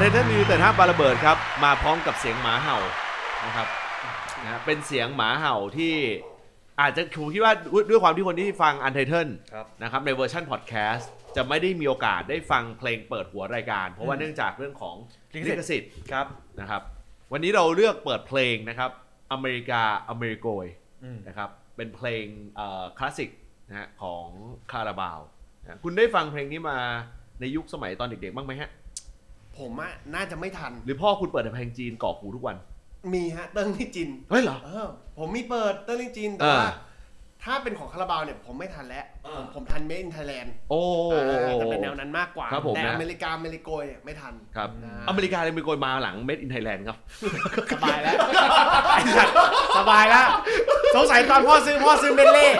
ทันนิวแต่ถ้าปาระเบิดครับมาพร้อมกับเสียงหมาเห่านะครับนะเป็นเสียงหมาเห่าที่อาจจะผมคิดว่าด้วยความที่คนที่ฟังอันไทเทิลนะครับในเวอร์ชันพอดแคสต์จะไม่ได้มีโอกาสได้ฟังเพลงเปิดหัวรายการเพราะว่าเนื่องจากเรื่องของลิขสิทธิ์ครับนะครับวันนี้เราเลือกเปิดเพลงนะครับอเมริโกยนะครับเป็นเพลงคลาสสิกนะฮะของคาราบาวนะคุณได้ฟังเพลงนี้มาในยุคสมัยตอนเด็กๆบ้างไหมฮะผมอะน่าจะไม่ทันหรือพ่อคุณเปิดเพลงจีนก่อหูทุกวันมีฮะเติ้งลี่จินเฮ้ยเหรอผมมีเปิดเติ้งลี่จินแต่ว่าถ้าเป็นของคาราบาวเนี่ยผมไม่ทันแล้วผมทันเมดอินไทยแลนด์จะเป็นแนวนั้นมากกว่าแต่อเมริโกยเนี่ยไม่ทันครับอเมริโกยมาหลังเมดอินไทยแลนด์ครับสบายแล้วสบายแล้วสงสัยตอนพ่อซื้อเมดเล่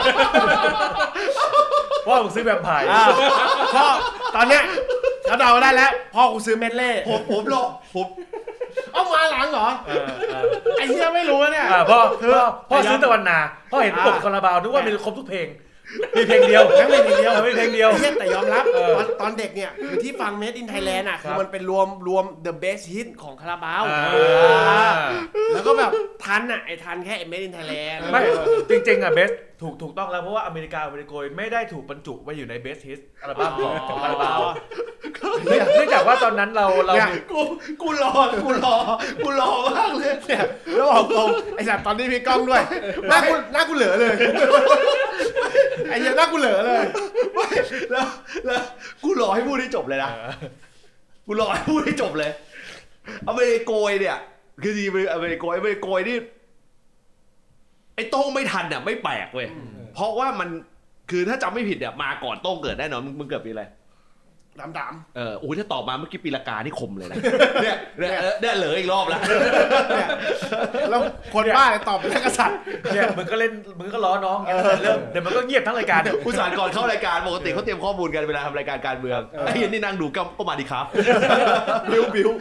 พ่อผมซื้อแบบไผ่พ่อตอนเนี้ยเขาเดาได้แล้วพ่อกูซื้อเมดเล่ผมรอผมเอามาหลังเหรอไอ้เหี้ยไม่รู้เนี่ยพ่อซื้อตะวันนาพ่อเห็นปกคาราบาวนึกว่ามีครบทุกเพลงมีเพลงเดียวไม่เพลงเดียวแต่ยอมรับตอนเด็กเนี่ยคือที่ฟัง Made in Thailand อ่ะคือมันเป็นรวม the best hit ของคาราบาวแล้วก็แบบทันอ่ะทันแค่ Made in Thailand ไม่จริงๆอ่ะ best ถูกต้องแล้วเพราะว่าอเมริโกยไม่ได้ถูกบรรจุไว้อยู่ใน best hit อัลบั้มของคาราบาวเนื่องจากว่าตอนนั้นเรากูรอมากเลยเนี่ยแล้วบอกตรงไอ้สัตว์ตอนนี้มีกล้องด้วยหน้ากูเหลือเลยไอ้เหี้ยหน้ากูเหลือเลยแล้วกูรอให้พูดให้จบเลยนะกูรอให้พูดให้จบเลยอเมริโกยเนี่ยคือดีอเมริโกยนี่ไอ้โต้งไม่ทันเนี่ยไม่แปลกเว้ยเพราะว่ามันคือถ้าจำไม่ผิดเนี่ยมาก่อนโต้งเกิดแน่นอนมึงเกิดปีอะไรดำโอ้ยถ้าตอบมาเมื่อกี้ปีละกานี่คมเลยนะเนี่ยเหลืออีกรอบแล้วแล้วคนบ้าเลยตอบเป็นกษัตริย์เนี่ยมึงก็ล้อน้องเริ่มเดี๋ยวมันก็เงียบทั้งรายการผู้สานก่อนเข้ารายการปกติเขาเตรียมข้อมูลกันเวลาทำรายการการเมืองไอ้ยันนี่นั่งดูก็มาดีครับบิว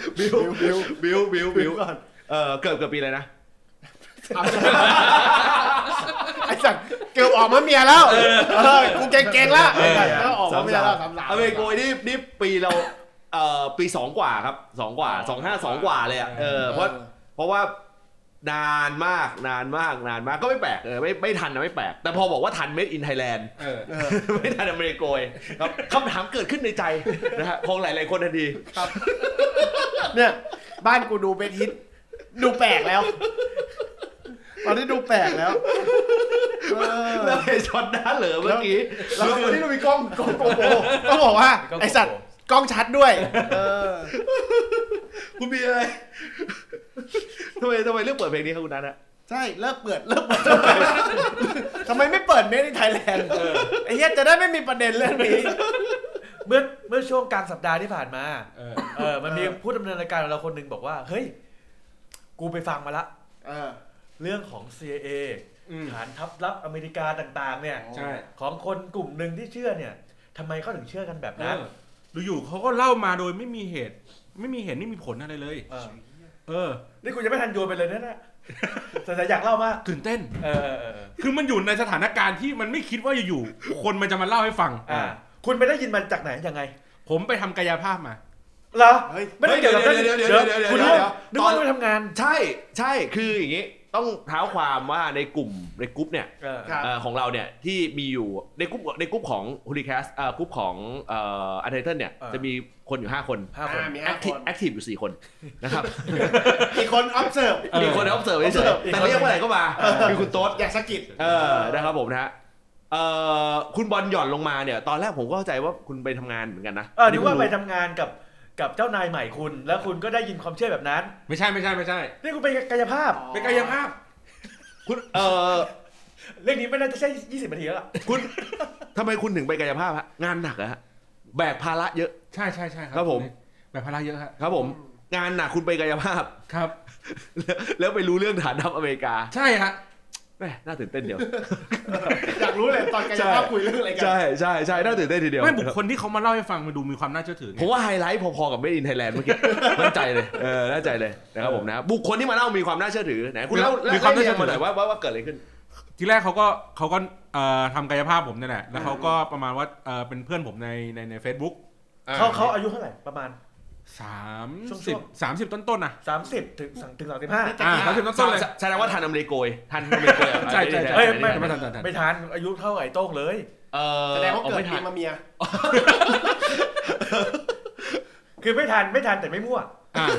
ก่อนเกิดปีอะไรนะไอ้สัตว์เกือบออกมาเมียแล้วกูเก่งๆแล้วออกมาเมียแล้วอเมริโกยนี่ปีเราปี2กว่าครับ2กว่า252กว่าเลยอ่ะเพราะว่านานมากก็ไม่แปลกไม่ทันนะไม่แปลกแต่พอบอกว่าทัน Made in Thailand ไม่ทันอเมริโกยครับคำถามเกิดขึ้นในใจนะฮะของหลายๆคนทันทีครับเนี่ยบ้านกูดูเป็นฮิตดูแปลกแล้วตอนนี้ดูแปลกแล้วแล้วไอ้ช็อตหน้าเหลือเมื่อกี้แล้ววันนี้เรามีกล้องโกโปรต้องบอกว่าไอ้สัตว์กล้องชัดด้วยคุณมีอะไรทำไมเลือกเปิดเพลงนี้ครับคุณนัทอะใช่เลิกเปิดทำไมไม่เปิด Made in Thailand ไอ้เหี้ยจะได้ไม่มีประเด็นเรื่องนี้เมื่อช่วงกลางสัปดาห์ที่ผ่านมามันมีผู้ดำเนินรายการเราคนนึงบอกว่าเฮ้ยกูไปฟังมาละเรื่องของ CIA ฐานทัพลับอเมริกาต่างๆเนี่ยของคนกลุ่มหนึ่งที่เชื่อเนี่ยทำไมเขาถึงเชื่อกันแบบนั้นอยู่เขาก็เล่ามาโดยไม่มีเหตุไม่มีผลอะไรเลยนี่คุณจะไม่ทันโยนไปเลยนะแต่อยากเล่ามากตื่นเต้นคือมันอยู่ในสถานการณ์ที่มันไม่คิดว่าอยู่คนมันจะมาเล่าให้ฟังคุณไปได้ยินมาจากไหนยังไงผมไปทำกายภาพมาเหรอไม่ได้เกี่ยวกับคุณนึกว่าไปทำงานใช่คืออย่างงี้ต้องเท้าความว่าในกลุ่มเนี่ยของเราเนี่ยที่มีอยู่ในกลุ่มของฮูลิแคสกลุ่มของอันไทเทิลเนี่ยจะมีคนอยู่5 คนมีแอคทีฟอยู่4 คนนะครับอีกคน observe เฉยแต่เรียกว่าอะไรก็มาคือคุณโต๊ดอยากสะกิดนะครับผมนะฮะคุณบอลหย่อนลงมาเนี่ยตอนแรกผมก็เข้าใจว่าคุณไปทำงานเหมือนกันนะนึกว่าไปทำงานกับเจ้านายใหม่คุณแล้วคุณก็ได้ยินความเชื่อแบบนั้นไม่ใช่นี่คุณไปกายภาพคุณเรื่องนี้ไม่น่าจะใช่20 นาทีแล้วล่ะคุณทำไมคุณถึงไปกายภาพฮะงานหนักอะฮะแบกภาระเยอะใช่ครับผมแบกภาระเยอะครับผมงานหนักคุณไปกายภาพครับแล้วไปรู้เรื่องฐานทัพอเมริกาใช่ฮะแม่น่าตื่นเต้นเดียวอยากรู้เลยตอนกายภาพคุยเรื่องอะไรกันใช่น่าตื่นเต้นทีเดียวไม่บุคคลที่เขามาเล่าให้ฟังมันดูมีความน่าเชื่อถือผมว่าไฮไลท์พอๆกับ Made in Thailand เมื่อกี้มั่นใจเลยน่าใจเลยนะครับผมนะบุคคลที่มาเล่ามีความน่าเชื่อถือไหนคุณเล่ามีความน่าเชื่อถือหน่อยว่าเกิดอะไรขึ้นทีแรกเขาก็ทำกายภาพผมนี่แหละแล้วเขาก็ประมาณว่าเป็นเพื่อนผมใน Facebook เขาอายุเท่าไหร่ประมาณ 30ต้นๆนะ 30ถึง35 30ต้นๆเลยแสดงว่าทันอเมริโกยทันอเมริโกยใช่เอ้ยไม่ทันไม่ทันอายุเท่าไอ้โต้งเลยแสดงว่าเกิดปีมาเมียคือไม่ทันแต่ไม่มั่ว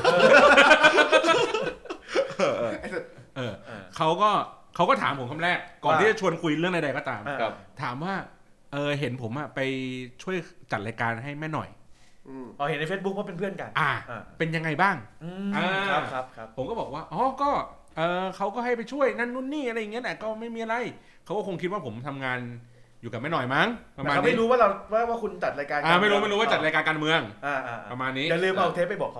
เขาก็ถามผมคำแรกก่อนที่จะชวนคุยเรื่องใดๆก็ตาม ถามว่าเห็นผมไปช่วยจัดรายการให้แม่หน่อยเห็นใน Facebook ว่าเป็นเพื่อนกันเป็นยังไงบ้างครับผมก็บอกว่าก็เขาก็ให้ไปช่วยนั่นนู่นนี่อะไรอย่างเงี้ยแหละก็ไม่มีอะไรเขาก็คงคิดว่าผมทำงานอยู่กับแม่หน่อยมั้งประมาณนี้เขาไม่รู้ว่าว่าคุณจัดรายการไม่รู้ว่าจัดรายการการเมืองประมาณนี้อย่าลืมเอาเทปไปบอกเขา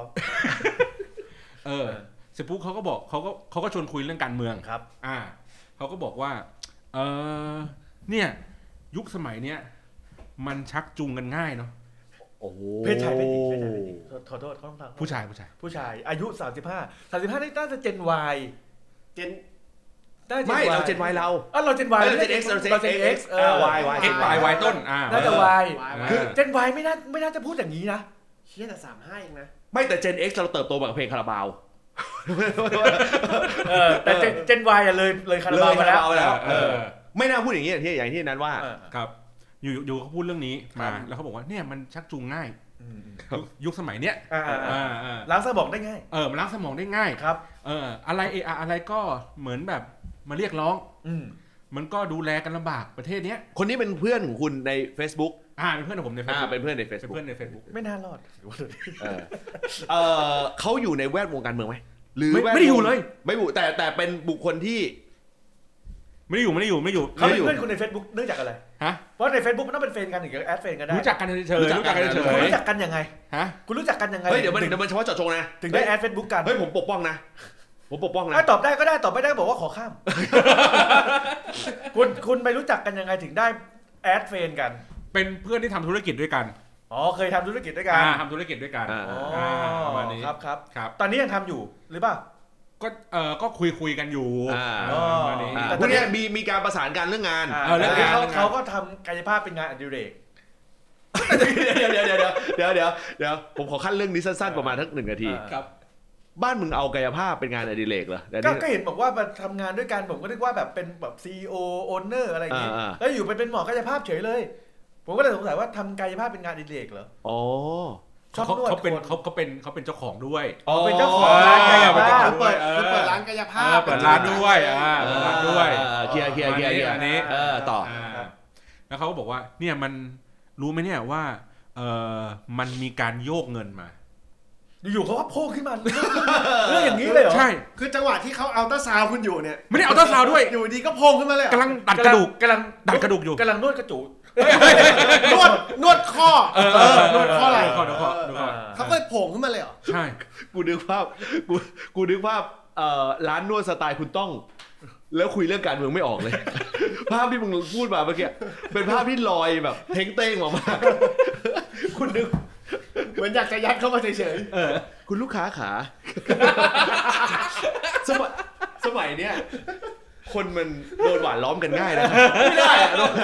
เสร็จปุ๊บเขาก็บอกเขาก็ชวนคุยเรื่องการเมืองครับเขาก็บอกว่าเนี่ยยุคสมัยเนี้ยมันชักจูงกันง่ายเนาะเพศชายเพศหญิงขอโทษเขาต้องทำผู้ชายอายุ35นี่น่าจะ Gen Y ไม่เรา Gen Y เรา Gen Y เรา Gen X Y ต้นน่าจะ Y คือ Gen Y ไม่น่าจะพูดอย่างนี้นะเชี่ยแต่35เองนะไม่แต่ Gen X เราเติบโตกับเพลงคาราบาวแต่ Gen Y เลยคาราบาวมาแล้วไม่น่าพูดอย่างนี้อย่างที่นั้นว่าครับอยู่เขาพูดเรื่องนี้มาแล้วเขาบอกว่าเนี่ยมันชักจูงง่ายยุคสมัยเนี้ยล้างสมองได้ง่ายมันล้างสมองได้ง่ายครับอะไรก็เหมือนแบบมาเรียกร้องมันก็ดูแลกันลำบากประเทศเนี้ยคนนี้เป็นเพื่อนของคุณใน Facebook เป็นเพื่อนของผมใน Facebook เป็นเพื่อนใน Facebook ไม่น่ารอดเขาอยู่ในแวดวงการเมืองไหมหรือไม่ได้อยู่เลยไม่อยู่แต่เป็นบุคคลที่ไม่ได้อยู่เขาเป็นเพื่อนคุณใน Facebook เนื่องจากอะไรเพราะใน Facebook มันต้องเป็นเฟรนด์กันถึงจะแอดเฟรนด์กันได้รู้จักกันเฉยรู้จักกันยังไงคุณรู้จักกันยังไงเฮ้ยเดี๋ยวมันเฉพาะเจาะจงนะถึงได้แอด Facebook กันเฮ้ยผมปกป้องนะตอบได้ก็ได้ตอบไม่ได้บอกว่าขอข้ามคุณไปรู้จักกันยังไงถึงได้แอดเฟรนด์กันเป็นเพื่อนที่ทำธุรกิจด้วยกันเคยทำธุรกิจด้วยกันทำธุรกิจด้วยกันประมาณนี้ครับตอนนี้ยังทำอยู่หรือเปล่าก็คุยกันอยู่วันนี้แต่ตอนนี้มีการประสานกันเรื่องงานเขาก็ทำกายภาพเป็นงานอดิเรกเดี๋ยวผมขอขั้นเรื่องนี้สั้นๆประมาณทัก1 นาทีครับบ้านมึงเอากายภาพเป็นงานอดิเรกเหรอก็เห็นบอกว่ามาทำงานด้วยกันผมก็นึกว่าแบบเป็นแบบ CEO Owner อะไรอย่างงี้แล้วอยู่เป็นหมอกายภาพเฉยเลยผมก็เลยสงสัยว่าทำกายภาพเป็นงานอดิเรกเหรอเขาเป็นเจ้าของด้วยเป็นเจ้าของร้านกายภาพเปิดร้านกายภาพเปิดร้านด้วยเคลียร์อันนี้ต่อแล้วเขาก็บอกว่าเนี่ยมันรู้ไหมเนี่ยว่ามันมีการโยกเงินมาอยู่เขาก็โผล่ขึ้นมาเรื่องอย่างนี้เลยเหรอใช่คือจังหวะที่เขาอัลตราซาวด์คุณอยู่เนี่ยไม่ได้อัลตราซาวด์ด้วยอยู่ดีก็โผล่ขึ้นมาเลยกำลังดัดกระดูกอยู่กำลังนวดกระจูนวดข้อนวดข้อไหล่เขาก็โผล่ขึ้นมาเลยเหรอใช่กูนึกภาพร้านนวดสไตล์คุณต้องแล้วคุยเรื่องการเมืองไม่ออกเลยภาพที่มึงพูดมาเมื่อกี้เป็นภาพที่ลอยแบบเท้งเต้งออกมาคุณนึกเหมือนอยากจะยัดเข้ามาเฉยๆคุณลูกค้าขาสมัยเนี้ยคนมันโดนหวานล้อมกันง่ายนะไม่ได้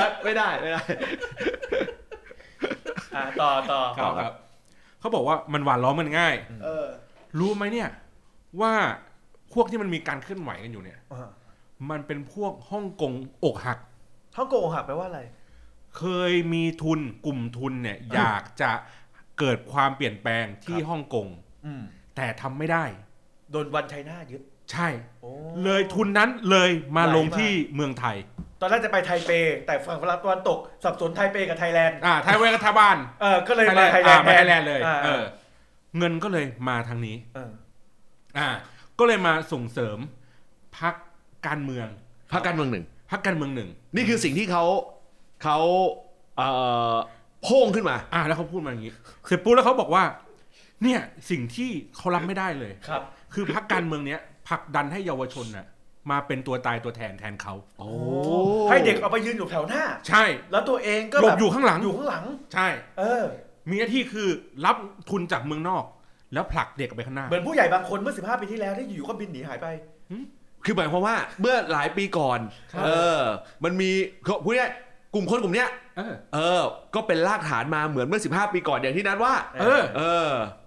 ต่อครับเขาบอกว่ามันหวานล้อมกันง่ายรู้ไหมเนี่ยว่าพวกที่มันมีการเคลื่อนไหวกันอยู่เนี่ยมันเป็นพวกฮ่องกงอกหักแปลว่าอะไรเคยมีทุนกลุ่มทุนเนี่ยอยากจะเกิดความเปลี่ยนแปลงที่ฮ่องกงแต่ทำไม่ได้โดนวันไชน่ายึดใช่เลยทุนนั้นเลยมาลงที่เมืองไทยตอนแรกจะไปไทเปแต่ฝั่งตะวันตกสับสนไทเปกับไทยแลนด์ไทเปกับไทยบ้านก็เลยมาไทยแลนด์เลยเงินก็เลยมาทางนี้ก็เลยมาส่งเสริมพรรคการเมืองหนึ่งนี่คือสิ่งที่เขาโพ่งขึ้นมาแล้วเขาพูดมาอย่างนี้เสร็จปุ๊บแล้วเขาบอกว่าเนี่ยสิ่งที่เขารับไม่ได้เลยคือพรรคการเมืองเนี้ยผลักดันให้เยาวชนน่ะมาเป็นตัวตายตัวแทนเขาให้เด็กเอาไปยืนอยู่แถวหน้าใช่แล้วตัวเองก็หลบอยู่ข้างหลังใช่มีหน้าที่คือรับทุนจากเมืองนอกแล้วผลักเด็กไปข้างหน้าเหมือนผู้ใหญ่บางคนเมื่อ15 ปีที่แล้วที่อยู่ก็บินหนีหายไปคือหมายความว่าเมื่อหลายปีก่อนมันมีพูดง่ายกลุ่มคนกลุ่มเนี้ยก็เป็นรากฐานมาเหมือนเมื่อ15 ปีก่อนอย่างที่นัทว่า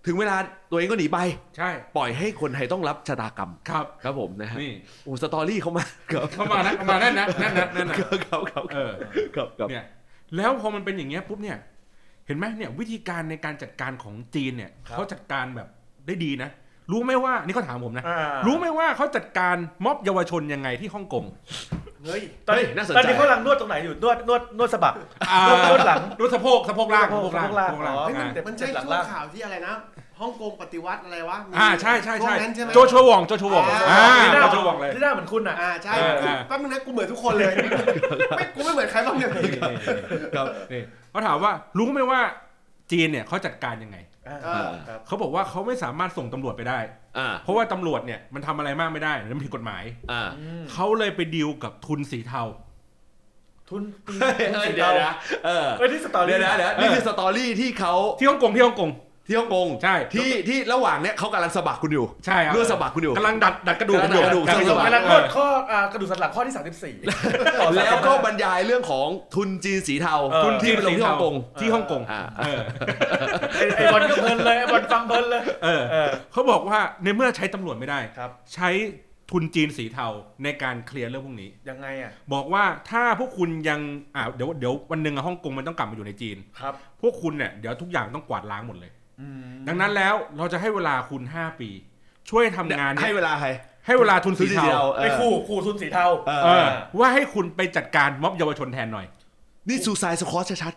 ถึงเวลาตัวเองก็หนีไปใช่ปล่อยให้คนไทยต้องรับชะตากรรมครับครับผมนะฮะนี่โอ้สตอรี่เขามาครับเข้ามานั่นนะครับเออครับเนี่ยแล้วพอมันเป็นอย่างเงี้ยปุ๊บเนี่ยเห็นไหมเนี่ยวิธีการในการจัดการของจีนเนี่ยเขาจัดการแบบได้ดีนะรู้ไหมว่านี่เขาถามผมนะรู้ไหมว่าเขาจัดการม็อบเยาวชนยังไงที่ฮ่องกงเฮ้ยตอนน่าสนใจตอนนี้เขากำลังนวดตรงไหนอยู่นวดสะบักนวดหลังนวดสะโพกล่างสะโพกล่างเฮ้ยอ่ามันใช่ช่วงข่าวที่อะไรนะฮ่องกงปฏิวัติอะไรวะใช่ช่วงนั้นใช่ไหมโจชัววองเลยที่หน้าเหมือนคุณอ่ะใช่แป๊บนึงนะกูเหมือนทุกคนเลยกูไม่เหมือนใครบ้างเนี่ยครับนี่เขาถามว่ารู้ไหมว่าจีนเนี่ยเขาจัดการยังไงเขาบอกว่าเขาไม่สามารถส่งตำรวจไปได้เพราะว่าตำรวจเนี่ยมันทำอะไรมากไม่ได้มันผิดกฎหมายเขาเลยไปดีลกับทุนสีเทาทุนเดี๋ยวนะนี่สตอรี่เดี๋ยวนี่คือสตอรี่ที่เขาที่ฮ่องกงใช่ที่ระหว่างเนี้ยเขากำลังสะบักคุณอยู่ใช่ครับเรื่องสะบักคุณอยู่กำลังดัดกระดูกอยู่กำลังนวดข้อกระดูกสันหลังข้อที่34 แล้วก็บรรยายเรื่องของทุนจีนสีเทาทุนที่ไปลงที่ฮ่องกงไอ้บอลก็เพลินเลยไอ้บอลฟังเพลินเลยเขาบอกว่าในเมื่อใช้ตำรวจไม่ได้ครับใช้ทุนจีนสีเทาในการเคลียร์เรื่องพวกนี้ยังไงอ่ะบอกว่าถ้าพวกคุณยังเดี๋ยววันหนึ่งฮ่องกงมันต้องกลับมาอยู่ในจีนครับพวกคุณเนี่ยเดี๋ยวทุกอย่างต้องกวาดล้างหมดเลยดังนั้นแล้วเราจะให้เวลาคุณ5 ปีช่วยทำงานให้เวลาใครให้เวลาทุนสีเทาไอ้คู่ทุนสีเทาว่าให้คุณไปจัดการม็อบเยาวชนแทนหน่อยนี่ซูซายสควอตชัด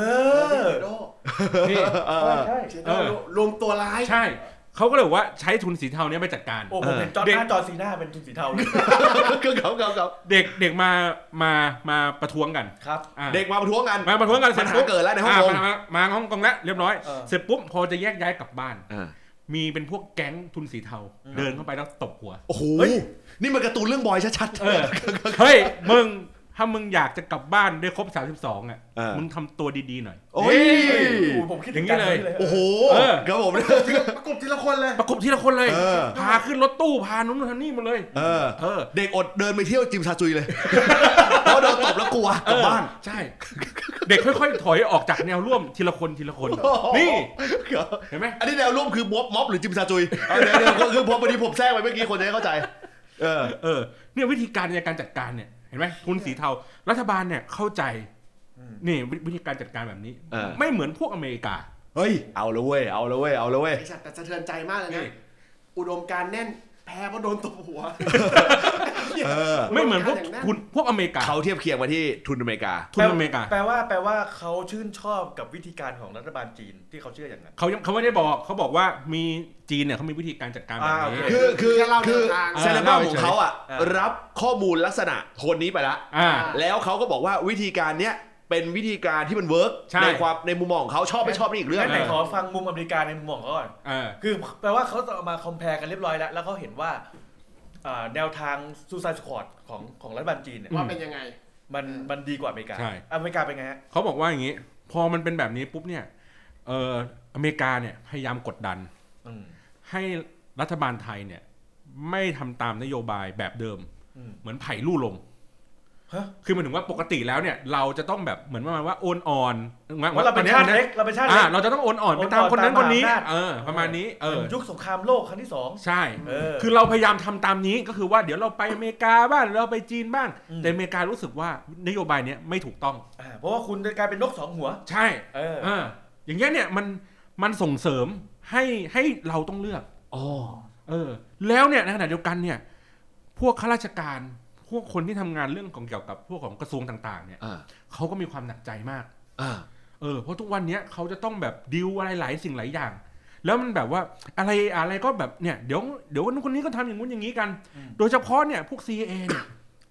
นี่ใช่รวมตัวร้ายใช่เขาก็เลยว่าใช้ทุนสีเทานี้ไปจัดการโอ้ผมเห็นจอสีหน้าเป็นทุนสีเทาเลยเขาเด็กมาประท้วงกันครับเด็กมาประท้วงกันเสร็จปุ๊บเกิดแล้วในฮ่องกงมาฮ่องกงแล้วเรียบร้อยเสร็จปุ๊บพอจะแยกย้ายกลับบ้านมีเป็นพวกแก๊งทุนสีเทาเดินเข้าไปแล้วตบหัวโอ้โหนี่มันการ์ตูนเรื่องบอยชัดๆเฮ้ยมึงถ้ามึงอยากจะกลับบ้านได้ครบ32มึงทำตัวดีๆหน่อยโอ้ยผมคิดอย่างนี้เลยโอ้โหครับผมประกบทีละคนเลยพาขึ้นรถตู้พานู้นทางนี้มาเลยเด็กอดเดินไปเที่ยวจิมซาจุยเลยเพราะโดนตบแล้วกลัวกลับบ้านใช่เด็กค่อยๆถอยออกจากแนวร่วมทีละคนนี่เห็นไหมอันนี้แนวร่วมคือม็อบหรือจิมซาจุยเดี๋ยวคือพอดีผมแทรกไปเมื่อกี้คนจะเข้าใจเนี่ยวิธีการในการจัดการเนี่ยเห็นไหมทุนสีเทารัฐบาลเนี่ยเข้าใจนี่วิธีการจัดการแบบนี้ไม่เหมือนพวกอเมริกาเฮ้ยเอาละเว้ยแต่สะเทือนใจมากเลยนะอุดมการแน่นแพ้เพราะโดนตบหัวไม่เหมือนพวกอเมริกาเขาเทียบเคียงมาที่ทุนอเมริกาแปลว่าเขาชื่นชอบกับวิธีการของรัฐบาลจีนที่เขาเชื่ออย่างนั้นเขาไม่ได้บอกเขาบอกว่ามีจีนเนี่ยเขามีวิธีการจัดการแบบนี้คือเซเลบราของเขารับข้อมูลลักษณะโทนนี้ไปแล้วเขาก็บอกว่าวิธีการเนี้ยเป็นวิธีการที่มันเวิร์กในมุมมองของเขาชอบไม่ชอบนี่อีกเรื่องไหนขอฟังมุมอเมริกาในมุมมองเขาก่อนคือแปลว่าเขาจะมาคอมเพลกันเรียบร้อยแล้วเขาเห็นว่าแนวทางซูซายสควอตของรัฐบาลจีนว่าเป็นยังไงมันดีกว่าอเมริกาอเมริกาเป็นไงฮะเขาบอกว่าอย่างนี้พอมันเป็นแบบนี้ปุ๊บเนี่ยอเมริกาเนี่ยพยายามกดดันให้รัฐบาลไทยเนี่ยไม่ทำตามนโยบายแบบเดิมเหมือนไผ่ลู่ลงคือหมายถึงว่าปกติแล้วเนี่ยเราจะต้องแบบเหมือนประมาณว่าโอนอ่อนเราเป็นชาติเล็กเราจะต้องโอนอ่อนไปตามคนนั้นคนนี้ประมาณนี้ยุคสงครามโลกครั้งที่2 ใช่คือเราพยายามทำตามนี้ก็คือว่าเดี๋ยวเราไปอเมริกาบ้างเราไปจีนบ้างแต่อเมริการู้สึกว่านโยบายนี้ไม่ถูกต้องเพราะว่าคุณจะกลายเป็นนก2หัวใช่อย่างเงี้ยเนี่ยมันส่งเสริมให้เราต้องเลือกแล้วเนี่ยในขณะเดียวกันเนี่ยพวกข้าราชการพวกคนที่ทำงานเรื่องของเกี่ยวกับพวกของกระทรวงต่างๆเนี่ยเขาก็มีความหนักใจมากเพราะทุกวันนี้เขาจะต้องแบบดิวอะไรหลายสิ่งหลายอย่างแล้วมันแบบว่าอะไรก็แบบเนี่ยเดี๋ยวคนนี้ก็ทำอย่างนู้นอย่างนี้กันโดยเฉพาะเนี่ยพวก CIA เนี่ย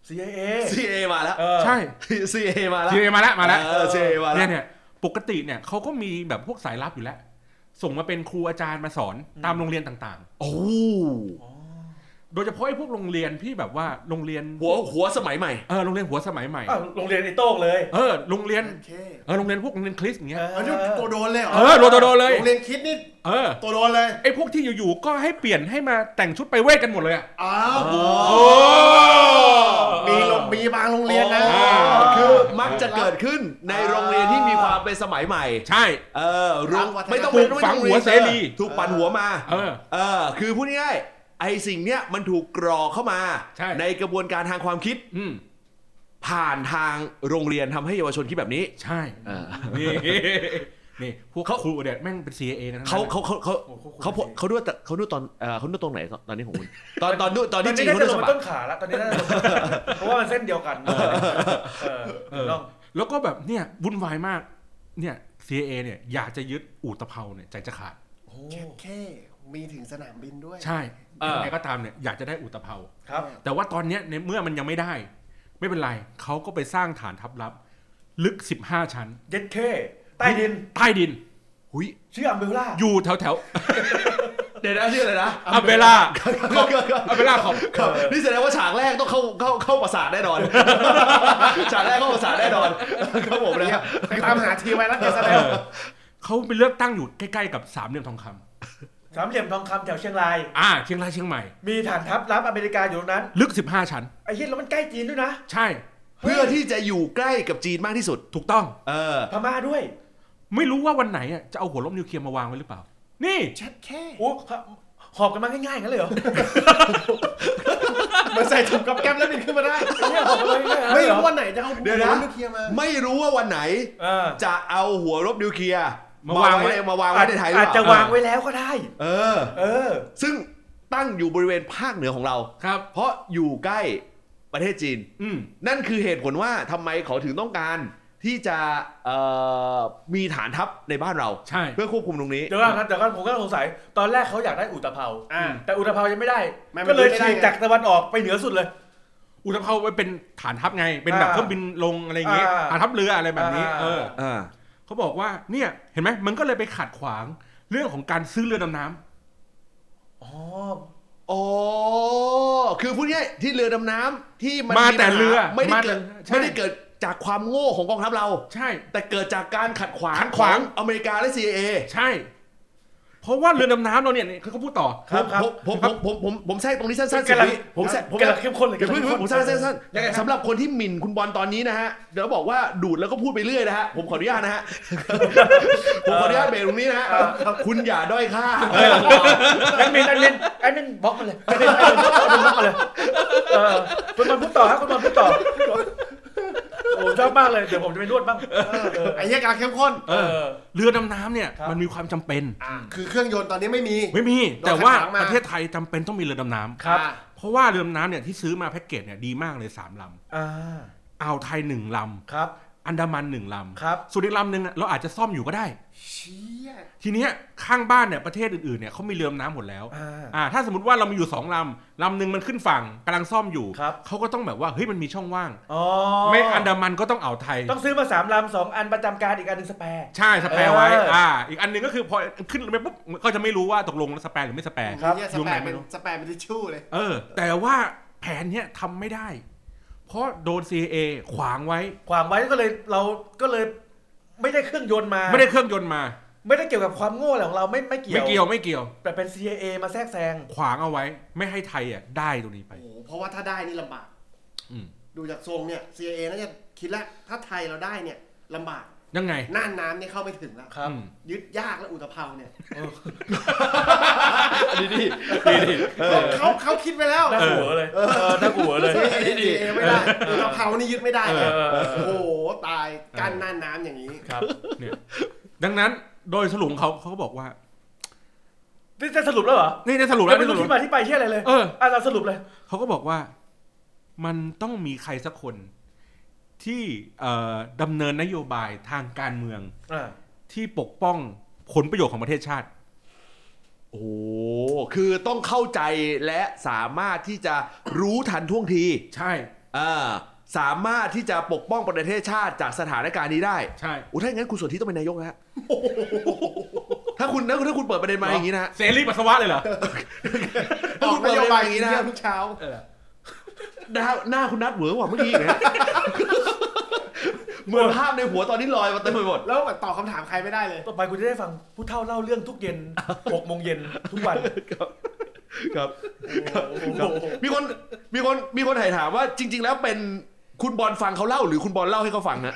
CIA มาแล้วใช่ CIA มาแล้ว CIA มาแล้ว CIA มาแล้วเนี่ยปกติเนี่ยเขาก็มีแบบพวกสายลับอยู่แล้วส่งมาเป็นครูอาจารย์มาสอนตามโรงเรียนต่างๆโดยเฉพาะไอ้พวกโรงเรียนที่แบบว่าโรงเรียนหัวสมัยใหม่โรงเรียนหัวสมัยใหม่โรงเรียนไอ้โต้งเลยโรงเรียนโอเคโรงเรียนพวกโรงเรียนคริสต์อย่างเงี้ยนี่ตัวโดนเลยเหรอโดนเลยโรงเรียนคิดนี่ตัวโดนเลยไอ้พวกที่อยู่ๆก็ให้เปลี่ยนให้มาแต่งชุดไปเวทกันหมดเลยอ่ะอ้าวมีบางโรงเรียนนะคือมักจะเกิดขึ้นในโรงเรียนที่มีความเป็นสมัยใหม่ใช่ไม่ต้องถูกฝังหัวเสรีถูกปั่นหัวมา คือพูดง่ายๆไอ้สิ่งเนี้ยมันถูกกรอกเข้ามา ในกระบวนการทางความคิดผ่านทางโรงเรียนทำให้เยาวชนคิดแบบนี้ใช่นี่พวกครูเนี่ยแม่งเป็น CIA กันทั้งนั้นเขาดูตรงไหนตอนนี้ของคุณตอนที่จีนเขาเขาดูสลงมัครต้นขาแล้วตอนนี้น่าจะเพราะว่ามันเส้นเดียวกันแล้วก็แบบเนี่ยวุ่นวายมากเนี่ย CIA เนี่ยอยากจะยึดอู่ตะเภาเนี่ยใจจะขาดแค่มีถึงสนามบินด้วยใช่ยังไงก็ตามเนี่ยอยากจะได้อู่ตะเภาครับแต่ว่าตอนเนี้ยในเมื่อมันยังไม่ได้ไม่เป็นไรเขาก็ไปสร้างฐานทัพลับลึก15ชั้นเย็ดเข้ใต้ดินหุยชื่ออัมเบล่าอยู่แถวเดี๋ยวนะชื่ออะไรนะอัมเบล่าของนี่แสดงว่าฉากแรกต้องเข้าปราสาทแน่นอนฉากแรกเข้าปราสาทแน่นอนครับผมนะไปตามหาทีไว้แล้วแสดงเขาไปเลือกตั้งอยู่ใกล้ๆกับสามเหลี่ยมทองคำสามเหลี่ยมทองคำแถวเชียงรายเชียงรายเชียงใหม่มีฐานทัพลับอเมริกาอยู่ตรงนั้นลึก15ชั้นไอ้เหี้ยแล้วมันใกล้จีนด้วยนะใช่เพื่อที่จะอยู่ใกล้กับจีนมากที่สุดถูกต้องพม่าด้วยไม่รู้ว่าวันไหนจะเอาหัวลบนิวเคลียร์มาวางไว้หรือเปล่านี่ชัดแค่หอบกันมาง่ายๆงั้นเลยเหรอมาใส่ถุงกับแก้มแล้วบินขึ้นมาได้ไม่รู้วันไหนจะเอาหัวลบนิวเคลียร์มาไม่รู้ว่าวันไหนจะเอาหัวลบนิวเคลียร์มาวางไว้ในไทยหรือเปล่าอาจจะวางไว้แล้วก็ได้ซึ่งตั้งอยู่บริเวณภาคเหนือของเราครับเพราะอยู่ใกล้ประเทศจีนนั่นคือเหตุผลว่าทำไมเขาถึงต้องการที่จะมีฐานทัพในบ้านเราใช่เพื่อควบคุมตรงนี้เดี๋ยวก่อนผมก็สงสัยตอนแรกเขาอยากได้อุตภเปาแต่อุตภเปายังไม่ได้ก็เลยฉีกจากตะวันออกไปเหนือสุดเลยอุตภเปาไปเป็นฐานทัพไงเป็นแบบเครื่องบินลงอะไรอย่างเงี้ยฐานทัพเรืออะไรแบบนี้เขาบอกว่าเนี่ยเห็นไหมมันก็เลยไปขัดขวางเรื่องของการซื้อเรือดำน้ำคือพูดง่ายที่เรือดำน้ำที่มันมาแต่เรือไม่ได้เกิดจากความโง่ของกองทัพเราใช่แต่เกิดจากการขัดขวางของอเมริกาและ CIA ใช่เพราะว่าเรือดำน้ำเราเนี่ยเขาพูดต่อผมแทรกตรงนี้สั้นๆผมเข้มข้นเลยผมสั้นๆสำหรับคนที่หมิ่นคุณบอลตอนนี้นะฮะเดี๋ยวบอกว่าดูดแล้วก็พูดไปเรื่อยนะฮะผมขออนุญาตนะฮะผมขออนุญาตเบรกตรงนี้นะฮะคุณอย่าด้อยค่าแอดมินบล็อกมันเลยแอดมินบล็อกมันเลยคุณบอลพูดต่อครับคุณบอลพูดต่อผมชอบมากเลยเดี๋ยวผมจะไปนวดบ้างไอ้เหี้ยการเข้มข้นเรือดำน้ำเนี่ยมันมีความจำเป็นคือเครื่องยนต์ตอนนี้ไม่มีแต่ว่าประเทศไทยจำเป็นต้องมีเรือดำน้ำเพราะว่าเรือดำน้ำเนี่ยที่ซื้อมาแพ็กเกจเนี่ยดีมากเลย3 ลำอ่าวไทย1 ลำครับอันดามัน1 ลำส่วนอีกลำนึงเราอาจจะซ่อมอยู่ก็ได้ทีเนี้ยข้างบ้านเนี่ยประเทศอื่นๆเนี่ยเขามีเรือดำน้ำหมดแล้วถ้าสมมติว่าเรามีอยู่2 ลำนึงมันขึ้นฝั่งกำลังซ่อมอยู่เขาก็ต้องแบบว่าเฮ้ยมันมีช่องว่างไม่อันดามันก็ต้องอ่าวไทยต้องซื้อมา3 ลำ2 อันประจำการอีกอันนึงสแปร์ใช่สแปร์ไว้อีกอันนึงก็คือพอขึ้นไปปุ๊บก็จะไม่รู้ว่าตกลงสแปร์หรือไม่สแปร์อยู่ไหนไม่รู้สแปร์เป็นทิชชู่เลยแต่ว่าแผนเนี้ยทำไม่ได้เพราะโดน CIA ขวางไว้ก็เลยเราก็เลยไม่ได้เครื่องยนต์มาไม่ได้เกี่ยวกับความโง่ของเราไม่เกี่ยวแต่เป็น CIA มาแทรกแซงขวางเอาไว้ไม่ให้ไทยได้ตรงนี้ไปเพราะว่าถ้าได้นี่ลำบากดูจากทรงเนี่ย CIA น่าจะคิดแล้วถ้าไทยเราได้เนี่ยลำบากยังไงน่านน้ำเนี่ยเข้าไม่ถึงแล้วยึดยากแล้วอุตภเปาเนี่ยดีเขาคิดไปแล้วน่ากลัวเลยไม่ได้อุตภเปานี่ยึดไม่ได้โอ้โหตายกั้นน่านน้ำอย่างนี้ครับเนี่ยดังนั้นโดยสรุปเขาก็บอกว่านี่จะสรุปแล้วเหรอนี่จะสรุปแล้วไม่รู้ที่มาที่ไปที่อะไรเลยเราสรุปเลยเขาก็บอกว่ามันต้องมีใครสักคนที่ดำเนินนโยบายทางการเมืองที่ปกป้องผลประโยชน์ของประเทศชาติคือต้องเข้าใจและสามารถที่จะรู้ทันท่วงทีใช่สามารถที่จะปกป้องประเทศชาติจากสถานการณ์นี้ได้ใช่ถ้าอย่างนั้นคุณสนธิต้องเป็นนายกนะฮะถ้าคุณเปิดประเด็นมาอย่างนี้นะเสรีปัสสาวะเลยเหรอถ้าคุณเปิดประเด็นมาอย่างนี้นะทุกเช้าหน้าคุณนัดเหวอว่ะเมื่อกี้อีกนะเหมือนภาพในหัวตอนนี้ลอยมาเต็มไปหมดแล้วตอบคำถามใครไม่ได้เลยต่อไปกูจะได้ฟังผู้เฒ่าเล่าเรื่องทุกเย็น 6 โมงเย็นทุกวันครับมีคนถามว่าจริง ๆ แล้วเป็นคุณบอลฟังเขาเล่าหรือคุณบอลเล่าให้เขาฟังนะ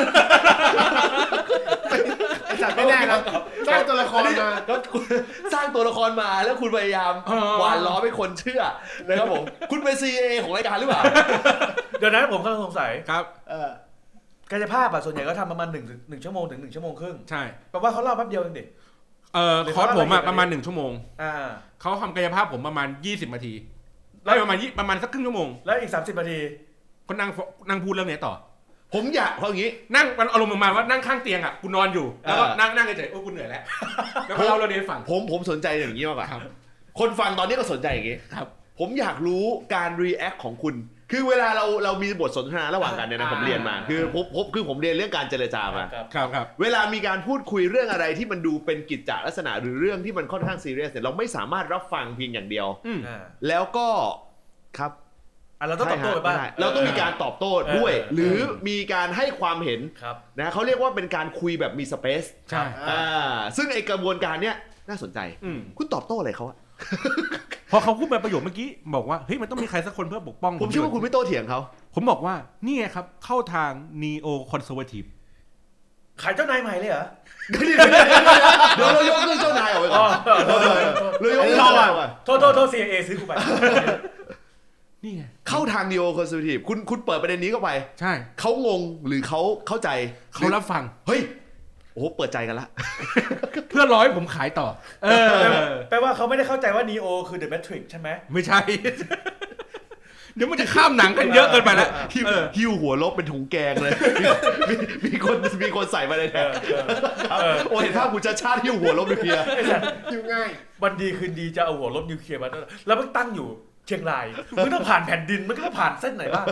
จัดไม่แน่ครับสร้างตัวละครมาก็สร้างตัวละครมาแล้วคุณพยายามหวานล้อให้คนเชื่อนะครับผมคุณเป็น CA ของรายการหรือเปล่าเดี๋ยวนั้นผมก็สงสัยครับกายภาพส่วนใหญ่ก็ทำประมาณ1 ชั่วโมงถึง1 ชั่วโมงครึ่งใช่แปลว่าเขาเล่าแป๊บเดียวเองดิคอร์สผมประมาณ1 ชั่วโมงเขาทำกายภาพผมประมาณ20 นาทีแล้วประมาณสักครึ่งชั่วโมงแล้วอีก30 นาทีก็นั่งพูดเรื่องนี้ต่อผมอยากเพราะอย่างนี้นั่งมันอารมณ์ประมาณว่านั่งข้างเตียงอ่ะกูนอนอยู่แล้วก็นั่งเฉยๆกูเหนื่อยแล้วแล้วก็เล่าเรื่องนี้ให้ฟังผมสนใจอย่างนี้มากกว่าคนฟังตอนนี้ก็สนใจอย่างนี้ครับผมอยากรู้การรีแอคของคุณคือเวลาเรามีบทสนทนาระหว่างกันเนี่ยนะผมเรียนมาคือผมเรียนเรื่องการเจรจามาครับเวลามีการพูดคุยเรื่องอะไรที่มันดูเป็นกิจจลักษณะหรือเรื่องที่มันค่อนข้างซีเรียสเนี่ยเราไม่สามารถรับฟังเพียงอย่างเดียวแล้วก็ครับเราต้องตอบโต้ไปบ้างเราต้องมีการตอบโต้ด้วยหรือมีการให้ความเห็นนะเขาเรียกว่าเป็นการคุยแบบมีสเปซใช่ซึ่งไอกระบวนการเนี้ยน่าสนใจคุณตอบโต้อะไรเขาอะพอเขาพูดมาประโยคเมื่อกี้บอกว่าเฮ้ยมันต้องมีใครสักคนเพื่อปกป้องผมเชื่อว่าคุณไม่โต้เถียงเขาผมบอกว่านี่ไงครับเข้าทาง neo conservative ขายเจ้านายใหม่เลยเหรอเดี๋ยวเรายกเรื่องเจ้านายออกไปก่อนเรายกเรื่องเจ้านายก่อนโทษ CIA ซื้อกูไปนี่ไงเข้าทาง neo conservative คุณเปิดประเด็นนี้เข้าไปใช่เขางงหรือเขาเข้าใจเขารับฟังเฮ้ยโอ้เปิดใจกันละเพื่อร้อยผมขายต่อแปลว่าเขาไม่ได้เข้าใจว่า Neo คือ The Matrix ใช่ไหมไม่ใช่เดี๋ยวมันจะข้ามหนังกันเยอะเกินไปแล้วหิ้วหัวลบเป็นถุงแกงเลยมีคนใส่มาเลยแทนโอ้เห็นภาพคุณชาติหิ้วหัวลบนิวเคลียร์หิ้วง่ายวันดีคืนดีจะเอาหัวลบนิวเคลียร์มาแล้วมันตั้งอยู่เชียงรายมันต้องผ่านแผ่นดินมันก็ต้องผ่านเส้นไหนบ้าง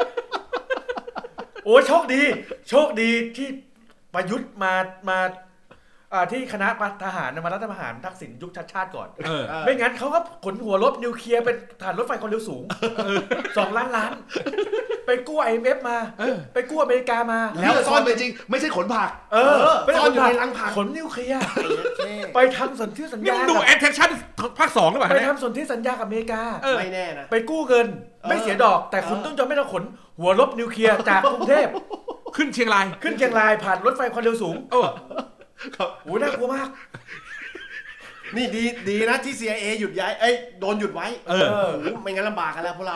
โอ้โชคดีที่ประยุทธ์มาที่คณะทหารมารัฐประหารทักษิณยุคชาติก่อนไม่งั้นเขาก็ขนหัวรบนิวเคลียร์เป็นฐานรถไฟความเร็วสูง2 ล้านไปกู้ IMF มาไปกู้อเมริกามาแล้วซ่อนไปจริงไม่ใช่ขนผักไม่ซ่อนอยู่ในลังผักขนนิวเคลียร์ไปทำสนธิสัญญาดูแอคชั่นภาค 2หรือเปล่าไปทำสนธิสัญญากับอเมริกาไม่แน่นะไปกู้เงินไม่เสียดอกแต่คุณต้องยอมไม่ต้องขนหัวรบนิวเคลียร์จากกรุงเทพขึ้นเชียงรายผ่านรถไฟความเร็วสูงโอ้น่ากลัวมากนี่ดีนะที่ CIA หยุดย้ายโดนหยุดไว้ไม่งั้นลำบากกันแล้วพวกเรา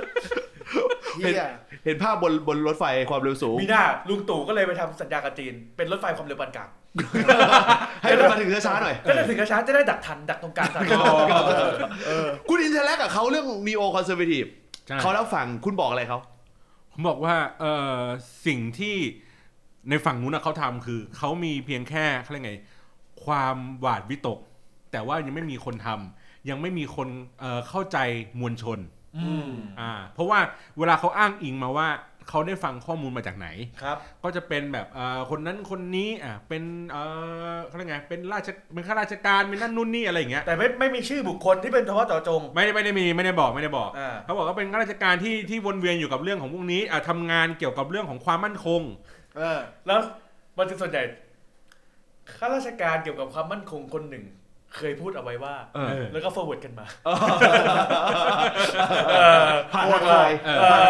เห็นภาพบนรถไฟความเร็วสูงมีหน้าลุงตู่ก็เลยไปทำสัญญากับจีนเป็นรถไฟความเร็วปานกลางให้มันมาถึงช้าหน่อยก็ได้ถึงช้าจะได้ดักทันดักตรงกลางคุณอินเทอร์แลกกับเขาเรื่อง neo conservative เขาแล้วฝั่งคุณบอกอะไรเขาผมบอกว่าสิ่งที่ในฝั่งนู้นเขาทำคือเขามีเพียงแค่เขาเรียกไงความหวาดวิตกแต่ว่ายังไม่มีคนทำยังไม่มีคนเข้าใจมวลชนเพราะว่าเวลาเขาอ้างอิงมาว่าเขาได้ฟังข้อมูลมาจากไหนก็จะเป็นแบบคนนั้นคนนี้เป็นเขาเรียกไงเป็นข้าราชการเป็นนั่นนู่นนี่อะไรอย่างเงี้ยแต่ไม่มีชื่อบุคคลที่เป็นเฉพาะเจาะจงไม่ได้บอกเขาบอกว่าเป็นข้าราชการที่วนเวียนอยู่กับเรื่องของพวกนี้ทำงานเกี่ยวกับเรื่องของความมั่นคงแล้วมันส่วนใหญ่ข้าราชการเกี่ยวกับความมั่นคงคนหนึ่งเคยพูดเอาไว้ว่าแล้วก็ forward กันมาผ่านทางไลน์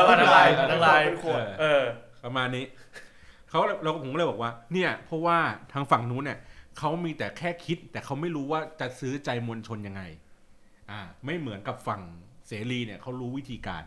ประมาณนี้ผมก็เลยบอกว่าเนี่ยเพราะว่าทางฝั่งนู้นเนี่ยเขามีแต่แค่คิดแต่เขาไม่รู้ว่าจะซื้อใจมวลชนยังไงไม่เหมือนกับฝั่งเสรีเนี่ยเขารู้วิธีการ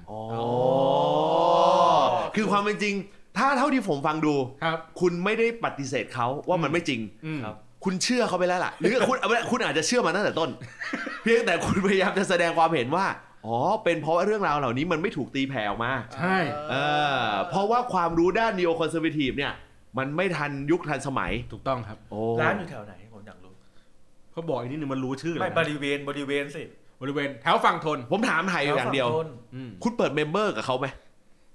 คือความเป็นจริงถ้าเท่าที่ผมฟังดูคุณไม่ได้ปฏิเสธเขาว่ามันไม่จริงคุณเชื่อเขาไปแล้วล่ะหรือคุณอาจจะเชื่อมาตั้งแต่ต้นเพียงแต่คุณพยายามจะแสดงความเห็นว่าเป็นเพราะเรื่องราวเหล่านี้มันไม่ถูกตีแผ่ออกมาใช่เพราะว่าความรู้ด้าน neo conservative เนี่ยมันไม่ทันยุคทันสมัยถูกต้องครับร้านอยู่แถวไหนผมอยากรู้เขาบอกอีกนิดนึงมันรู้ชื่อไม่บริเวณสิบริเวณแถวฝั่งทนผมถามไทยอย่างเดียวคุณเปิดเมมเบอร์กับเขาไหม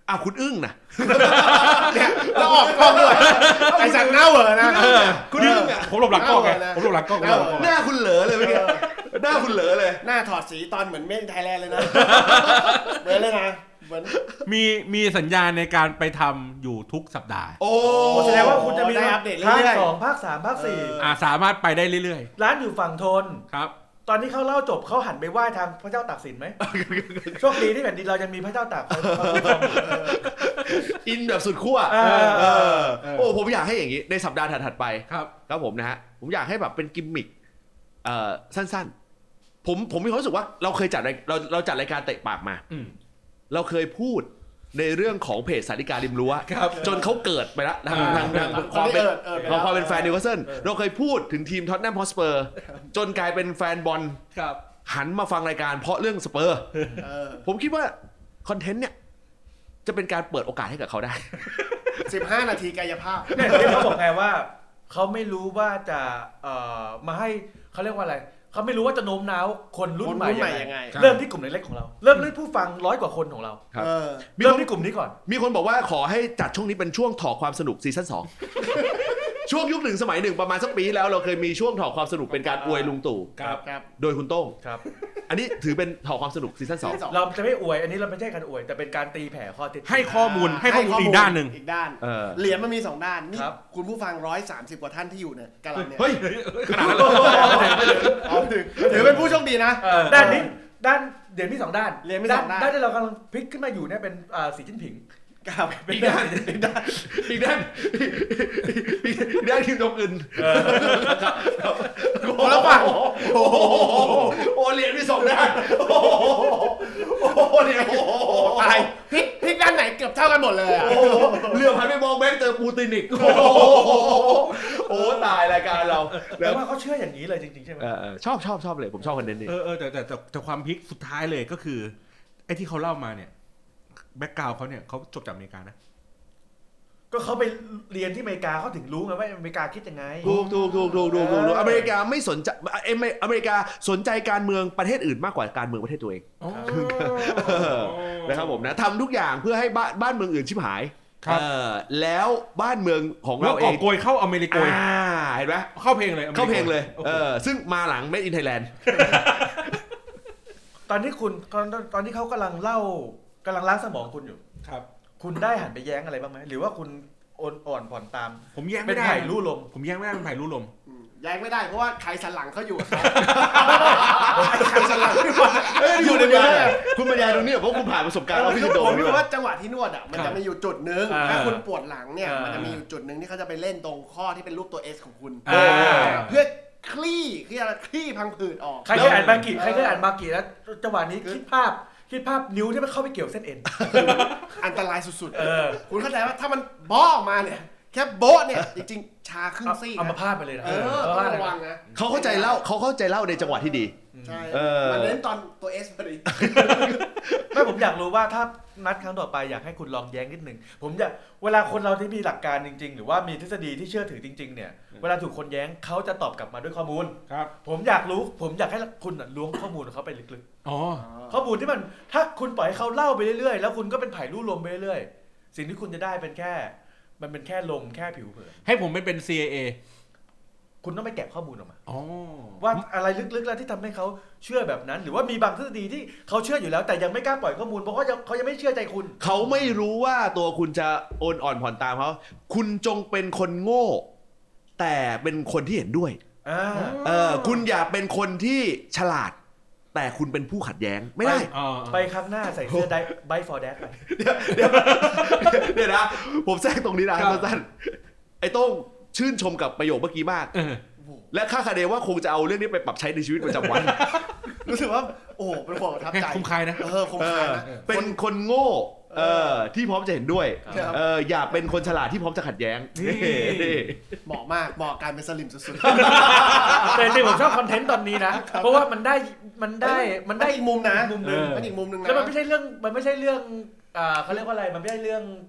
คุณอึ้งนะเนี่ยแล้วออกกล้องด้วยไอ้สัตว์หน้าเหวอนะคุณอึ้งอ่ะผมหลบหลังกล้องไงผมหลบหลังกล้องหน้าคุณเหลอเลยเมื่อกี้หน้าคุณเหลอเลยหน้าถอดสีตอนเหมือนเมนไทยแลนด์เลยนะเหมือนเลยนะเหมือนมีสัญญาณในการไปทำอยู่ทุกสัปดาห์โอ้แสดงว่าคุณจะมีได้อัปเดตภาคเรื่อยๆ 2ภาค3ภาค4 สามารถไปได้เรื่อยร้านอยู่ฝั่งทนๆครับตอนที่เขาเล่าจบเขาหันไปไหว้ทางพระเจ้าตากสินไหม โชคดีที่แผ่นดินเรายังมีพระเจ้าตากคอยคุ้มครองอินแบบสุดขั้วโอ้ผมอยากให้อย่างนี้ในสัปดาห์ถัดๆไป ครับผมนะฮะผมอยากให้แบบเป็นกิมมิคสั้นๆผมมีความรู้สึกว่าเราเคยจัดเราจัดรายการเตะปากมาเราเคยพูดในเรื่องของเพจสาริการิมรั้วจนเขาเกิดไปแล้วทางความเป็นแฟนนิวคาสเซิลเราเคยพูดถึงทีมท็อตแนมฮอตสเปอร์จนกลายเป็นแฟนบอลหันมาฟังรายการเพราะเรื่องสเปอร์ผมคิดว่าคอนเทนต์เนี่ยจะเป็นการเปิดโอกาสให้กับเขาได้ 15 นาทีกายภาพเนี่ยที่เขาบอกไงว่าเขาไม่รู้ว่าจะมาให้เขาเรียกว่าอะไรเขาไม่รู้ว่าจะโน้มน้าวคนรุ่นใหม่ยังไงเริ่มที่กลุ่มเล็กๆของเราเริ่มที่ผู้ฟัง100 กว่าคนของเราเริ่มที่กลุ่มนี้ก่อนมีคนบอกว่าขอให้จัดช่วงนี้เป็นช่วงถอความสนุกซีซั่น 2 ช่วงยุคหนึ่งสมัยหนึ่งประมาณสักปีแล้วเราเคยมีช่วงถอความสนุกเป็นการอวยลุงตู่โดยคุณโต้งอันนี้ถือเป็นถอความสนุกซีซั่น 2 เราจะไม่อวยอันนี้เราไม่ใช่การอวยแต่เป็นการตีแผ่ข้อเท็จจริงให้ข้อมูลอีกด้านหนึ่งอีกด้านเหรียญมันมี2ด้านนี่คุณผู้ฟัง130 กว่าท่านที่อยู่เนี่ยกำลังเนี่ยเฮ้ยขนาดนั้นถือเป็นผู้โชคดีนะด้านนี้ด้านเหรียญมี2ด้านเหรียญมี2ด้านด้านที่เรากำลังพลิกขึ้นมาอยู่เนี่ยเป็นสีจิ้นผิงอีกด้านคิมจองอึนคนละฝั่งโอ้เหรียญมี2ด้านโอ้เนี่ยตายพลิกด้านไหนเกือบเท่ากันหมดเลยเรื่องพันไปมองแบงค์เจอปูตินิกโอ้ตายรายการเราแต่ว่าเขาเชื่ออย่างนี้เลยจริงๆใช่ไหมชอบเลยผมชอบคอนเทนต์นี้แต่ความพลิกสุดท้ายเลยก็คือไอ้ที่เขาเล่ามาเนี่ยแบ็คกราวด์เขาเนี่ยเขาจบจากอเมริกานะก็เขาไปเรียนที่อเมริกาเขาถึงรู้ไงว่าอเมริกาคิดยังไงถูกอเมริกาไม่สนใจอเมริกาสนใจการเมืองประเทศอื่นมากกว่าการเมืองประเทศตัวเองนะครับผมนะทำทุกอย่างเพื่อให้บ้านเมืองอื่นชิบหายแล้วบ้านเมืองของเราเองโกยเข้าอเมริกาเห็นไหมเข้าเพลงเลยซึ่งมาหลัง Made in Thailand ตอนที่เขากำลังล้างสมองคุณอยู่ครับคุณได้หันไปแย้งอะไรบ้างไหมหรือว่าคุณอ่อนผ่อนตามผมแย้งไม่ได้เป็นไผ่ลู่ลมผมแย้งไม่ได้เป็นไผ่ลู่ลมแย้งไม่ได้เพราะว่าใครสันหลังเขาอยู่ใครสันหลังอยู่ในมือคุณบรรยายตรงนี้เพราะคุณผ่านประสบการณ์แล้วพี่จะโดนผมรู้ว่าจังหวะที่นวดอ่ะมันจะมีอยู่จุดนึงถ้าคุณปวดหลังเนี่ยมันจะมีอยู่จุดนึงที่เขาจะไปเล่นตรงข้อที่เป็นรูปตัว S ของคุณเพื่อคลี่พังผืดออกใครเคยอ่านบากิแล้วจังหวะนี้คิดภาพนิ้วที่มันเข้าไปเกี่ยวเส้นเอ็นอันตรายสุดๆคุณเข้าใจว่าถ้ามันบ้อออกมาเนี่ยแค่โบ๊ะเนี่ยจริงๆชาครึ่งซี่เอามาพาดไปเลยนะระวังนะเขาเข้าใจเล่าในจังหวะที่ดีใช่มันเล่นตอนตัว S พอดีไม่ผมอยากรู้ว่าถ้านัดครั้งต่อไปอยากให้คุณลองแย้งนิดนึงผมอยากเวลาคนเราที่มีหลักการจริงๆหรือว่ามีทฤษฎีที่เชื่อถือจริงๆเนี่ยเวลาถูกคนแย้งเขาจะตอบกลับมาด้วยข้อมูลครับผมอยากให้คุณล้วงข้อมูลของเขาไปลึกๆข้อมูลที่มันถ้าคุณปล่อยให้เขาเล่าไปเรื่อยๆแล้วคุณก็เป็นไผ่ลู่ลมไปเรื่อยๆสิ่งที่คุณจะได้เป็นแค่ลมแค่ผิวเผินให้ผมเป็น CIA คุณต้องไปแกะข้อมูลออกมาว่าอะไรลึกๆแล้วที่ทำให้เขาเชื่อแบบนั้นหรือว่ามีบางทฤษฎีที่เขาเชื่ออยู่แล้วแต่ยังไม่กล้าปล่อยข้อมูลเพราะเขายังไม่เชื่อใจคุณเขาไม่รู้ว่าตัวคุณจะอ่อนผ่อนตามเขาคุณจงเป็นคนโง่แต่เป็นคนที่เห็นด้วยคุณอย่าเป็นคนที่ฉลาดแต่คุณเป็นผู้ขัดแย้งไม่ได้ไปครั้งหน้าใส่เสื้อไบฟอร์แดกไปเดี๋ยวนะผมแทรกตรงนี้นะสั้นไอ้โต้งชื่นชมกับประโยคเมื่อกี้มากและคาดคะเนว่าคงจะเอาเรื่องนี้ไปปรับใช้ในชีวิตประจำวันรู้สึกว่าโอ้เป็นความประทับใจคมคายนะคมคายนะเป็นคนโง่ที่พร้อมจะเห็นด้วยอย่าเป็นคนฉลาดที่พร้อมจะขัดแย้งเหมาะมากเหมาะการเป็นสลิมสุดๆแต่จริงผมชอบคอนเทนต์ตอนนี้นะเพราะว่ามันได้อีกมุมนะมันอีกมุมนึงแล้วมันไม่ใช่เรื่องเขาเรียกว่าอะไรมันไม่ใช่เรื่อง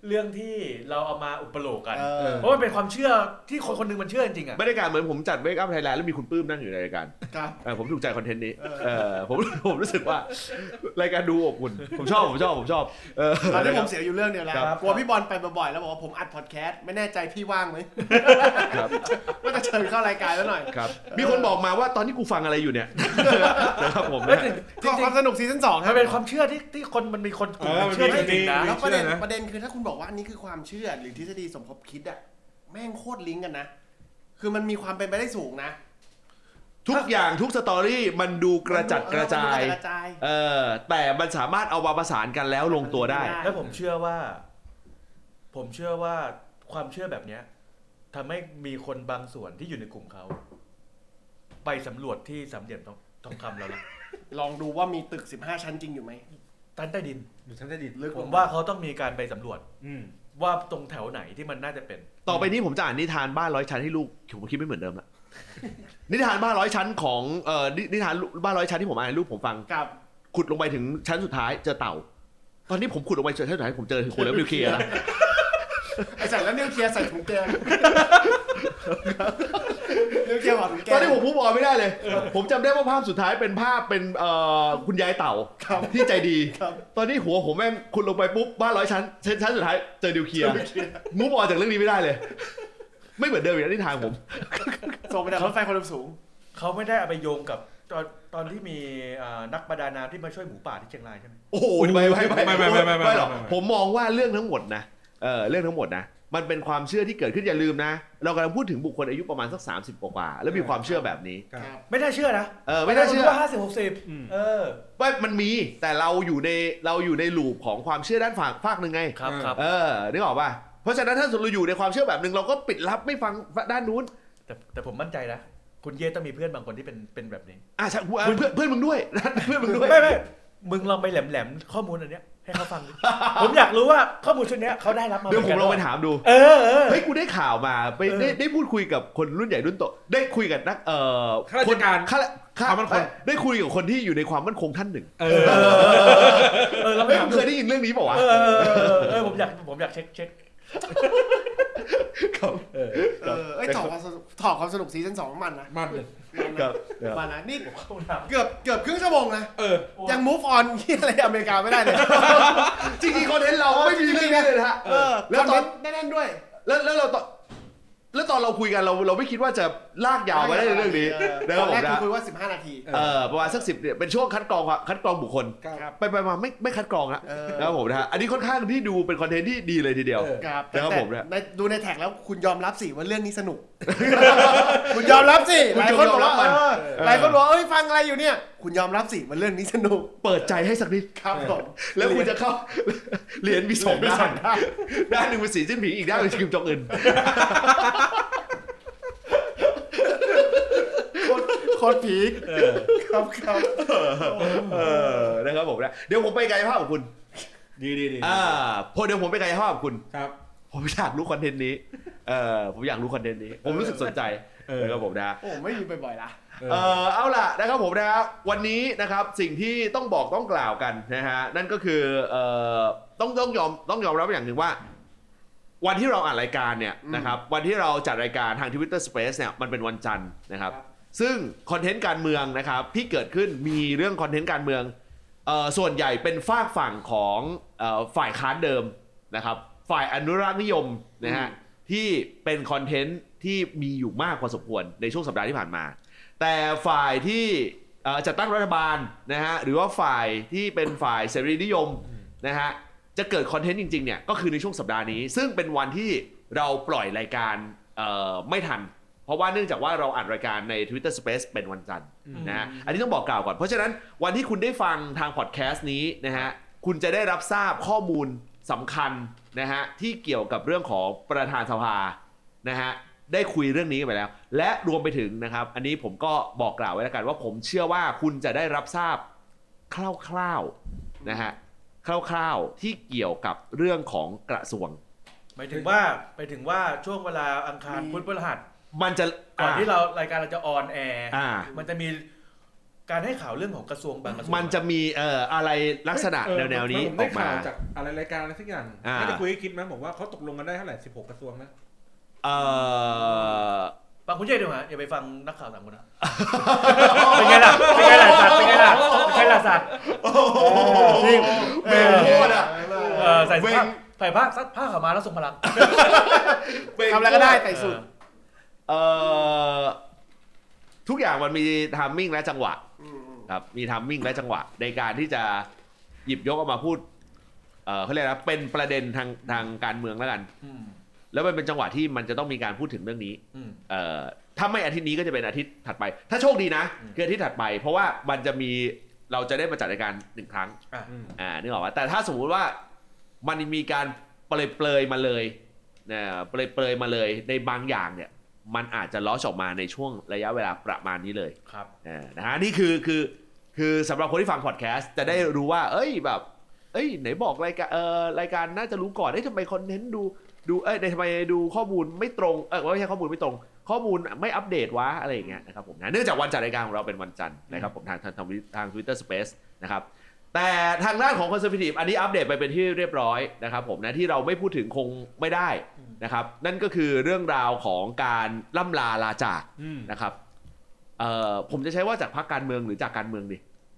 เรื่องที่เราเอามาอุปโลกกันเพราะมันเป็นความเชื่อที่คนคนนึงมันเชื่อจริงๆอ่ะบรรยากาศเหมือนผมจัดเวกอัพไทยแลนด์แล้วมีคุณปื้มนั่งอยู่ในรายการผมถูกใจคอนเทนต์นี้ผมรู้สึกว่ารายการดูอบอุ่นผมชอบตอนนี้ผมเสียอยู่เรื่องเดียวแล้วกลัวพี่บอลไปบ่อยๆแล้วบอกว่าผมอัดพอดแคสต์ไม่แน่ใจพี่ว่างไหมว่าจะเชิญเข้ารายการแล้วหน่อยมีคนบอกมาว่าตอนนี้กูฟังอะไรอยู่เนี่ยนะครับผมความสนุกซีซั่น 2 มันเป็นความเชื่อที่คนมันมีคนเชื่อจริงๆนะแล้วประเด็นคือถ้าคุณบอกว่าอันนี้คือความเชื่อหรือทฤษฎีสมคบคิดอะแม่งโคตรลิงก์กันนะคือมันมีความเป็นไปได้สูงนะทุกอย่างทุกสตอรี่มันดูกระจัดกระจายแต่มันสามารถเอามาประสานกันแล้วลงตัวได้และผมเชื่อว่าความเชื่อแบบเนี้ยทำให้มีคนบางส่วนที่อยู่ในกลุ่มเขาไปสำรวจที่สามเหลี่ยมทองคำแล้วนะลองดูว่ามีตึก15ชั้นจริงอยู่ไหมใต้ดินอยู่ชั้นใต้ดินผมว่าเขาต้องมีการไปสำรวจว่าตรงแถวไหนที่มันน่าจะเป็นต่อไปนี้ผมจะอ่านนิทานบ้าน100ชั้นให้ลูกผมคิดไม่เหมือนเดิมละนิทานบ้าน100ชั้นของนิทานบ้าน100ชั้นที่ผมอ่านให้ลูกผมฟังขุดลงไปถึงชั้นสุดท้ายเจอเต่าตอนนี้ผมขุดลงไปเจอชั้นสุดท้ายผมเจอคนแล้วนิวเคลียร์แล้วไอ้ใส่แล้วนิวเคลียร์ใส่ถุงแกงนิวเคลียร์ห่อถุงแกงตอนนี้ผมพูดบอกไม่ได้เลยผมจำได้ว่าภาพสุดท้ายเป็นภาพเป็นคุณยายเต่าที่ใจดีตอนนี้หัวผมแม่งขุดลงไปปุ๊บบ้าน100ชั้นสุดท้ายเจอนิวเคลียร์มูฟออนจากเรื่องนี้ไม่ได้เลยไม่เหมือนเดิมอย่างที่ทางผมส่งไปแต่รถไฟความเร็วสูงเขาไม่ได้เอาไปโยงกับตอนที่มีนักประดาน้ำที่มาช่วยหมูป่าที่เชียงรายใช่ไหมโอ้โหไม่หรอกผมมองว่าเรื่องทั้งหมดนะเรื่องทั้งหมดนะมันเป็นความเชื่อที่เกิดขึ้นอย่าลืมนะเรากำลังพูดถึงบุคคลอายุประมาณสัก30กว่าแล้วมีความเชื่อแบบนี้ไม่น่าเชื่อนะไม่น่าเชื่อว่า50-60 ว่ามันมีแต่เราอยู่ในลูปของความเชื่อด้านฝากนึงไงครับนึกออกป่ะเพราะฉะนั้นถ้าเราอยู่ในความเชื่อแบบนึงเราก็ปิดลับไม่ฟังด้านนู้นแต่ผมมั่นใจนะคุณเย่ต้องมีเพื่อนบางคนที่เป็นแบบนี้ใช่เพื่อนมึงด้วยเพื่อนมึงด้วยไม่มึงลองไปแหลมข้อมูลอันเนี้ยให้เขาฟังดิผมอยากรู้ว่าข้อมูลชุดนี้เขาได้รับมาเดี๋ยวผมลองไปถามดูเฮ้ยกูได้ข่าวมาไปได้พูดคุยกับคนรุ่นใหญ่รุ่นโตได้คุยกับนักข้าราชการความมั่นคงได้คุยกับคนที่อยู่ในความมั่นคงท่านหนึ่งเราไม่เคยได้ยินเรื่องนี้เปล่าวะผมอยากเช็คถอดความสนุกซีซั่น 2มันนะมันเลยมันนะนี่เกือบครึ่งชั่วโมงนะยัง move on ที่อะไรอเมริกาไม่ได้เลยจริงๆคอนเทนต์เราไม่มีเรื่องนี้เลยนะฮะแล้วตอนแน่นๆด้วยแล้วตอนเราคุยกันเราไม่คิดว่าจะลากยาวไปได้เรื่องนี้นะครับผมนะคุยว่า15นาทีประมาณสัก10เนี่ยเป็นช่วงคัดกรองบุคคลไปมาไม่คัดกรองแล้วนะครับผมนะฮะอันนี้ค่อนข้างที่ดูเป็นคอนเทนต์ที่ดีเลยทีเดียวนะครับผมนะดูในแท็กแล้วคุณยอมรับสิว่าเรื่องนี้สนุกคุณยอมรับสิหลายคนบอกว่าเอ้ยฟังอะไรอยู่เนี่ยคุณยอมรับสิว่าเรื่องนี้สนุกเปิดใจให้สักนิดครับผมแล้วคุณจะเข้าเรียนมี2ด้านหนึ่งเป็นสีจิ้นผิงอีกด้านเป็นคิมจองอึนโคตรพีคครับนะครับผมนะเดี๋ยวผมไปกายภาพกับคุณดีพอเดี๋ยวผมไปกายภาพกับคุณครับผมอยากรู้คอนเทนต์นี้ผมอยากรู้คอนเทนต์นี้ผมรู้สึกสนใจนะครับผมนะโอ้ไม่มีบ่อยๆละเอาล่ะนะครับผมนะครับวันนี้นะครับสิ่งที่ต้องบอกต้องกล่าวกันนะฮะนั่นก็คือต้องยอมรับอย่างหนึ่งว่าวันที่เราอ่านรายการเนี่ยนะครับวันที่เราจัดรายการทาง Twitter Space เนี่ยมันเป็นวันจันทร์นะครับซึ่งคอนเทนต์การเมืองนะครับที่เกิดขึ้นมีเรื่องคอนเทนต์การเมืองส่วนใหญ่เป็นฝากฝั่งของฝ่ายค้านเดิมนะครับฝ่ายอนุรักษ์นิยมนะฮะที่เป็นคอนเทนต์ที่มีอยู่มากพอสมควรในช่วงสัปดาห์ที่ผ่านมาแต่ฝ่ายที่จัดตั้งรัฐบาลนะฮะหรือว่าฝ่ายที่เป็นฝ่ายเสรีนิยมนะฮะจะเกิดคอนเทนต์จริงๆเนี่ยก็คือในช่วงสัปดาห์นี้ซึ่งเป็นวันที่เราปล่อยรายการไม่ทันเพราะว่าเนื่องจากว่าเราอัดรายการใน Twitter Space เป็นวันจันทร์นะฮะอันนี้ต้องบอกกล่าวก่อนเพราะฉะนั้นวันที่คุณได้ฟังทางพอดแคสต์นี้นะฮะคุณจะได้รับทราบข้อมูลสำคัญนะฮะที่เกี่ยวกับเรื่องของประธานสภานะฮะได้คุยเรื่องนี้ไปแล้วและรวมไปถึงนะครับอันนี้ผมก็บอกกล่าวไว้แล้วกันว่าผมเชื่อว่าคุณจะได้รับทราบคร่าวๆนะฮะคร่าวๆที่เกี่ยวกับเรื่องของกระทรวงหมายถึงว่าช่วงเวลาอังคารพุธพฤหัสมันจะก่อนที่รายการเราจะออนแอร์มันจะมีการให้ข่าวเรื่องของกระทรวงบางกระทรวงมันจะมีอะไรลักษณะแนวๆนี้ผมอได้อกมาข่าวจากอะไรรายการอะไรสักอย่างอ่าไม่ได้คุยให้คิดมั้ยบอกว่าเขาตกลงกันได้เท่าไหร่16กระทรวงนะฟังคุณเจดูฮะอย่าไปฟังนักข่าวต่างคนนะเป็นไงล่ะสัตว์เป็นไงล่ะสัตว์นี่เบลโคตรอ่ะใส่ผ้าผ้าขาวมาแล้วทรงพลังทำอะไรก็ได้แต่สุดทุกอย่างมันมีไทามมิ่งและจังหวะครับมีไทามมิ่งและจังหวะในการที่จะหยิบยกออกมาพูดเขาเรียกนะเป็นประเด็นทางการเมืองแล้วกันแล้วมันเป็นจังหวะที่มันจะต้องมีการพูดถึงเรื่องนี้ถ้าไม่อาทิตย์นี้ก็จะเป็นอาทิตย์ถัดไปถ้าโชคดีนะคืออาทิตย์ถัดไปเพราะว่ามันจะมีเราจะได้มาจัดรายการ1ครั้งนึกออกป่ะแต่ถ้าสมมุติว่ามันมีการเปลยมาเลยเปลยมาเลยในบางอย่างเนี่ยมันอาจจะล้อออกมาในช่วงระยะเวลาประมาณนี้เลยครับนะฮะนี่คือสำหรับคนที่ฟังพอดแคสต์จะได้รู้ว่าแบบไหนบอกรายการน่าจะรู้ก่อนทำไมคอนเทนต์ดูทำไมดูข้อมูลไม่ตรงไม่ใช่ข้อมูลไม่ตรงข้อมูลไม่อัปเดตวะอะไรอย่างเงี้ยนะครับผมนะเนื่องจากวันจัดรายการของเราเป็นวันจันทร์นะครับผมทาง Twitter Space นะครับแต่ทางด้านของ Conservative อันนี้อัปเดตไปเป็นที่เรียบร้อยนะครับผมนะที่เราไม่พูดถึงคงไม่ได้นะครับนั่นก็คือเรื่องราวของการล่ำลาลาจากนะครับผมจะใช้ว่าจากพรรคการเมืองหรือจากการเมืองดิ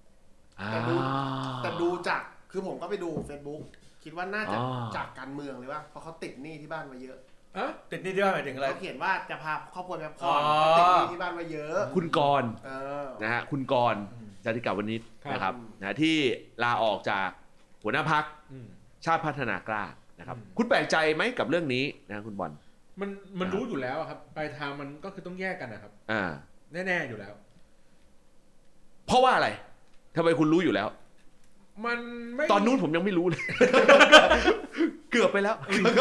แต่ดูจากคือผมก็ไปดู Facebook คิดว่าน่าจะจากการเมืองเลยว่าเพราะเขาติดหนี้ที่บ้านมาเยอะติดหนี้ที่บ้านหมายถึงอะไรเขาเขียนว่าจะพาครอบครัวไปพักผ่อนติดหนี้ที่บ้านมาเยอะคุณกรณ์นะฮะคุณกรณ์จติกาวนิชนะครับนะที่ลาออกจากหัวหน้าพรรคชาติพัฒนากล้านะครับคุณแปลกใจไหมกับเรื่องนี้นะคุณบอลมันรู้อยู่แล้วครับปลายทางมันก็คือต้องแยกกันนะครับแน่ๆอยู่แล้วเพราะว่าอะไรทำไมคุณรู้อยู่แล้วมันไม่ตอนนู้นผมยังไม่รู้เลย เกือบไปแล้ว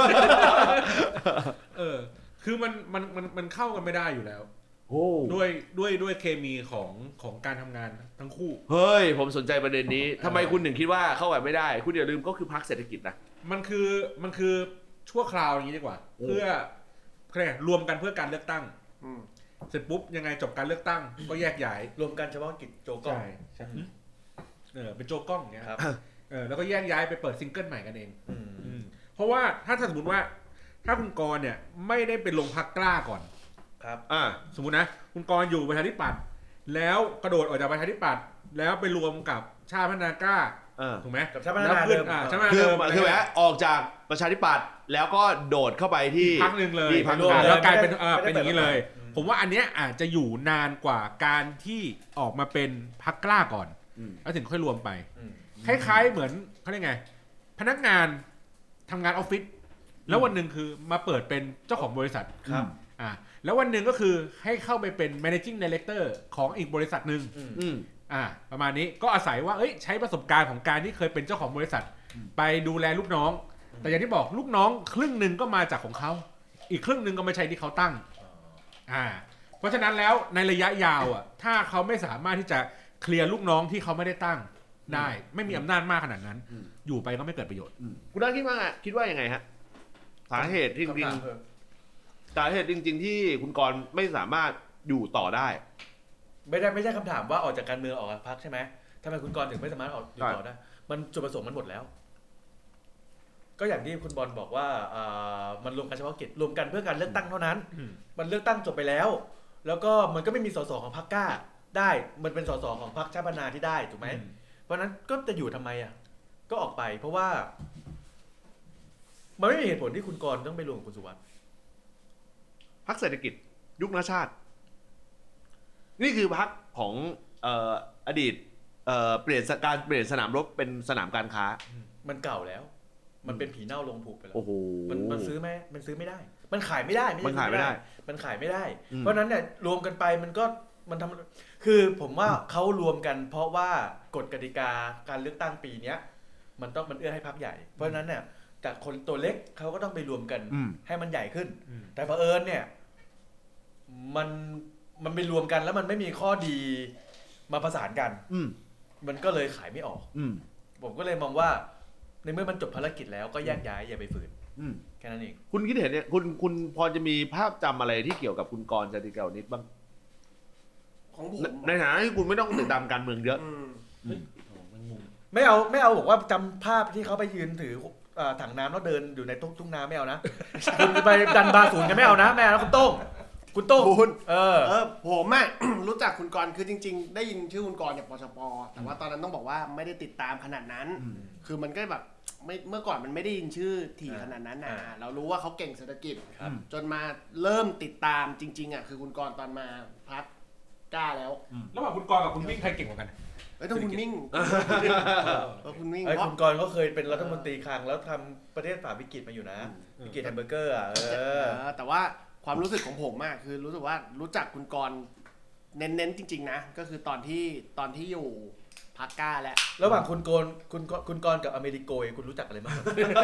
คือมันเข้ากันไม่ได้อยู่แล้วด้วยเคมีของการทำงานทั้งคู่เฮ้ยผมสนใจประเด็นนี้ทำไมคุณถึงคิดว่าเข้ากันไม่ได้คุณอย่าลืมก็คือพรรคเศรษฐกิจนะมันคือชั่วคราวอย่างนี้ดีกว่าเพื่อรวมกันเพื่อการเลือกตั้งเสร็จปุ๊บยังไงจบการเลือกตั้งก็แยกย้ายรวมกันเฉพาะกิจโจก้องใช่เป็นโจก้องอย่างเงี้ยครับแล้วก็แยกย้ายไปเปิดซิงเกิลใหม่กันเองเพราะว่าถ้าสมมติว่าถ้าคุณกรณ์เนี่ยไม่ได้เป็นลงพรรคกล้าก่อนครับสมมุตินะคุณกรณ์อยู่ประชาธิปัตย์แล้วกระโดดออกจากประชาธิปัตย์แล้วไปรวมกับชาติพัฒนากล้าถูกไหมกับชาติพัฒนาเดิมคือออกจากประชาธิปัตย์แล้วก็โดดเข้าไปที่พรรคนึงเลยแล้วกลายเป็นอย่างนี้เลยผมว่าอันเนี้ยอาจจะอยู่นานกว่าการที่ออกมาเป็นพรรคกล้าก่อนแล้วถึงค่อยรวมไปคล้ายๆเหมือนเขาเรียกไงพนักงานทำงานออฟฟิศแล้ววันหนึ่งคือมาเปิดเป็นเจ้าของบริษัทครับแล้ววันหนึ่งก็คือให้เข้าไปเป็น managing director ของอีกบริษัทหนึ่งประมาณนี้ก็อาศัยว่าใช้ประสบการณ์ของการที่เคยเป็นเจ้าของบริษัทไปดูแลลูกน้องแต่อย่างที่บอกลูกน้องครึ่งหนึ่งก็มาจากของเขาอีกครึ่งหนึ่งก็ไม่ใช่ที่เขาตั้งเพราะฉะนั้นแล้วในระยะยาวถ้าเขาไม่สามารถที่จะเคลียร์ลูกน้องที่เขาไม่ได้ตั้งได้ไม่มีอำนาจมากขนาดนั้นอยู่ไปก็ไม่เกิดประโยชน์คุณน่าคิดว่ายังไงฮะสาเหตุจริงที่คุณกรณ์ไม่สามารถอยู่ต่อได้ไม่ใช่คำถามว่าออกจากการเมืองออกจากพรรคใช่ไหมทำไมคุณกรณ์ถึงไม่สามารถออกอยู่ต่อได้มันจุดประสงค์มันหมดแล้วก็อย่างที่คุณบอลบอกว่ามันรวมกันเฉพาะกิจรวมกันเพื่อการเลือกตั้งเท่านั้นมันเลือกตั้งจบไปแล้วแล้วก็มันก็ไม่มีสสของพรรคกล้าได้มันเป็นสสของพรรคชาติพัฒนาที่ได้ถูกไหมเพราะนั้นก็จะอยู่ทำไมก็ออกไปเพราะว่ามันไม่มีเหตุผลที่คุณกรณ์ต้องไปรวมกับคุณสุวัสดิ์พรรคเศรษฐกิจยุคนาชาตินี่คือพรรคของอดีตเปลี่ยนสนามรบเป็นสนามการค้ามันเก่าแล้วมันเป็นผีเน่าลงผุไปแล้วมันซื้อไหมมันซื้อไม่ได้มันขายไม่ได้มันขายไม่ได้เพราะนั้นเนี่ยรวมกันไปมันทำคือผมว่าเขารวมกันเพราะว่ากฎกติกาการเลือกตั้งปีนี้มันเอื้อให้พรรคใหญ่เพราะฉะนั้นเนี่ยจากคนตัวเล็กเขาก็ต้องไปรวมกันให้มันใหญ่ขึ้นแต่เผอิญเนี่ยมันไปรวมกันแล้วมันไม่มีข้อดีมาประสานกันมันก็เลยขายไม่ออกผมก็เลยมองว่าในเมื่อมันจบภารกิจแล้วก็แยกย้ายอย่าไปฝืนแค่นั้นเองคุณคิดเห็นเนี่ยคุณพอจะมีภาพจำอะไรที่เกี่ยวกับคุณกรณ์จติกาวนิชบ้างของผมในฐานะที่คุณไม่ต้องติดตามการเมืองเยอะไม่เอาบอกว่าจำภาพที่เขาไปยืนถือถังน้ำแล้วเดินอยู่ในทุ่งนาไม่เอานะ คุณไปดันบาร์ศูนย์กันไม่เอานะคุณโต้งคุณผมอ่ะ รู้จักคุณกรณ์คือจริงๆได้ยินชื่อคุณกรณ์จากปชป.แต่ว่าตอนนั้นต้องบอกว่าไม่ได้ติดตามขนาดนั้นคือมันก็แบบเมื่อก่อนมันไม่ได้ยินชื่อถี่ขนาดนั้นนะเรารู้ว่าเขาเก่งเศรษฐกิจจนมาเริ่มติดตามจริงๆอ่ะคือคุณกรณ์ตอนมาพักกล้าแล้วระหว่างคุณกรกับคุณมิ่งใครเก่งกว่ากันต้องคุณมิ่งคุณมิ่งคุณกรณ์เขาเคยเป็นรัฐมนตรีคลังแล้วทำประเทศฝ่าวิกฤตมาอยู่นะวิกฤตแฮมเบอร์เกอร์แต่ว่าความรู้สึกของผมมากคือรู้สึกว่ารู้จักคุณกรณ์เน้นๆจริงๆนะก็คือตอนที่อยู่พักก้าแล้วระหว่างคุณกรณ์กับอเมริโกยคุณรู้จักอะไรมาก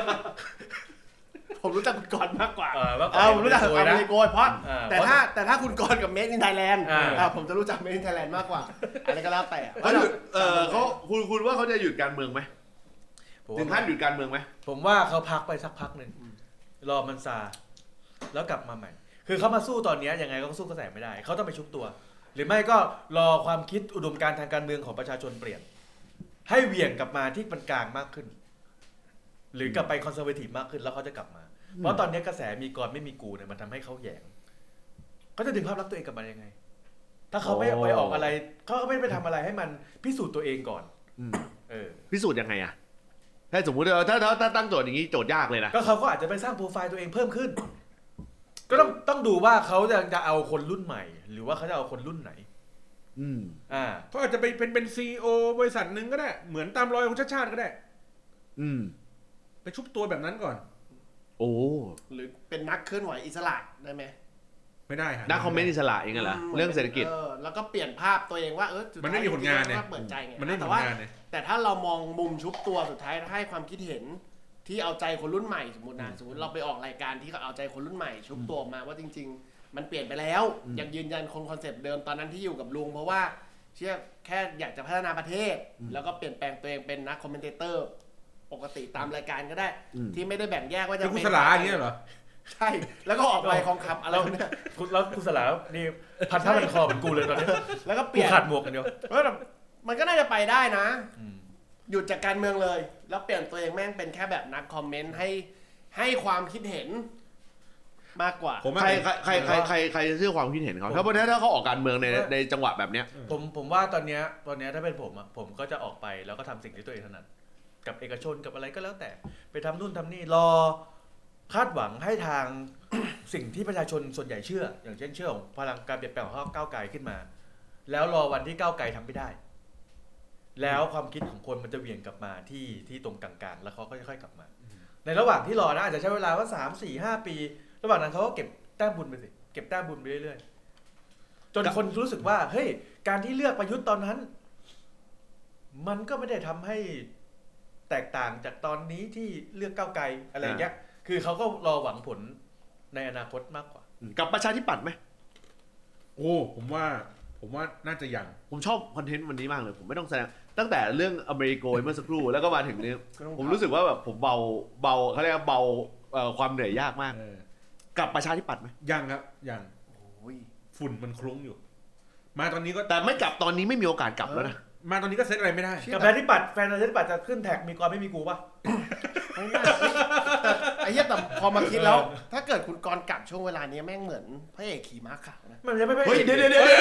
ผมรู้จักคุณกรณ์มากกว่าผมรู้จักอเมริโกยเพราะแต่ถ้าคุณกรณ์กับเมดอินไทยแลนด์ผมจะรู้จักเมดอินไทยแลนด์มากกว่าอะไรก็แล้วแต่เขาคุณว่าเขาจะหยุดการเมืองไหมถึงขั้นหยุดการเมืองไหมผมว่าเขาพักไปสักพักหนึ่งรอมันซาแล้วกลับมาใหม่คือเขามาสู้ตอนนี้ยังไงก็สู้กระแสไม่ได้เขาต้องไปชุบตัวหรือไม่ก็รอความคิดอุดมการณ์ทางการเมืองของประชาชนเปลี่ยนให้เหวี่ยงกลับมาที่เป็นกลางมากขึ้นหรือกลับไปคอนเซอร์เวทีฟมากขึ้นแล้วเขาจะกลับมาเพราะตอนนี้กระแสมีกรไม่มีกูเนี่ยมันทำให้เขาแหยงเขาจะดึงภาพลักษณ์ตัวเองกลับมายังไงถ้าเขาไม่ไปออกอะไรเขาก็ไม่ไปทำอะไรให้มันพิสูจน์ตัวเองก่อนพิสูจน์ยังไงอะถ้าสมมุติถ้าตั้งโจทย์อย่างนี้โจทย์ยากเลยนะก็เขาก็อาจจะไปสร้างโปรไฟล์ตัวเองเพิ่มขึ้นก็ต้องดูว่าเขาจะเอาคนรุ่นใหม่หรือว่าเขาจะเอาคนรุ่นไหนเขาอาจจะไปเป็นCEO บริษัทหนึ่งก็ได้เหมือนตามรอยของชาติก็ได้ไปชุบตัวแบบนั้นก่อนโอ้หรือเป็นนักเคลื่อนไหวอิสระได้ไหมไม่ได้ครับนักคอมเมนต์อิสระเองเหรอเรื่องเศรษฐกิจแล้วก็เปลี่ยนภาพตัวเองว่ามันไม่มีผลงานเนี่ยเปิดใจไงแต่ถ้าเรามองมุมชุบตัวสุดท้ายให้ความคิดเห็นที่เอาใจคนรุ่นใหม่สมมติเราไปออกรายการที่เขาเอาใจคนรุ่นใหม่ชุบตัวมาว่าจริงๆมันเปลี่ยนไปแล้วยังยืนยันคอนเซ็ปต์เดิมตอนนั้นที่อยู่กับลุงเพราะว่าเชื่อแค่อยากจะพัฒนาประเทศแล้วก็เปลี่ยนแปลงตัวเองเป็นนักคอมเมนเตอร์ปกติตามรายการก็ได้ที่ไม่ได้แบ่งแยกว่าจะเป็นกุศลาอย่างเงี้ยเหรอใช่แล้วก็ออกไปของคำอะไรเนี่ยแล้วกุศลานี่พันผ้าพันคอเป็นกูเลยตอนนี้แล้วก็เปลี่ยนขาดหมวกกันอยู่มันก็น่าจะไปได้นะหยุดจากการเมืองเลยแล้วเปลี่ยนตัวเองแม่งเป็นแค่แบบนักคอมเมนต์ให้ความคิดเห็นมากกว่าใครจะเชื่อความคิดเห็นเขาถ้าเขาออกการเมืองในจังหวะแบบเนี้ยผมว่าตอนเนี้ยถ้าเป็นผมก็จะออกไปแล้วก็ทำสิ่งที่ตัวเองถนัดกับเอกชนกับอะไรก็แล้วแต่ไปทำนู่นทำนี่รอคาดหวังให้ทาง สิ่งที่ประชาชนส่วนใหญ่เชื่ออย่างเช่นเชื่อของพลังการเปลี่ยนแปลงของก้าวไกลขึ้นมาแล้วรอวันที่ก้าวไกลทำไม่ได้แล้วความคิดของคนมันจะเหวี่ยงกลับมาที่ตรงกลางๆแล้วเขาก็ค่อยๆกลับมาในระหว่างที่รอนะอาจจะใช้เวลาว่า3-4-5 ปีระหว่างนั้นเขาก็เก็บแต้มบุญไปสิเก็บแต้มบุญไปเรื่อยๆจนคนรู้สึกว่าเฮ้ยการที่เลือกประยุทธ์ตอนนั้นมันก็ไม่ได้ทำให้แตกต่างจากตอนนี้ที่เลือกก้าวไกลอะไรเงี้ยคือเขาก็รอหวังผลในอนาคตมากกว่ากับประชาธิปัตย์ไหมโอ้ผมว่าน่าจะยังผมชอบคอนเทนต์วันนี้มากเลยผมไม่ต้องแสดงตั้งแต่เรื่องอเมริโกเมื่อสักครู่แล้วก็มาถึงนี้ผมรู้สึกว่าแบบผมเบาเขาเรียกว่าเบาความเหนื่อยยากมากกับประชาธิปัตย์ไหมยังครับยังฝุ่นมันคลุ้งอยู่มาตอนนี้ก็แต่ไม่กลับตอนนี้ไม่มีโอกาสกลับแล้วนะมาตอนนี้ก็เซตอะไรไม่ได้กับประชาธิปัตย์แฟนประชาธิปัตย์จะขึ้นแท็กมีกรไม่มีกูป่ะไอ้เหี้ยแต่พอมาคิดแล้วถ้าเกิดคุณกรกลับช่วงเวลานี้แม่งเหมือนพระเอกขี่ม้าขาวนะมันจะไม่เฮ้ยเดี๋ยว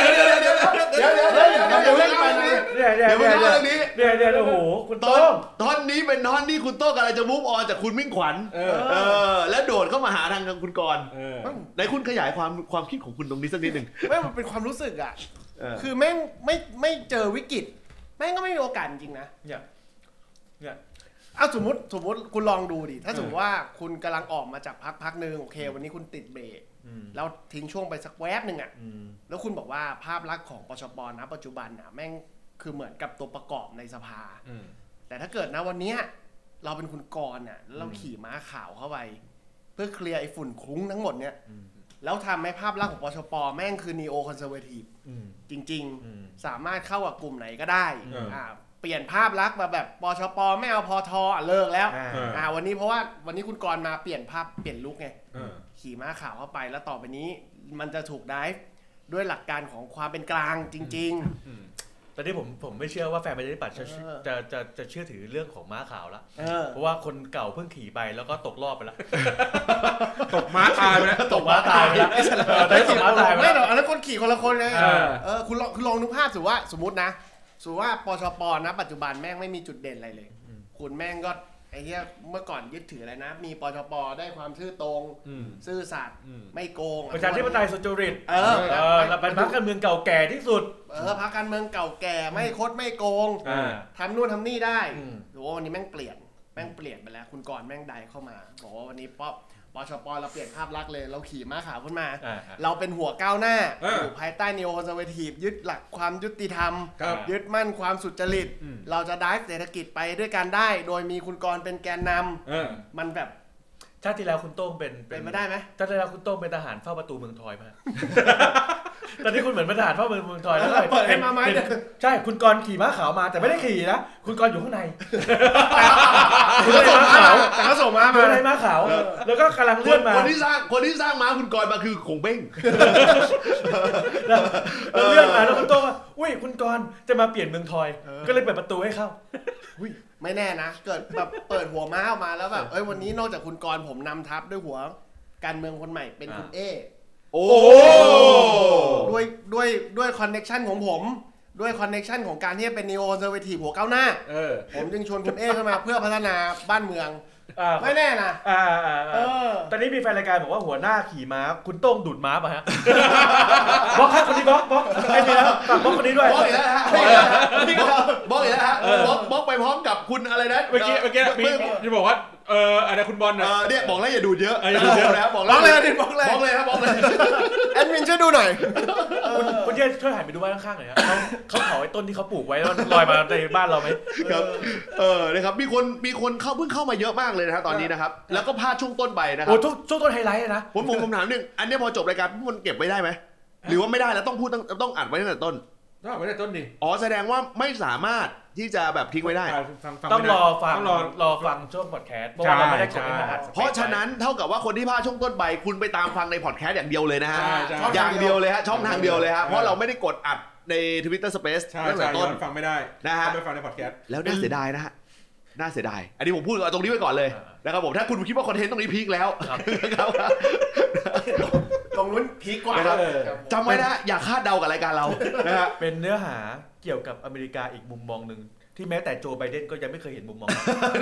โอ้โหคุณโต้งท่อนนี้เป็นท่อนที่คุณโต้งกำลังจะมูฟออนจากคุณมิ่งขวัญแล้วโดดเข้ามาหาทางคุณกรไหนคุณขยายความคิดของคุณตรงนี้สักนิดนึงไม่มันเป็นความรู้สึกอ่ะคือแม่งไม่เจอวิกฤตแม่งก็ไม่มีโอกาสจริงนะเนี่ยสมมติคุณลองดูดิถ้าสมมติว่าคุณกำลังออกมาจากพักนึงโอเควันนี้คุณติดเบรกแล้วทิ้งช่วงไปสักแวบนึงอ่ะแล้วคุณบอกว่าภาพลักษณ์ของปชป.ณปัจจุบันอ่ะแม่งคือเหมือนกับตัวประกอบในสภาแต่ถ้าเกิดนะวันนี้เราเป็นคุณกรณ์อ่ะแล้วเราขี่ม้าขาวเข้าไปเพื่อเคลียร์ไอ้ฝุ่นคลุ้งทั้งหมดเนี้ยแล้วทำให้ภาพลักษณ์ของปชป.แม่งคือ neo conservative จริงๆสามารถเข้ากับกลุ่มไหนก็ได้เปลี่ยนภาพลักษณ์มาแบบปชป.ไม่เอาพท.เลิกแล้ววันนี้เพราะว่าวันนี้คุณกรณ์มาเปลี่ยนภาพเปลี่ยนลุคไงขี่ม้าขาวเข้าไปแล้วต่อไปนี้มันจะถูกไดฟ์ด้วยหลักการของความเป็นกลางจริงตอนนี้ผมไม่เชื่อว่าแฟนประชาธิปัตย์จะเชื่อถือเรื่องของม้าขาวแล้วๆเพราะว่าคนเก่าเพิ่งขี่ไปแล้วก็ตกรอบไปแล้วตกม้าตายไปแล้วตกม้าตายไปแล้วได้ตกม้าตายไปไม่แล้วหรอกอันนั้นคนขี่คนละคนไงเออคุณลองนึกภาพสมมตินะสมมติว่าปชปนะปัจจุบันแม่งไม่มีจุดเด่นอะไรเลย คุณแม่งก็ไอ้เหี้ยเมื่อก่อนยึดถืออะไรนะมีปชปได้ความซื่อตรงซื่อสัตย์ไม่โกงประชาธิปไตยสุจริตแล้วเป็นพรรคการเมืองเก่าแก่ที่สุดพรรคการเมืองเก่าแก่ไม่คดไม่โกงทำนู่นทำนี่ได้หรือว่าวันนี้แม่งเปลี่ยนไปแล้วคุณกรณ์แม่งใดเข้ามาบอกว่าวันนี้ปชปเราเปลี่ยนภาพลักษณ์เลยเราขี่ม้าขาวขึ้นมา เราเป็นหัวก้าวหน้าอยู่ภายใต้นีโอคอนเซอร์เวทีฟยึดหลักความยุติธรรม ยึดมั่นความสุจริตเราจะได้เศรษฐกิจไปด้วยกันได้ โดยมีคุณกรณ์เป็นแกนนำมันแบบชาติที่แล้วคุณโต้งเป็นมาได้ไหมชาติที่แล้วคุณโต้งเป็นทหารเฝ้าประตูเมืองทอยมา ตอนนี้คุณเหมือนเป็นทหารเฝ้าเมืองทอยแล้วเปิดให้มาไหมใช่คุณกรณ์ขี่ม้าขาวมาแต่ไม่ได้ขี่นะคุณกรณ์อยู่ข้างในคุณส่งมาแต่เขาส่งมาอยู่ข้างในม้าขาวแล้วก็กำลังเลื่อนมาคนที่สร้างม้าคุณกรณ์มาคือคงเบ้งแล้วเลื่อนมาแล้วคุณโต้งว่าอุ้ยคุณกรณ์จะมาเปลี่ยนเมืองทอยก็เลยเปิดประตูให้เข้าไม่แน่นะเกิดแบบเปิดหัวม้าออกมาแล้วแบบวันนี้นอกจากคุณกรณ์ผมนำทัพด้วยหัวการเมืองคนใหม่เป็นคุณเอโอ้ด้วยคอนเน็กชันของผมด้วยคอนเน็กชันของการที่เป็นนีโอคอนเซอร์เวทีฟหัวก้าวหน้าผมจึงชวนคุณเอเข้ามาเพื่อพัฒนาบ้านเมืองไม่แน่นะตอนนี้มีแฟนรายการบอกว่าหัวหน้าขี่ม้าคุณโต้งดูดม้าป่ะฮะบล็อกครับคนนี้บล็อกไม่มีแล้วฝากบล็อกคนนี้ด้วยบล็อกอีกแล้วฮะบล็อกอีกแล้วฮะบล็อกไปพร้อมกับคุณอะไรนะเมื่อกี้ที่บอกว่าอะไรคุณบอลนะเนี่ยบอกแล้วอย่าดูดเยอะอย่าดูดเยอะแล้วบอกบล็อกเลยบล็อกเลยครับบล็อกเลยแอดมินช่วยดูหน่อยคุณเจช่วยหันไปดูบ้านข้างๆหน่อยครับเขาเผาไอ้ต้นที่เขาปลูกไว้แล้วมันลอยมาในบ้านเราไหมครับนะครับมีคนเพิ่งเข้ามาเยอะมากเลยนะครับตอนนี้นะครับแล้วก็พลาดช่วงต้นไปนะครัโอ้ช่วงต้นไฮไลท์นะผมถามหนึ่งอันนี้พอจบรายการมันเก็บไว้ได้ไหมหรือว่าไม่ได้แล้วต้องพูดต้องอัดไว้ตั้งแต่ต้นไม่ได้ต้นดิอ๋อแสดงว่าไม่สามารถที่จะแบบทิ้งไว้ได้ต้องรอฟังช่วงพอดแคสต์เพราะว่าเราไม่ได้กดให้มาอัดเพราะฉะนั้นเท่ากับว่าคนที่พลาดช่วงต้นไปคุณไปตามฟังในพอดแคสต์อย่างเดียวเลยนะฮะอย่างเดียวเลยฮะช่องทางเดียวเลยฮะเพราะเราไม่ได้กดอัดใน Twitter Space ตั้งแต่ต้นฟังไม่ได้นะฮะไปฟังในพอดแคสต์แล้วน่าเสียดายนะฮะน่าเสียดายอันนี้ผมพูดตรงนี้ไว้ก่อนเลยนะครับผมถ้าคุณคิดว่าคอนเทนต์ตรงนี้พีคแล้วนะครับตรงนู้นพีคกว่าจำไว้นะอย่าคาดเดากับรายการเรานะฮะเป็นเนื้อหาเกี่ยวกับอเมริกาอีกมุมมองหนึ่งที่แม้แต่โจไบเดนก็ยังไม่เคยเห็นมุมมอง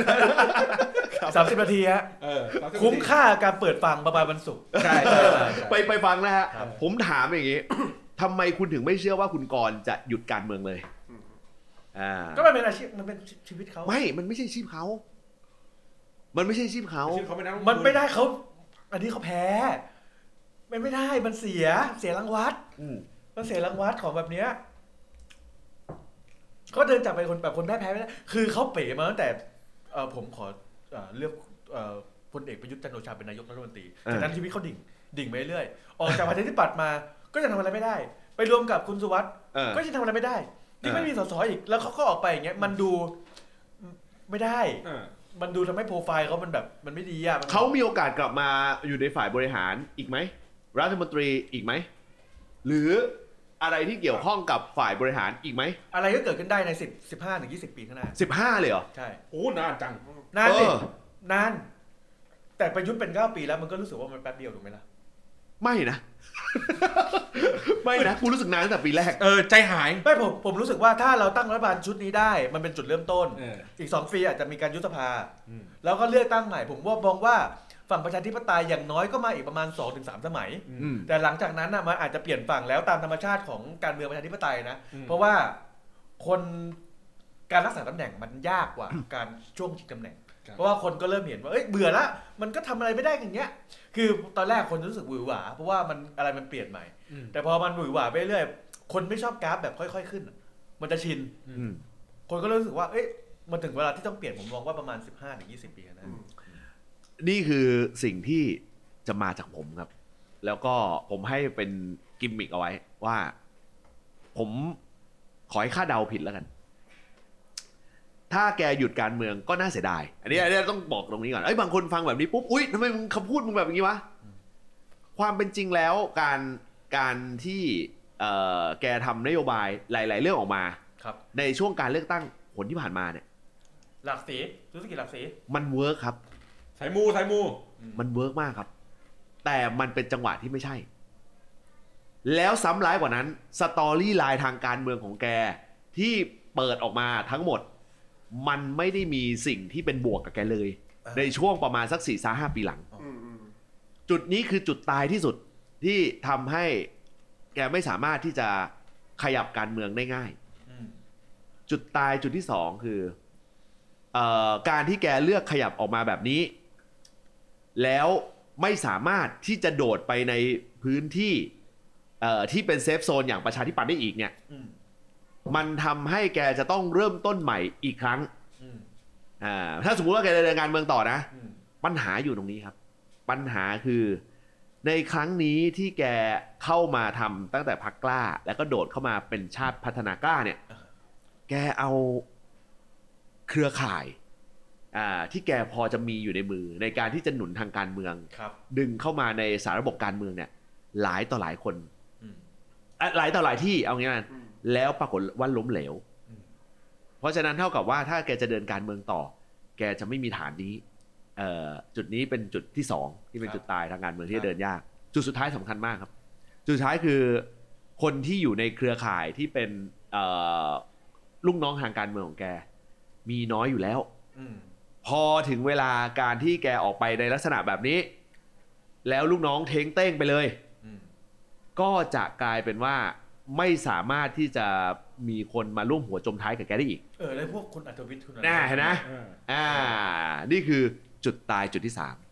30 นาทีฮะคุ้มค่าการเปิดฟังประมาณวันศุกร์ใช่ไปฟังนะฮะผมถามอย่างนี้ทำไมคุณถึงไม่เชื่อว่าคุณกรณ์จะหยุดการเมืองเลยก็มันเป็นอาชีพมันเป็นชีวิตเขาไม่มันไม่ใช่ชีพเขามันไม่ใช่ชีพเขามันไม่ได้เขาอันนี้เขาแพ้ไม่ได้มันเสียรางวัลมันเสียรางวัลของแบบเนี้ยก็เดินจากไปคนแบบคนแพ้ไม่ได้คือเขาเป๋มาตั้งแต่ผมขอเลือกพลเอกประยุทธ์จันทร์โอชาเป็นนายกรัฐมนตรีจากนั้นชีวิตเขาดิ่งไปเรื่อยออกจากประชาธิปัตย์มาก็ยังทำอะไรไม่ได้ไปรวมกับคุณสุวัสด์ก็ยังทำอะไรไม่ได้ที่ไม่มีส.ส.อีกแล้วเขาก็ออกไปอย่างเงี้ยมันดูไม่ได้มันดูทำให้โปรไฟล์เขามันแบบมันไม่ดีอะเขามีโอกาสกลับมาอยู่ในฝ่ายบริหารอีกไหมรัฐมนตรีอีกไหมหรืออะไรที่เกี่ยวข้องกับฝ่ายบริหารอีกไหมอะไรก็เกิดขึ้นได้ใน15 ถึง 20 ปีข้างหน้า 15เลยเหรอใช่โอ้นานจังนานดินานแต่ประยุทธ์เป็น9 ปีแล้วมันก็รู้สึกว่ามันแป๊บเดียวถูกไหมล่ะไม่นะไม่นะกูรู้สึกนานตั้งแต่ปีแรกใจหายไม่ผมรู้สึกว่าถ้าเราตั้งรัฐบาลชุดนี้ได้มันเป็นจุดเริ่มต้นอีก2 ปีอาจจะมีการยุบสภาแล้วก็เลือกตั้งใหม่ผมว่ามองว่าฝั่งประชาธิปไตยอย่างน้อยก็มาอีกประมาณ 2-3 สมัยแต่หลังจากนั้นมันอาจจะเปลี่ยนฝั่งแล้วตามธรรมชาติของการเมืองประชาธิปไตยนะเพราะว่าคนการรักษาตำแหน่งมันยากกว่าการช่วงชิงตำแหน่งเพราะว่าคนก็เริ่มเห็นว่าเบื่อละมันก็ทำอะไรไม่ได้อย่างเงี้ยคือตอนแรกคนรู้สึกหวือหวาเพราะว่ามันอะไรมันเปลี่ยนใหม่แต่พอมันหวือหวาไปเรื่อยคนไม่ชอบกราฟแบบค่อยๆขึ้นมันจะชินคนก็รู้สึกว่ามันถึงเวลาที่ต้องเปลี่ยนผมมองว่าประมาณ 15-20 ปีนะนี่คือสิ่งที่จะมาจากผมครับแล้วก็ผมให้เป็นกิมมิกเอาไว้ว่าผมขอให้ค่าเดาผิดแล้วกันถ้าแกหยุดการเมืองก็น่าเสียดายอันนี้ต้องบอกตรงนี้ก่อนบางคนฟังแบบนี้ปุ๊บอุ๊ยทำไมมึงคำพูดมึงแบบนี้วะความเป็นจริงแล้วการการที่แกทำนโยบายหลายๆเรื่องออกมาในช่วงการเลือกตั้งผลที่ผ่านมาเนี่ยหลักสีธุรกิจหลักสีมันเวิร์กครับสายมูมันเวิร์กมากครับแต่มันเป็นจังหวะที่ไม่ใช่แล้วซ้ำร้ายกว่านั้นสตอรี่ไลน์ทางการเมืองของแกที่เปิดออกมาทั้งหมดมันไม่ได้มีสิ่งที่เป็นบวกกับแกเลยในช่วงประมาณสัก 4-5 ปีหลังจุดนี้คือจุดตายที่สุดที่ทำให้แกไม่สามารถที่จะขยับการเมืองได้ง่ายจุดตายจุดที่สองคือการที่แกเลือกขยับออกมาแบบนี้แล้วไม่สามารถที่จะโดดไปในพื้นที่ที่เป็นเซฟโซนอย่างประชาธิปัตย์ได้อีกเนี่ยมันทำให้แกจะต้องเริ่มต้นใหม่อีกครั้งถ้าสมมุติว่าแกจะเดินการเมืองต่อนะปัญหาอยู่ตรงนี้ครับปัญหาคือในครั้งนี้ที่แกเข้ามาทำตั้งแต่พรรคกล้าแล้วก็โดดเข้ามาเป็นชาติพัฒนากล้าเนี่ยแกเอาเครือข่ายที่แกพอจะมีอยู่ในมือในการที่จะหนุนทางการเมืองดึงเข้ามาในสารระบบการเมืองเนี่ยหลายต่อหลายคนหลายต่อหลายที่เอางี้นะแล้วปรากฏว่าล้มเหลวเพราะฉะนั้นเท่ากับว่าถ้าแกจะเดินการเมืองต่อแกจะไม่มีฐานนี้จุดนี้เป็นจุดที่2ที่เป็นจุดตายทางการเมืองที่เดินยากจุดสุดท้ายสำคัญมากครับจุดสุดท้ายคือคนที่อยู่ในเครือข่ายที่เป็นลูกน้องทางการเมืองของแกมีน้อยอยู่แล้วพอถึงเวลาการที่แกออกไปในลักษณะแบบนี้แล้วลูกน้องเท้งเต้งไปเลยก็จะกลายเป็นว่าไม่สามารถที่จะมีคนมาร่วมหัวจมท้ายกับแกได้อีกแล้วพวกคุณอัธวิทย์คุณเห็นไหมนี่คือจุดตายจุดที่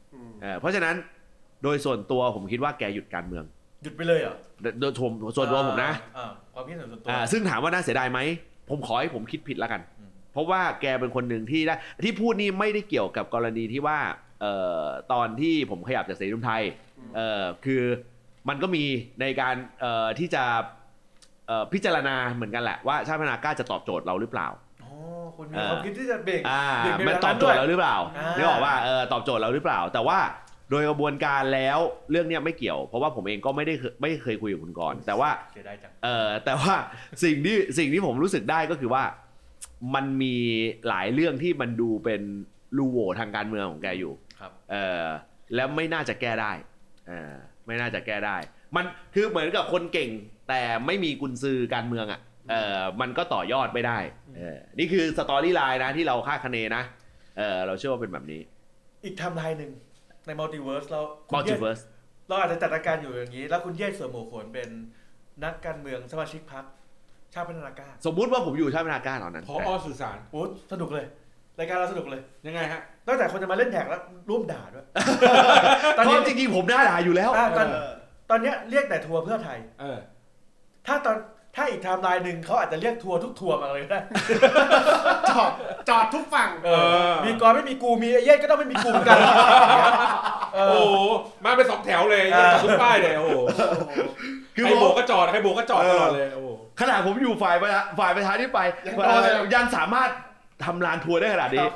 3เพราะฉะนั้นโดยส่วนตัวผมคิดว่าแกหยุดการเมืองหยุดไปเลยเหรอโดยส่วนตัวผมนะความคิดเห็นส่วนตัวซึ่งถามว่าน่าเสียดายไหมผมขอให้ผมคิดผิดแล้วกันเพราะว่าแกเป็นคนหนึ่งที่ได้ที่พูดนี่ไม่ได้เกี่ยวกับกรณีที่ว่าตอนที่ผมขยับจากเสรีรวมไทยคือมันก็มีในการที่จะพิจารณาเหมือนกันแหละว่าชาติพัฒนากล้าจะตอบโจทย์เราหรือเปล่าคุณมีความคิดที่จะเบรกมันตอบโจทย์เราหรือเปล่านึกออกว่าตอบโจทย์เราหรือเปล่าแต่ว่าโดยกระบวนการแล้วเรื่องนี้ไม่เกี่ยวเพราะว่าผมเองก็ไม่เคยคุยกับคุณก่อนแต่ว่าแต่ว่าสิ่งที่ผมรู้สึกได้ก็คือว่ามันมีหลายเรื่องที่มันดูเป็นรูโหว่ทางการเมืองของแกอยู่แล้วไม่น่าจะแก้ได้ไม่น่าจะแก้ได้มันคือเหมือนกับคนเก่งแต่ไม่มีกุญซือการเมืองมันก็ต่อยอดไม่ได้นี่คือสตอรี่ไลน์นะที่เราคาดคะเนนะเราเชื่อว่าเป็นแบบนี้อีกไทม์ไลน์หนึ่งในมัลติเวิร์สเราอาจจะจัดรายการอยู่อย่างนี้แล้วคุณเย่เสือโมโขนเป็นนักการเมืองสมาชิกพรรคชาติพัฒนากล้าสมมุติว่าผมอยู่ชาติพัฒนากล้าตอนนั้นผอ.สื่อสารสนุกเลยรายการเราสนุกเลยยังไงฮะนอกจากคนจะมาเล่นแท็กแล้วร่วมด่าด้วยตอนนี้จริงๆผมด่าอยู่แล้วตอนนี้เรียกแต่ทัวร์เพื่อไทยถ้าอีกไทม์ไลน์หนึ่งเขาอาจจะเรียกทัวร์ทุกทัวร์มาเลยได้จอดทุกฝั่งมีกรไม่มีกูมีเย่ก็ต้องไม่มีกูเหมือนกันโอ้มาเป็น2แถวเลยทุกป้ายเลยโอ้คือไฮโบก็จอดตลอดเลยโอ้ขนาดผมอยู่ฝ่ายประชาธิปไตยยังสามารถทำลานทัวร์ได้ขนาดนี้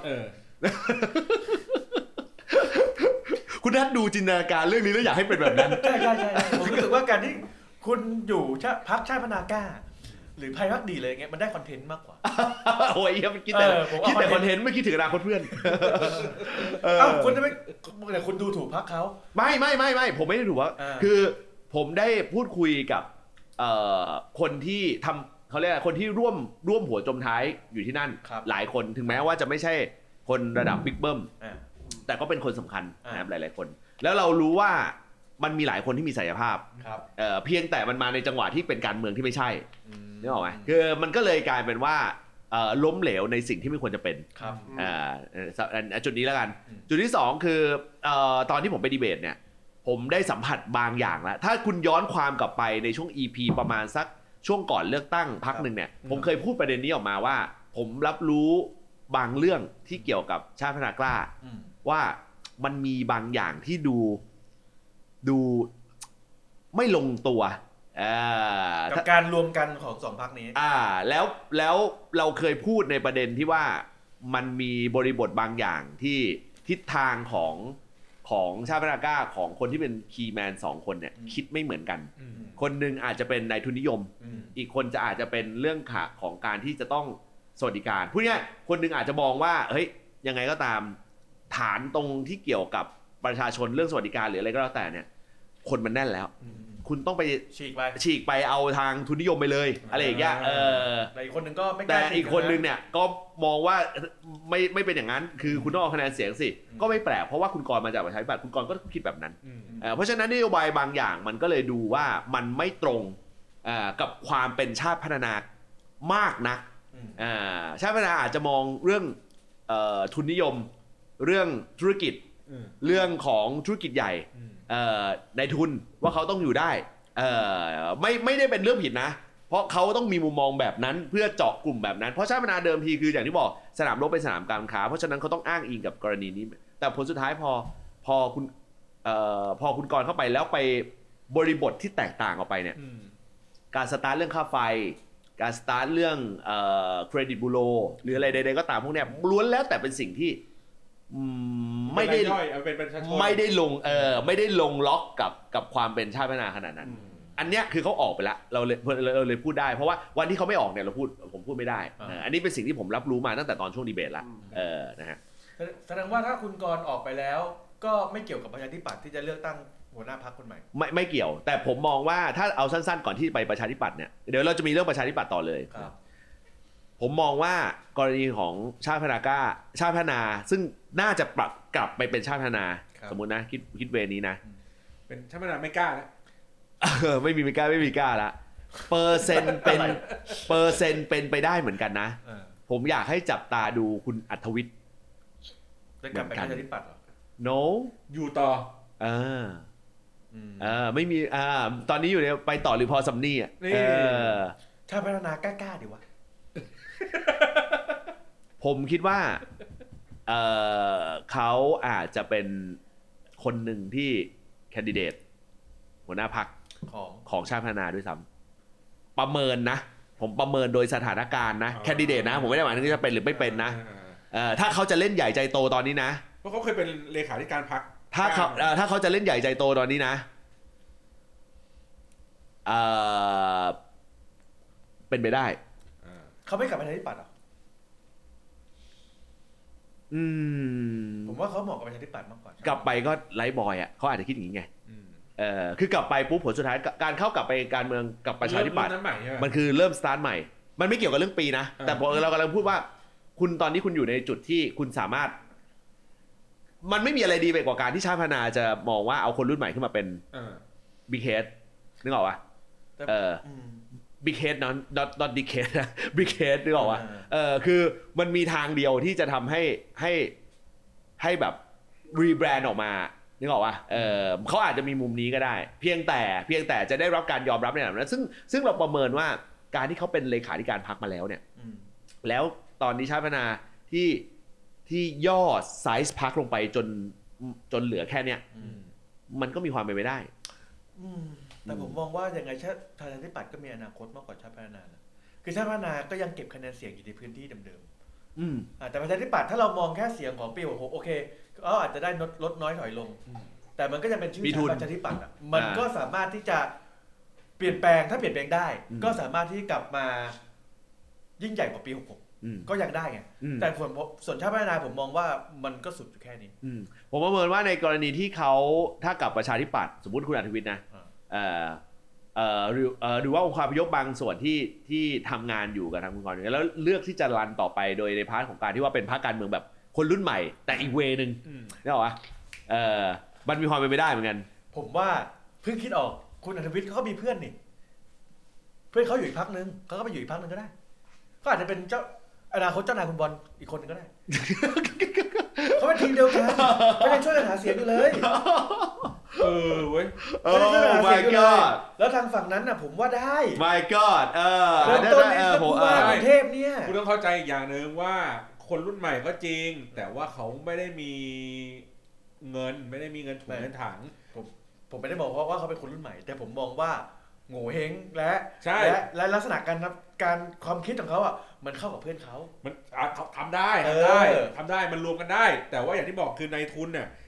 คุณนัทดูจินตนาการเรื่องนี้แล้วอยากให้เป็นแบบนั้นใช่ผมรู้สึกว่าการที่คุณอยู่พรรคชาติพัฒนากล้าหรือไทยพักดีเลยเงี้ยมันได้คอนเทนต์มากกว่าโอ้ยมันคิดแต่คอนเทนต์ไม่คิดถึงอนาคตเพื่อนคุณจะไม่แต่คุณดูถูกพรรคเขาไม่ผมไม่ได้ถูกว่าคือผมได้พูดคุยกับคนที่ทำเขาเรียกคนที่ร่วมหัวจมท้ายอยู่ที่นั่นหลายคนถึงแม้ว่าจะไม่ใช่คนระดับบิ๊กเบิ้มแต่ก็เป็นคนสำคัญนะครับหลายๆคนแล้วเรารู้ว่ามันมีหลายคนที่มีศักยภาพเพียงแต่มันมาในจังหวะที่เป็นการเมืองที่ไม่ใช่นึกออกไหมคือมันก็เลยกลายเป็นว่าล้มเหลวในสิ่งที่ไม่ควรจะเป็นจุดนี้แล้วกันจุดที่2คือตอนที่ผมไปดีเบตเนี่ยผมได้สัมผัสบางอย่างแล้วถ้าคุณย้อนความกลับไปในช่วง EP ประมาณสักช่วงก่อนเลือกตั้งพรรคนึงเนี่ยผมเคยพูดประเด็นนี้ออกมาว่าผมรับรู้บางเรื่องที่เกี่ยวกับชาติพัฒนากล้าว่ามันมีบางอย่างที่ดูไม่ลงตัวกับการรวมกันของ2พรรคนี้แล้วเราเคยพูดในประเด็นที่ว่ามันมีบริบทบางอย่างที่ทิศทางของชาติพัฒนากล้าของคนที่เป็นคีย์แมน2คนเนี่ยคิดไม่เหมือนกันคนหนึ่งอาจจะเป็นนายทุนนิยมอีกคนจะอาจจะเป็นเรื่องขาของการที่จะต้องสวัสดิการพูดง่ายๆคนหนึ่งอาจจะมองว่าเฮ้ยยังไงก็ตามฐานตรงที่เกี่ยวกับประชาชนเรื่องสวัสดิการหรืออะไรก็แล้วแต่เนี่ยคนมันแน่นแล้วคุณต้องไปฉีกไปเอาทางทุนนิยมไปเลยอะไรอย่างเงี้ยแต่อีกคนหนึ่งก็ไม่กล้าแต่อีกคนหนึ่งเนี่ยก็มองว่าไม่เป็นอย่างนั้นคือคุณต้องเอาคะแนนเสียงสิก็ไม่แปลกเพราะว่าคุณกรณ์มาจากประชาธิปัตย์คุณกรณ์ก็คิดแบบนั้นเพราะฉะนั้นนโยบายบางอย่างมันก็เลยดูว่ามันไม่ตรงกับความเป็นชาติพัฒนามากนักชาติพัฒนาอาจจะมองเรื่องทุนนิยมเรื่องธุรกิจเรื่องของธุรกิจใหญ่ในทุนว่าเขาต้องอยู่ได้ไม่ได้เป็นเรื่องผิดนะเพราะเขาต้องมีมุมมองแบบนั้นเพื่อเจาะกลุ่มแบบนั้นเพราะชาติพัฒนาเดิมทีคืออย่างที่บอกสนามรบเป็นสนามการค้าเพราะฉะนั้นเขาต้องอ้างอิงกับกรณีนี้แต่ผลสุดท้ายพอคุณกรณ์เข้าไปแล้วไปบริบทที่แตกต่างออกไปเนี่ยการสตาร์ทเรื่องค่าไฟการสตาร์ทเรื่องเครดิตบูโรหรืออะไรใดๆก็ตามพวกเนี้ยล้วนแล้วแต่เป็นสิ่งที่ไม่ได้ลงล็อกกับความเป็นชาติพัฒนาขนาดนั้นอันเนี้ยคือเขาออกไปแล้วเราเลยพูดได้เพราะว่าวันที่เขาไม่ออกเนี่ยผมพูดไม่ได้อันนี้เป็นสิ่งที่ผมรับรู้มาตั้งแต่ตอนช่วงดีเบตละนะฮะแสดงว่าถ้าคุณกรณ์ออกไปแล้วก็ไม่เกี่ยวกับประชาธิปัตย์ที่จะเลือกตั้งหัวหน้าพรรคคนใหม่ไม่เกี่ยวแต่ผมมองว่าถ้าเอาสั้นๆก่อนที่ไปประชาธิปัตย์เนี่ยเดี๋ยวเราจะมีเรื่องประชาธิปัตย์ต่อเลยผมมองว่ากรณีของชาติพัฒนาซึ่งน่าจะปรับกลับไปเป็นชาติพัฒนาสมมุตินะคิดเวนี้นะเป็นชาติพัฒนาไม่กล้าแล้วไม่มีกล้าละเปอร์เซ็นต์เป็นไปได้เหมือนกันนะผมอยากให้จับตาดูคุณอัธวิทย์จะกลับไปประชาธิปัตย์เหรอ no อยู่ต่อไม่มีตอนนี้อยู่ในไปต่อหรือพอซัมนี่อ่ะชาติพัฒนากล้าดิวะผมคิดว่าเขาอาจจะเป็นคนหนึ่งที่แคนดิเดตหัวหน้าพรรคของชาติพัฒนาด้วยซ้ำประเมินนะผมประเมินโดยสถานการณ์นะแคนดิเดตนะผมไม่ได้หมายถึงจะเป็นหรือไม่เป็นนะถ้าเขาจะเล่นใหญ่ใจโตตอนนี้นะเพราะเขาเคยเป็นเลขาธิการพรรคถ้าเขาจะเล่นใหญ่ใจโตตอนนี้นะเป็นไปได้เขาไม่กลับประชาธิปัตย์หรอผมว่าเขาเหมาะกับประชาธิปัตย์มากกว่ากลับไปก็ไลฟ์บอยอ่ะเขาอาจจะคิดอย่างนี้ไงคือกลับไปปุ๊บผลสุดท้ายการเข้ากลับไปการเมืองกับประชาธิปัตย์มันคือเริ่มสตาร์ทใหม่มันไม่เกี่ยวกับเรื่องปีนะแต่เรากำลังพูดว่าคุณตอนนี้คุณอยู่ในจุดที่คุณสามารถมันไม่มีอะไรดีไปกว่าการที่ชาติพัฒนาจะมองว่าเอาคนรุ่นใหม่ขึ้นมาเป็นบิ๊กเฮดนึกออกปะบิ๊กเฮดnot big head นะบิ๊กเฮดนึกออกปะคือมันมีทางเดียวที่จะทำให้แบบรีแบรนด์ออกมานึกออกปะเขาอาจจะมีมุมนี้ก็ได้เพียงแต่จะได้รับการยอมรับในระดับนั้นซึ่งเราประเมินว่าการที่เขาเป็นเลขาธิการพรรคมาแล้วเนี่ยแล้วตอนนี้ชาติพัฒนาที่ย่อไซส์พรรคลงไปจนเหลือแค่เนี้ยมันก็มีความเป็นไปได้แต่ผมมองว่าอย่างไงชาติประชาธิปัตย์ก็มีอนาคตมากกว่าชาติพัฒนานะคือชาติพัฒนาก็ยังเก็บคะแนนเสียงอยู่ในพื้นที่เดิมๆแต่ประชาธิปัตย์ถ้าเรามองแค่เสียงของปี66โอเคเขาอาจจะได้ลดน้อยถอยลงแต่มันก็จะเป็นชื่อประชาธิปัตย์มันก็สามารถที่จะเปลี่ยนแปลงถ้าเปลี่ยนแปลงได้ก็สามารถที่กลับมายิ่งใหญ่กว่าปี66ก็ยังได้ไงแต่ส่วนชาติพัฒนาผมมองว่ามันก็สุดอยู่แค่นี้ผมประเมินว่าในกรณีที่เขาถ้ากับประชาธิปัตย์สมมุติคุณอัธวิทย์นะหรือว่าองค์คาพยพบางส่วนที่ทำงานอยู่กับทางคุณกรณ์แล้วเลือกที่จะรันต่อไปโดยในพาร์ทของการที่ว่าเป็นพรรคการเมืองแบบคนรุ่นใหม่แต่อีกเวนึงนี่หรอวะมันมีความเป็นไปได้เหมือนกันผมว่าเพิ่งคิดออกคุณอัธวิทย์เขามีเพื่อนนี่เพื่อนเขาอยู่อีกพรรคนึงเขาก็ไปอยู่อีกพรรคนึงก็ได้ก็อาจจะเป็นเจ้าอนาคตเจ้านายคุณบอลอีกคนนึงก็ได้เขาเป็นทีมเดียวกันไม่ได้ช่วยกันหาเสียงอยู่เลยเว้ย my god แล้วทางฝั่งนั้นน่ะผมว่าได้ my god เริ่มต้นนี้ผู้ว่ากรุงเทพเนี่ยคุณต้องเข้าใจอีกอย่างนึงว่าคนรุ่นใหม่ก็จริงแต่ว่าเขาไม่ได้มีเงินถุงเงินถังผมไม่ได้บอกว่าเขาเป็นคนรุ่นใหม่แต่ผมมองว่าโง่เฮงและลักษณะการความคิดของเขาอ่ะมันเข้ากับเพื่อนเขามันทำได้มันรวมกันได้แต่ว่าอย่างที่บอกคือนายทุนเนี่ย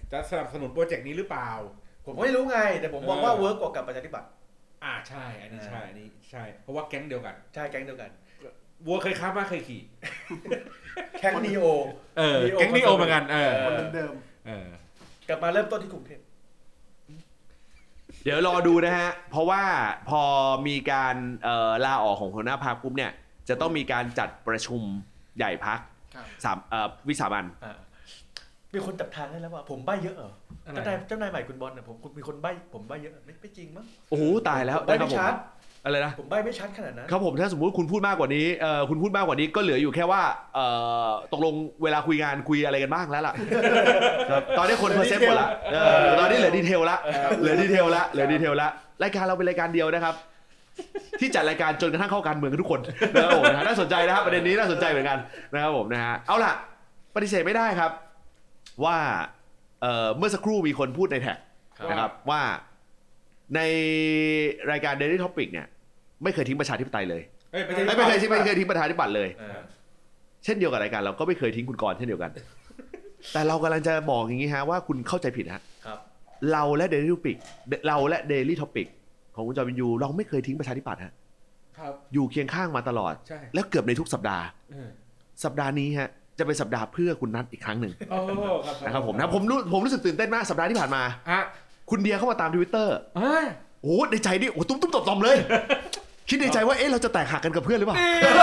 จะสนับสนุนโปรเจกต์นี้หรือเปล่าผมไม่รู้ไงแต่ผมมองว่าเวิร์กกว่ากับประชาธิปัตย์ใช่อันนี้ใช่อันนี้ใช่เพราะว่าแก๊งเดียวกันใช่แก๊งเดียวกันวัวเคยค้าม้าเคยขี่แก๊งนีโอแก๊งนีโอเหมือนกันคนเดิมกลับมาเริ่มต้นที่กรุงเทพเดี๋ยวรอดูนะฮะเพราะว่าพอมีการลาออกของหัวหน้าพรรคปุ๊บเนี่ยจะต้องมีการจัดประชุมใหญ่พรรควิสามัญมีคนจับทางได้แล้วว่าผมใบ้เยอะเหรอเจ้านายใหม่คุณบอลเนี่ยผมมีคนใบ้ผมใบ้เยอะไม่จริงมั้งโอ้โหตายแล้วใบ้ไม่ชัดอะไรนะผมใบ้ไม่ชัดขนาดนั้นครับผมถ้าสมมุติคุณพูดมากกว่านี้คุณพูดมากกว่านี้ก็เหลืออยู่แค่ว่าตกลงเวลาคุยงานคุยอะไรกันบ้างแล้วล่ะตอนนี้คนเพอร์เซปต์หมดละตอนนี้เหลือดีเทลละเหลือดีเทลละรายการเราเป็นรายการเดียวนะครับที่จัดรายการจนกระทั่งเข้าการเมืองกันทุกคนนะครับผมน่าสนใจนะครับประเด็นนี้น่าสนใจเหมือนกันนะครับผมนะฮะเอาล่ะปฏิเสธไม่ได้ครับว่าเมื่อสักครู่มีคนพูดในแท็กนะครับว่าในรายการ Daily Topic เนี่ยไม่เคยทิ้งประชาธิปไตยเลยไม่เคยทิ้งประชาธิปัตย์เลยเช่นเดียวกับรายการเราก็ไม่เคยทิ้งคุณกรณ์เช่นเดียวกันแต่เรากำลังจะบอกอย่างนี้ฮะว่าคุณเข้าใจผิดฮะเราและ Daily Topic เราและ Daily Topic ของคุณจอมินยูเราไม่เคยทิ้งประชาธิปัตย์ฮะอยู่เคียงข้างมาตลอดแล้วเกือบในทุกสัปดาห์สัปดาห์นี้ฮะจะเป็นสัปดาห์เพื่อคุณนัทอีกครั้งหนึ่งนะครับผมนะผมรู้สึกตื่นเต้นมากสัปดาห์ที่ผ่านมาคุณเดียเข้ามาตาม Twitter โอ้ในใจนี่โอ้ตุ้มๆต่อมๆเลยคิดในใจว่าเราจะแตกหักกันกับเพื่อนหรือเปล่า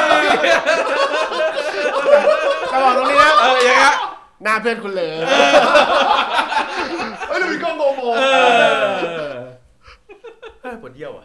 จะบอกตรงนี้นะอย่างเงี้ยหน้าเพื่อนคุณเลยเรามีกล้องโมโมปวดเยี่ยวอ่ะ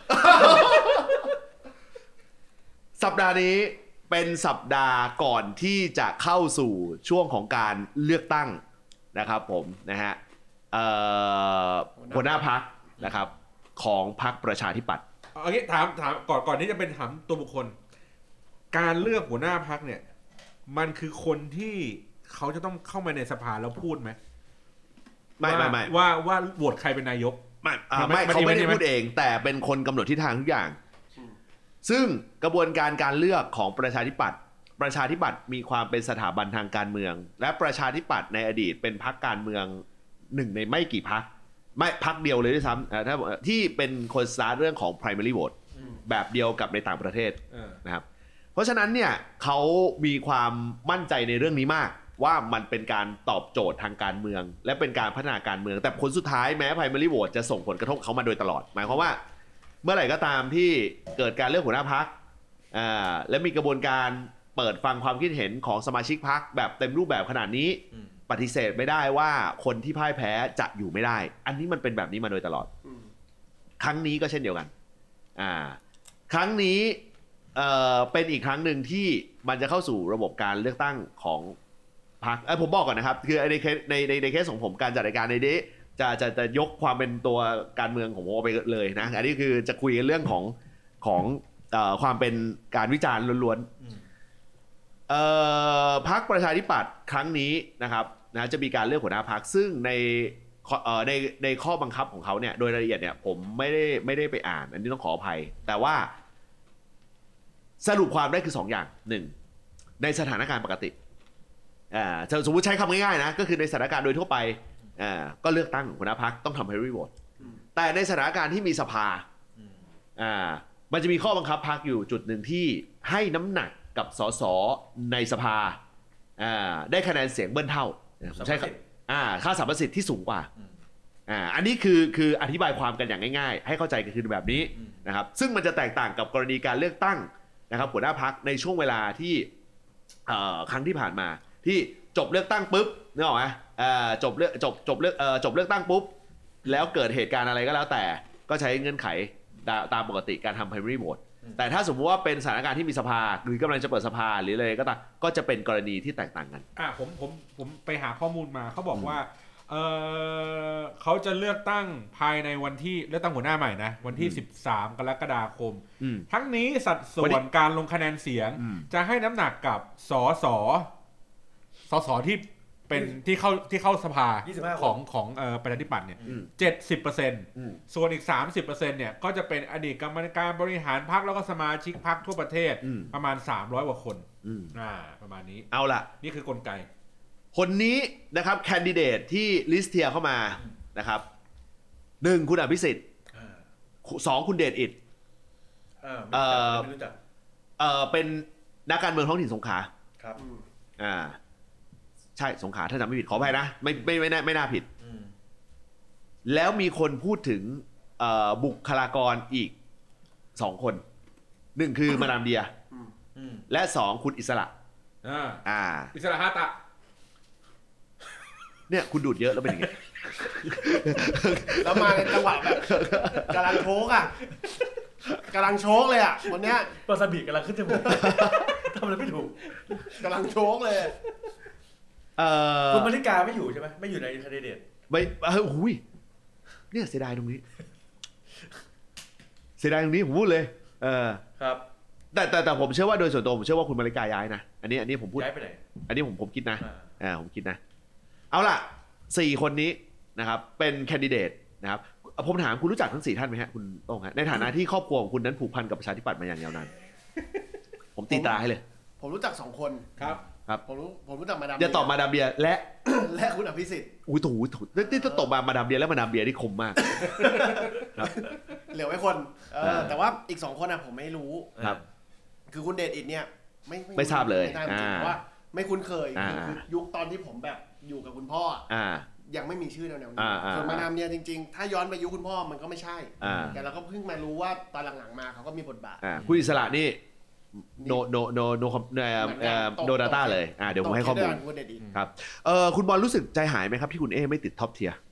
สัปดาห์นี้เป็นสัปดาห์ก่อนที่จะเข้าสู่ช่วงของการเลือกตั้งนะครับผมนะฮะหัวหน้าพรรคนะครับของพรรคประชาธิปัตย์เอางี้ถามก่อนที่จะเป็นถามตัวบุคคลการเลือกหัวหน้าพรรคเนี่ยมันคือคนที่เขาจะต้องเข้ามาในสภาแล้วพูดไหมไม่ว่าโหวตใครเป็นนายกไม่เขาไม่ได้พูดเองแต่เป็นคนกำหนดทิศทางทุกอย่างซึ่งกระบวนการเลือกของประชาธิปัตย์มีความเป็นสถาบันทางการเมืองและประชาธิปัตย์ในอดีตเป็นพรรคการเมืองหนึ่งในไม่กี่พรรคไม่พรรคเดียวเลยด้วยซ้ำถ้าที่เป็นคนสตาร์ทเรื่องของ primary vote แบบเดียวกับในต่างประเทศนะครับเพราะฉะนั้นเนี่ยเขามีความมั่นใจในเรื่องนี้มากว่ามันเป็นการตอบโจทย์ทางการเมืองและเป็นการพัฒนาการเมืองแต่ผลสุดท้ายแม้ primary vote จะส่งผลกระทบเขามาโดยตลอดหมายความว่าเมื่อไหร่ก็ตามที่เกิดการเลือกหัวหน้าพรรคและมีกระบวนการเปิดฟังความคิดเห็นของสมาชิกพรรคแบบเต็มรูปแบบขนาดนี้ปฏิเสธไม่ได้ว่าคนที่พ่ายแพ้จะอยู่ไม่ได้อันนี้มันเป็นแบบนี้มาโดยตลอดครั้งนี้ก็เช่นเดียวกันครั้งนี้เป็นอีกครั้งหนึ่งที่มันจะเข้าสู่ระบบการเลือกตั้งของพรรคผมบอกก่อนนะครับคือในเคสของผมการจัดรายการในนี้จะยกความเป็นตัวการเมืองของผมออกไปเลยนะอันนี้คือจะคุยกันเรื่องของความเป็นการวิจารณ์ล้วนๆพรรคประชาธิปัตย์ครั้งนี้นะครับนะจะมีการเลือกหัวหน้าพรรคซึ่งในข้อบังคับของเขาเนี่ยโดยรายละเอียดเนี่ยผมไม่ได้ไปอ่านอันนี้ต้องขออภัยแต่ว่าสรุปความได้คือ2อย่าง1ในสถานการณ์ปกติสมมติใช้คำง่ายๆนะก็คือในสถานการณ์โดยทั่วไปก็เลือกตั้งหัวหน้าพรรคต้องทำ primary vote แต่ในสถานการณ์ที่มีสภามันจะมีข้อบังคับพรรคอยู่จุดหนึ่งที่ให้น้ำหนักกับสสในสภาได้คะแนนเสียงเบิ้ลเท่าใช่ครับค่าสัมประสิทธิ์ที่สูงกว่าอันนี้คืออธิบายความกันอย่างง่ายๆให้เข้าใจกันคือแบบนี้นะครับซึ่งมันจะแตกต่างกับกรณีการเลือกตั้งนะครับหัวหน้าพรรคในช่วงเวลาที่ครั้งที่ผ่านมาที่จบเลือกตั้งปุ๊บนึกออกไหมจบเลือกตั้งปุ๊บแล้วเกิดเหตุการณ์อะไรก็แล้วแต่ก็ใช้เงื่อนไขตามปกติการทำ primary vote แต่ถ้าสมมติว่าเป็นสถานการณ์ที่มีสภาหรือกำลังจะเปิดสภาหรืออะไรก็ตามก็จะเป็นกรณีที่แตกต่างกันผมไปหาข้อมูลมาเขาบอกว่าเขาจะเลือกตั้งภายในวันที่เลือกตั้งหัวหน้าใหม่นะวันที่13กรกฎาคมทั้งนี้สัดส่วนการลงคะแนนเสียงจะให้น้ำหนักกับสสที่เป็นที่เข้าสภาของประชาธิปัตย์เนี่ย 70% ส่วนอีก 30% เนี่ยก็จะเป็นอดีตกรรมการบริหารพรรคแล้วก็สมาชิกพรรคทั่วประเทศประมาณ300กว่าคนประมาณนี้เอาล่ะนี่คือกลไกคนนี้นะครับแคนดิเดตที่ลิสเทียเข้ามานะครับ1คุณอภิสิทธิ์2คุณเดชอิฐไม่รู้จักเป็นนักการเมืองท้องถิ่นสงขลาครับใช่สงขลาถ้าจำไม่ผิดขออภัยนะไม่น่าผิดแล้วมีคนพูดถึงบุคลากรอีก2คน1คือมาดามเดียและ2คุณอิสระอิสระฮาตะเนี่ยคุณดูดเยอะแล้วเป็นอย่างเงี้ยแล้วมาในจังหวะแบบกำลังโชกเลยอ่ะวันเนี้ยปลาซาบิกำลังขึ้นจมูกทำอะไรไม่ถูกกำลังโชกเลยคุณมาริกาไม่อยู่ใช่ไหมไม่อยู่ในแคนดิเดตไม่หุ้ยเนี่ยเสียดายตรงนี้ผมพูดเลยครับแต่ผมเชื่อว่าโดยส่วนตัวผมเชื่อว่าคุณมาริกาย้ายนะอันนี้ผมพูดย้ายไปไหนอันนี้ผมคิดนะผมคิดนะเอาล่ะ4คนนี้นะครับเป็นแคนดิเดตนะครับผมถามคุณรู้จักทั้ง4ท่านไหมฮะคุณโต้งฮะในฐานะที่ครอบครัวของคุณนั้นผูกพันกับประชาธิปัตย์มาอย่างยาวนานผมตีตราให้เลยผมรู้จัก2คนครับผมรู้จักมาดามอย่าตอบมาดามเบียและคุณอภิสิทธิ์อุ้ยถูนี่จะตอบมาดามเบียและมาดามเบียนี่คมมากเหลือไว้คนแต่ว่าอีก2คนผมไม่รู้ครับคือคุณเดชอิฐเนี่ยไม่ทราบเลยว่าไม่คุ้นเคยคือยุคตอนที่ผมแบบอยู่กับคุณพ่อยังไม่มีชื่อแนวนี้ส่วนมาดามเบียจริงๆถ้าย้อนไปยุคคุณพ่อมันก็ไม่ใช่แต่เราก็เพิ่งมารู้ว่าตอนหลังๆมาเขาก็มีบทบาทคุณอิสระนี่โนดาต้าเลยเดี๋ยวผมให้ข้อมูลครับคุณบอลรู้สึกใจหายไหมครับที่คุณเอไม่ติดท็อปเทียร์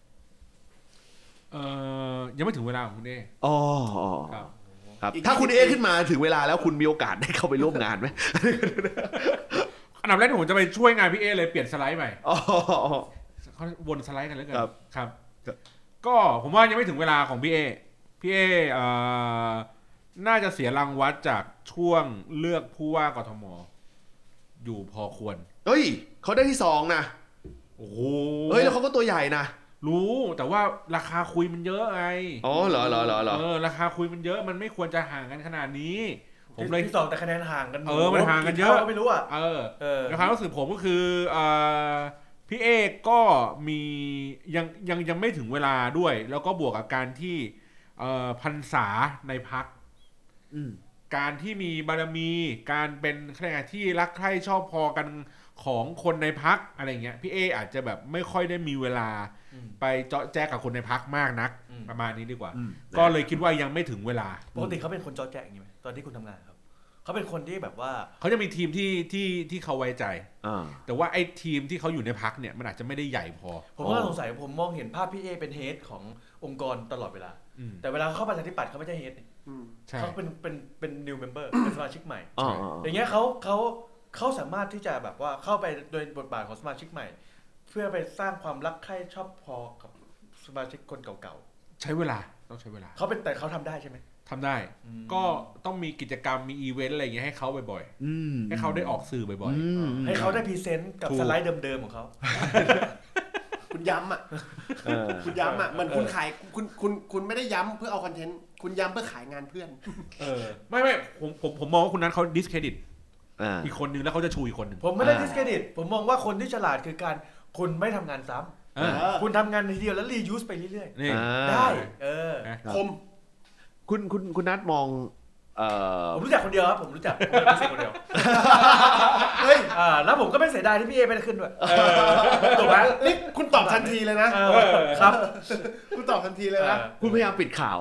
ยังไม่ถึงเวลาของคุณเอครับถ้าคุณเอขึ้นมาถึงเวลาแล้วคุณมีโอกาสได้เข้าไปร่วมงานไหมอันดับแรกผมจะไปช่วยงานพี่เอเลยเปลี่ยนสไลด์ใหม่เขาวนสไลด์กันแล้วกันครับก็ผมว่ายังไม่ถึงเวลาของพี่เอน่าจะเสียรางวัลจากช่วงเลือกผู้ว่ากทมอยู่พอควรเฮ้ยเขาได้ที่2นะโอ้โหเฮ้ยแล้วเขาก็ตัวใหญ่นะรู้แต่ว่าราคาคุยมันเยอะไงเหรอราคาคุยมันเยอะมันไม่ควรจะห่างกันขนาดนี้ผมเลยที่2แต่คะแนนห่างกันมันห่างกันเยอะไม่รู้อ่ะในความรู้สึกผมก็คือพี่เอกก็มียังไม่ถึงเวลาด้วยแล้วก็บวกกับการที่พรรษาในพรรคการที่มีบารมีการเป็นอะไรที่รักใคร่ชอบพอกันของคนในพรรคอะไรเงี้ยพี่เออาจจะแบบไม่ค่อยได้มีเวลาไปเจาะแจ๊กกับคนในพรรคมากนักประมาณนี้ดีกว่าก็เลยคิดว่ายังไม่ถึงเวลาปกติเขาเป็นคนเจาะแจ๊กอย่างนี้ไหมตอนที่คุณทำงานครับเขาเป็นคนที่แบบว่าเขาจะมีทีมที่เขาไว้ใจแต่ว่าไอ้ทีมที่เขาอยู่ในพรรคเนี่ยมันอาจจะไม่ได้ใหญ่พอผมก็สงสัยผมมองเห็นภาพพี่เอเป็นเฮดขององค์กรตลอดเวลาแต่เวลาเข้าประชาธิปัตย์เขาไม่ใช่เฮดเขาเป็น new member เป็นสมาชิกใหม่อย่างเงี้ยเขาสามารถที่จะแบบว่าเข้าไปโดยบทบาทของสมาชิกใหม่เพื่อไปสร้างความรักใคร่ชอบพอกับสมาชิกคนเก่าๆใช้เวลาต้องใช้เวลาแต่เขาทำได้ใช่ไหมทำได้ก็ต้องมีกิจกรรมมีอีเวนต์อะไรอย่างเงี้ยให้เขาบ่อยๆให้เขาได้ออกสื่อบ่อยๆให้เขาได้พรีเซนต์กับสไลด์เดิมๆของเขาคุณย้ำคุณย้ำเหมือนคุณขายคุณไม่ได้ย้ำเพื่อเอาคอนเทนต์คุณย้ำเพื่อขายงานเพื่อนไม่ผมมองว่าคุณนั้นเขาดิสเครดิตอีกคนนึงแล้วเขาจะชูอีกคนนึงผมไม่ได้ดิสเครดิตผมมองว่าคนที่ฉลาดคือการคุณไม่ทำงานซ้ำคุณทำงานทีเดียวแล้วรียูสไปเรื่อยๆได้คมคุณนัทมองผมรู้จักคนเดียวครับผมรู้จักพี่เสกคนเดียวเฮ้ยแล้วผมก็ไม่เสียดายที่พี่เอไม่ได้ขึ้นด้วยถูกไหมนี่คุณตอบทันทีเลยนะครับคุณตอบทันทีเลยนะคุณพยายามปิดข่าว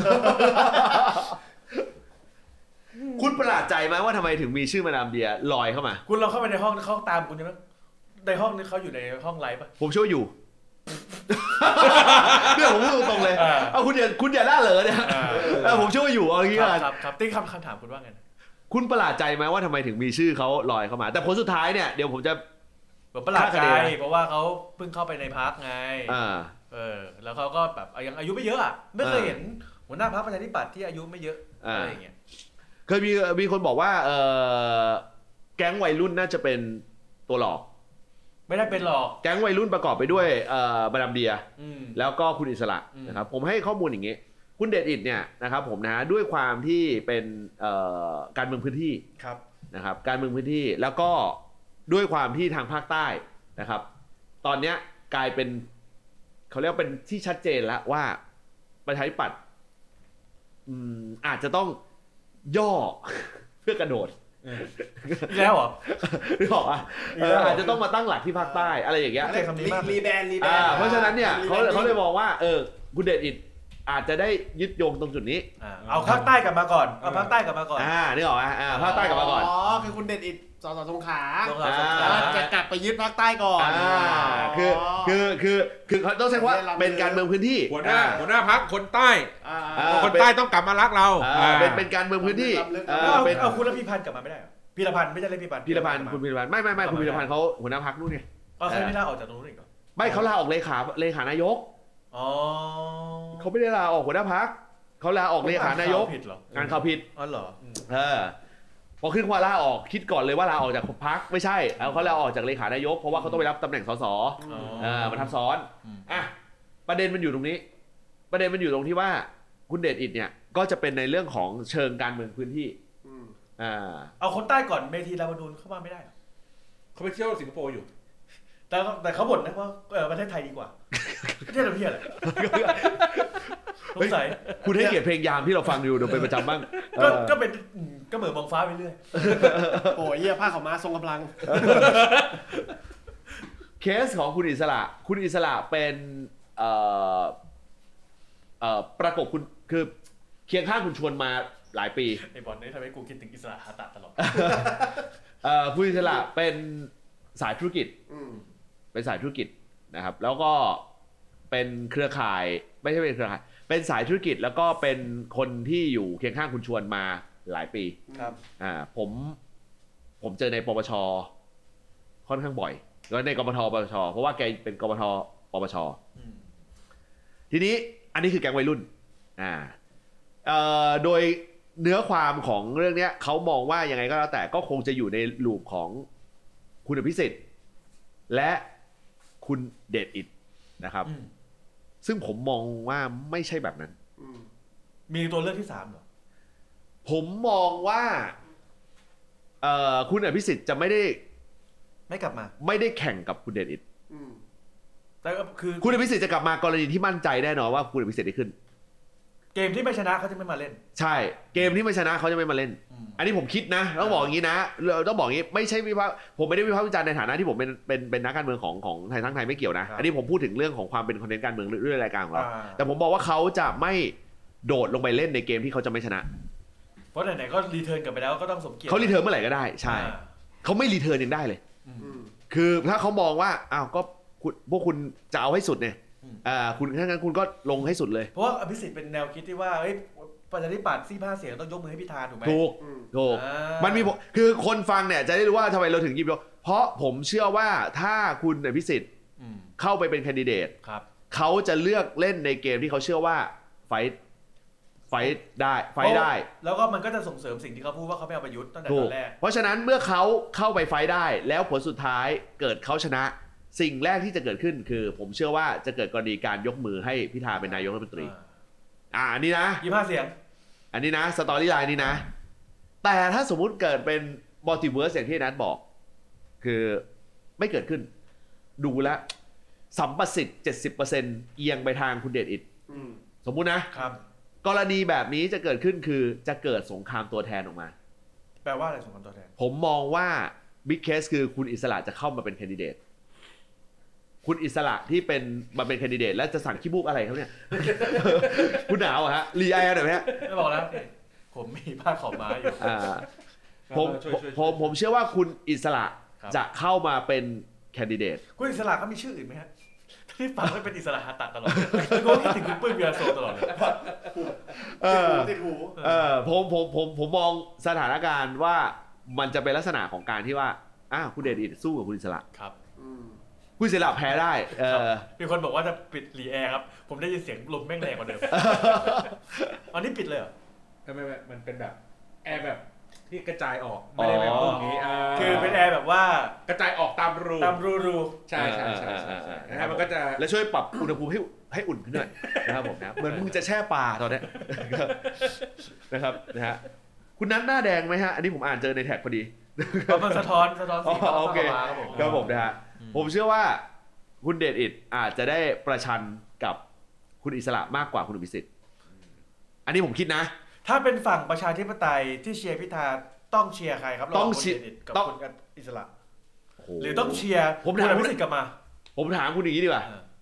คุณประหลาดใจไหมว่าทำไมถึงมีชื่อมาดามเดียลอยเข้ามาคุณลองเข้าไปในห้องเขาตามคุณใช่ไหมในห้องนี้เขาอยู่ในห้องไลฟ์ป่ะผมช่วยอยู่เนี่ยผมพูดตรงๆเลยเอาคุณอย่าล่าเหลอเนี่ยผมช่วยอยู่เอาอย่างงี้กันครับติ๊กคำถามคุณว่าไงคุณประหลาดใจไหมว่าทำไมถึงมีชื่อเขาลอยเข้ามาแต่ผลสุดท้ายเนี่ยเดี๋ยวผมจะประหลาดใจเพราะว่าเขาเพิ่งเข้าไปในพรรคไงแล้วเขาก็แบบยังอายุไม่เยอะไม่เคยเห็นหัวหน้าพรรคประชาธิปัตย์ที่อายุไม่เยอะอะไรอย่างเงี้ยเคยมีคนบอกว่าแก๊งวัยรุ่นน่าจะเป็นตัวหลอกไม่ได้เป็นหรอกแก๊งวัยรุ่นประกอบไปด้วยมาดามเดียแล้วก็คุณอิสระนะครับผมให้ข้อมูลอย่างนี้คุณเดชอิฐเนี่ยนะครับผมนะด้วยความที่เป็นการเมืองพื้นที่นะครับการเมืองพื้นที่แล้วก็ด้วยความที่ทางภาคใต้นะครับตอนเนี้ยกลายเป็นเขาเรียกว่าเป็นที่ชัดเจนแล้วว่าประชาธิปัตย์อาจจะต้องย่อ เพื่อกระโดดแล้วเหรอนึกออกอ่ะอาจจะต้องมาตั้งหลักที่ภาคใต้อะไรอย่างเงี้ยรีแบรนด์เพราะฉะนั้นเนี่ยเขาเลยมองว่าคุณเดชอิทอาจจะได้ยึดโยงตรงจุดนี้เอาภาคใต้กลับมาก่อนเอาภาคใต้กลับมาก่อนนึกออกอ่ะภาคใต้กลับมาก่อนคือคุณเดชอิทสสสงขลาจะจะกลับไปยึดภาคใต้ก่อนคือเขาต้องใช้ว่าเป็นการเมืองพื้นที่หัวหน้าพรรคคนใต้คนใต้ต้องกลับมารักเราเป็นการเมืองพื้นที่เอาคุณพิพันธ์กลับมาไม่ได้พีรพันธ์ไม่ใช่เลยพีรพันธ์คุณพีรพันธ์ไม่คุณพีรพันธ์เขาหัวหน้าพรรคนู่นไงเขาไม่ได้ลาออกจากตรงนู้นอีกเหรอไม่เขาลาออกเลขานายกเขาไม่ได้ลาออกหัวหน้าพรรคเขาลาออกเลขานายกงานข่าวผิดอ๋อเหรอพอขึ้นว่าลาออกคิดก่อนเลยว่าลาออกจากพรรคไม่ใช่เขาลาออกจากเลขานายกเพราะว่าเขาต้องไปรับตำแหน่งสสมันทับซ้อนประเด็นมันอยู่ตรงนี้ประเด็นมันอยู่ตรงที่ว่าคุณเดชอิทเนี่ยก็จะเป็นในเรื่องของเชิงการเมืองพื้นที่เอาคนใต้ก่อนเมธีรามานูนเข้ามาไม่ได้เขาไปเที่ยวสิงคโปร์อยู่แต่เขาบ่นนะว่าประเทศไทยดีกว่าประเทศเราเพี้ยอะไรสงสัยคุณให้เกียรติเพลงยามที่เราฟังอยู่เดี๋ยวเป็นประจำบ้างก็เป็นก็เหมือนมองฟ้าไปเรื่อยโอ้ยเหี้ยผ้าขาวม้าทรงกำลังเคสของคุณอิสระเป็นประกบคุณคือเคียงข้างคุณชวนมาหลายปีไอ้บอลนี่ทำให้กูคิดถึงอิสระหาตะตลอดคุณอิสระเป็นสายธุรกิจเป็นสายธุรกิจนะครับแล้วก็เป็นเครือข่ายไม่ใช่เป็นเครือข่ายเป็นสายธุรกิจแล้วก็เป็นคนที่อยู่เคียงข้างคุณชวนมาหลายปีครับผมเจอในปปชค่อนข้างบ่อยแล้วในกปทปปชเพราะว่าแกเป็นกปทปปชทีนี้อันนี้คือแก๊งวัยรุ่นโดยเนื้อความของเรื่องนี้เขามองว่ายังไงก็แล้วแต่ก็คงจะอยู่ในลูปของคุณอภิสิทธิ์และคุณเดชอิทนะครับซึ่งผมมองว่าไม่ใช่แบบนั้นมีตัวเลือกที่3เหรอผมมองว่าคุณอภิสิทธิ์จะไม่กลับมาไม่ได้แข่งกับคุณเดชอิทแต่คือคุณอภิสิทธิ์จะกลับมากรณีที่มั่นใจแน่นอนว่าคุณอภิสิทธิ์ได้ขึ้นเกมที่ไม่ชนะเขาจะไม่มาเล่นใช่เกมที่ไม่ชนะเขาจะไม่มาเล่นอันนี้ผมคิดนะต้องบอกอย่างนี้นะต้องบอกอย่างนี้ไม่ใช่ผมไม่ได้วิพากษ์วิจารณ์ในฐานะที่ผมเป็นนักการเมืองของไทยทั้งไทยไม่เกี่ยวนะอันนี้ผมพูดถึงเรื่องของความเป็นคอนเทนต์การเมืองเรื่องรายการของเราแต่ผมบอกว่าเขาจะไม่โดดลงไปเล่นในเกมที่เขาจะไม่ชนะเพราะไหนๆก็รีเทิร์นกลับไปแล้วก็ต้องสมเกียรติเขารีเทิร์นเมื่อไหร่ก็ได้ใช่เขาไม่รีเทิร์นยังได้เลยคือถ้าเขามองว่าอ้าวก็พวกคุณจะเอาให้สุดเนี่ยคุณถ้างั้นคุณก็ลงให้สุดเลยเพราะว่าอภิสิทธิ์เป็นแนวคิดที่ว่าประชาธิปัตย์45 เสียงต้องยกมือให้พิธาถูกไหมถูกมันมีคือคนฟังเนี่ยจะได้รู้ว่าทำไมเราถึงหยิบยกเพราะผมเชื่อว่าถ้าคุณอภิสิทธิ์เข้าไปเป็นแคนดิเดตเขาจะเลือกเล่นในเกมที่เขาเชื่อว่าไฟได้แล้วก็มันก็จะส่งเสริมสิ่งที่เขาพูดว่าเขาไม่เอาประยุทธ์ตั้งแต่ตอนแรกเพราะฉะนั้นเมื่อเขาเข้าไปไฟได้แล้วผลสุดท้ายเกิดเขาชนะสิ่งแรกที่จะเกิดขึ้นคือผมเชื่อว่าจะเกิดกรณีการยกมือให้พิธาเป็นนายกรัฐมนตรีอันนี้นะ 25 เสียงอันนี้นะสตอรี่ไลน์นี้นะแต่ถ้าสมมุติเกิดเป็นมัลติเวิร์สอย่างที่นัทบอกคือไม่เกิดขึ้นดูแลสัมประสิทธิ์ 70% เอียงไปทางคุณเดชอิทสมมุตินะครับกรณีแบบนี้จะเกิดขึ้นคือจะเกิดสงครามตัวแทนออกมาแปลว่าอะไรสงครามตัวแทนผมมองว่าบิ๊กเคสคือคุณอิสระจะเข้ามาเป็นแคนดิเดตคุณอิสระที่เป็นมาเป็นแคนดิเดตแล้วจะสั่งขี้มูกอะไรเขาเนี่ยคุณหนาวฮะรีไอหน่อยไหมฮะไม่บอกแล้วผมมีผ้าขาวม้าอยู่ผมเชื่อว่าคุณอิสระจะเข้ามาเป็นแคนดิเดตคุณอิสระเขามีชื่ออื่นไหมฮะที่ฟังไม่เป็นอิสระหาตัดตลอดก็คิดถึงคุณปื้มเบียร์โซตลอดเลยติดหูผมมองสถานการณ์ว่ามันจะเป็นลักษณะของการที่ว่าคุณเดชอิทสู้กับคุณอิสระครับคุณอิสระแพ้ได้มีคนบอกว่าจะปิดรีแอร์ครับผมได้ยินเสียงลมแม่งแรงกว่าเดิมอันนี้ปิดเลยเหรอไม่มันเป็นแบบแอร์แบบที่กระจายออกไม่ได้แบบอย่างนี้คือเป็นแอร์แบบว่ากระจายออกตามรูใช่มันก็จะและช่วยปรับอุณหภูมิให้อุ่นขึ้นหน่อยนะครับผมนะเหมือนมึงจะแช่ปลาตอนนี้นะครับนะฮะคุณนัทหน้าแดงไหมฮะอันนี้ผมอ่านเจอในแท็กพอดีมันสะท้อนสีโอเคครับผมนะฮะผมเชื่อว่าคุณเดชอิดอาจจะได้ประชันกับคุณอิสระมากกว่าคุณอภิสิทธิ์อันนี้ผมคิดนะถ้าเป็นฝั่งประชาธิปไตยที่เชียร์พิธาต้องเชียร์ใครครับต้องเชียร์กับคุณอิสระหรือต้องเชียร์ผมถามคุณอภิสิทธิ์กลับมาผมถามคุณอย่างนี้ดีกว่า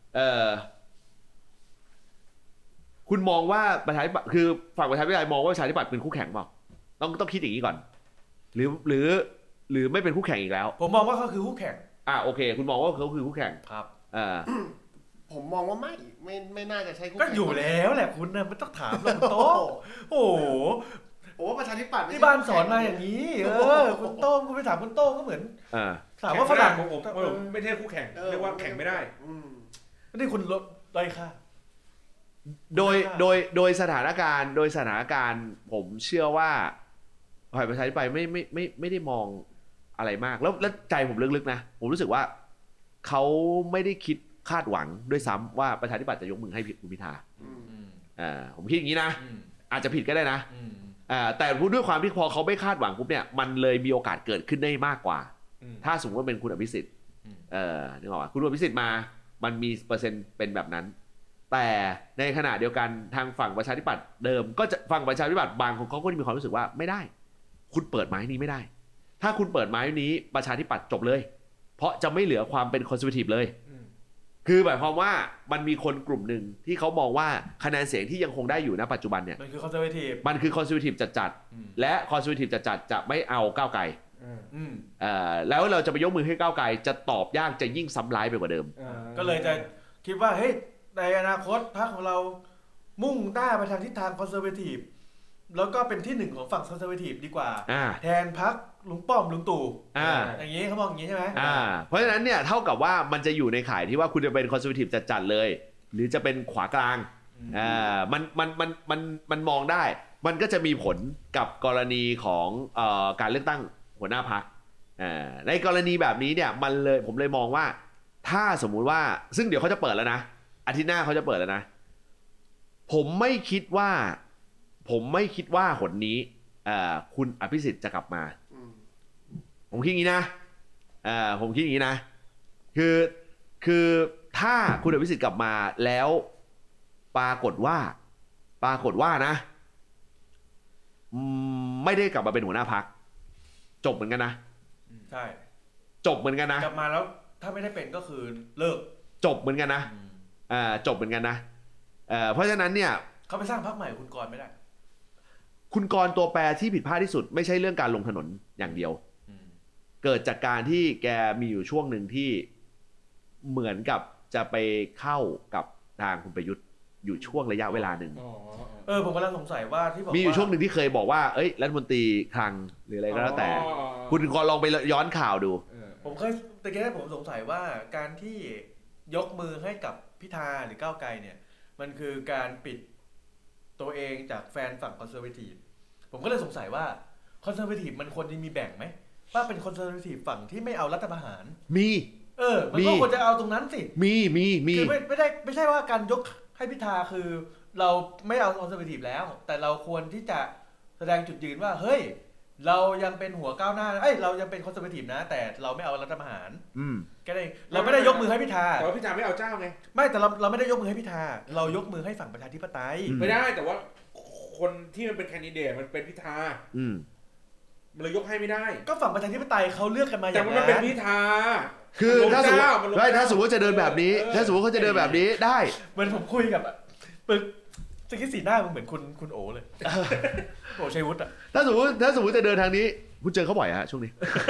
คุณมองว่าประชาธิปัตย์คือฝั่งประชาธิปไตยมองว่าประชาธิปัตย์เป็นคู่แข่งเปล่าต้องคิดอย่างนี้ก่อนหรือไม่เป็นคู่แข่งอีกแล้วผมมองว่าเขาคือคู่แข่งโอเคคุณมองว่าเขาคือคู่แข่งครับผมมองว่าไม่น่าจะใช่คู่แข่งก็อยู่แล้วแหละคุณน่ะไม่ต้องถามหรอกโต้โอ้โหประชาธิปัตย์ที่บ้านสอนมาอย่างนี้คุณโต้งคุณไปถามคุณโต้งก็เหมือนถามว่าฝรั่งผมไม่ใช่คู่แข่งเรียกว่าแข่งไม่ได้นี่คุณลดด้อยค่าโดยสถานการณ์ผมเชื่อว่าฝ่ายประชาธิปไตยไม่ได้มองอะไรมากแล้วใจผมลึกๆนะผมรู้สึกว่าเขาไม่ได้คิดคาดหวังด้วยซ้ำว่าประชาธิปัตย์จะยกมือให้คุณพิธาผมคิดอย่างนี้นะอาจจะผิดก็ได้นะแต่ด้วยความที่พอเขาไม่คาดหวังปุ๊บเนี่ยมันเลยมีโอกาสเกิดขึ้นได้มากกว่าถ้าสมมติว่าเป็นคุณอภิสิทธิ์นึกออกป่ะคุณอภิสิทธิ์มามันมีเปอร์เซ็นต์เป็นแบบนั้นแต่ในขณะเดียวกันทางฝั่งประชาธิปัตย์เดิมก็จะฝั่งประชาธิปัตย์บางของเขาก็มีความรู้สึกว่าไม่ได้คุณเปิดไม้นี้ไม่ได้ถ้าคุณเปิดไม้นี้ประชาธิปัตย์จบเลยเพราะจะไม่เหลือความเป็นคอนเซอร์เวทีฟเลยคือหมายความว่ามันมีคนกลุ่มหนึ่งที่เขามองว่าคะแนนเสียงที่ยังคงได้อยู่ณปัจจุบันเนี่ยมันคือคอนเซอร์เวทีฟจัดและคอนเซอร์เวทีฟจัดจะไม่เอาก้าวไกลแล้วเราจะไปยกมือให้ก้าวไกลจะตอบยากจะยิ่งซ้ำร้ายไปกว่าเดิมก็เลยจะคิดว่าเฮ้ยในอนาคตพรรคของเรามุ่งหน้าไปทางทิศทางคอนเซอร์เวทีฟแล้วก็เป็นที่หนึ่งของฝั่งคอนเซอร์เวทีฟดีกว่าแทนพรรคลุงป้อมลุงตู่อย่างนี้เขามองอย่างนี้ใช่ไหมเพราะฉะนั้นเนี่ยเท่ากับว่ามันจะอยู่ในข่ายที่ว่าคุณจะเป็นคอนเซอร์เวทีฟจัดเลยหรือจะเป็นขวากลางมันมองได้มันก็จะมีผลกับกรณีของการเลือกตั้งหัวหน้าพรรคในกรณีแบบนี้เนี่ยผมเลยมองว่าถ้าสมมุติว่าซึ่งเดี๋ยวเขาจะเปิดแล้วนะอาทิตย์หน้าเขาจะเปิดแล้วนะผมไม่คิดว่าหนนี้คุณอภิสิทธิ์จะกลับมาผมคิดอย่างนี้นะผมคิดอย่างนี้นะคือถ้าคุณอภิสิทธิ์กลับมาแล้วปรากฏว่านะไม่ได้กลับมาเป็นหัวหน้าพรรคจบเหมือนกันนะใช่จบเหมือนกันนะกลับมาแล้วถ้าไม่ได้เป็นก็คือเลิกจบเหมือนกันนะจบเหมือนกันนะเพราะฉะนั้นเนี่ยเขาไปสร้างพรรคใหม่คุณกรณ์ไม่ได้คุณกรณ์ตัวแปรที่ผิดพลาดที่สุดไม่ใช่เรื่องการลงถนนอย่างเดียวเกิดจากการที่แกมีอยู่ช่วงหนึ่งที่เหมือนกับจะไปเข้ากับทางคุณประยุทธ์อยู่ช่วงระยะเวลาหนึ่งผมกำลังสงสัยว่าที่บอกมีอยู่ช่วงหนึ่งที่เคยบอกว่ารัฐมนตรีคลังหรืออะไรก็แล้วแต่คุณกรณ์ลองไปย้อนข่าวดูผมเคยแต่แค่ผมสงสัยว่าการที่ยกมือให้กับพิธาหรือก้าวไกลเนี่ยมันคือการปิดตัวเองจากแฟนฝั่งคอนเซอร์เวทีฟผมก็เลยสงสัยว่าคอนเซอร์เวทีฟมันควรจะมีแบ่งไหมว่าเป็นคอนเซอร์เวทีฟฝั่งที่ไม่เอารัฐประหารมันก็ควรจะเอาตรงนั้นสิมีคือไม่ใช่ว่าการยกให้พิธาคือเราไม่เอาคอนเซอร์เวทีฟแล้วแต่เราควรที่จะแสดงจุดยืนว่าเฮ้ยเรายังเป็นหัวก้าวหน้าเรายังเป็นคอนเซอร์เวทีฟนะแต่เราไม่เอารัฐประหารก็ได้เราไม่ได้ยกมือให้พิธาแต่ว่าพิธาไม่เอาเจ้าไงไม่แต่เราไม่ได้ยกมือให้พิธาเรายกมือให้ฝั่งประชาธิปไตยไม่ได้แต่ว่าคนที่มันเป็นแคนดิเดตมันเป็นพิธามันเลยยกให้ไม่ได้ก็ฝั่งประชาธิปไตยเขาเลือกกันมาอย่างนั้นแต่มันเป็นพิธาคือถ้าสมมติจะเดินแบบนี้ถ้าสมมติเขาจะเดินแบบนี้ได้เหมือนผมคุยกับสกิสีหน้ามันเหมือนคุณโอเลยโอชัยวุฒิอ่ะถ้าสมมติจะเดินทางนี้คุณเจอเขาบ่อยฮะช่วงนี้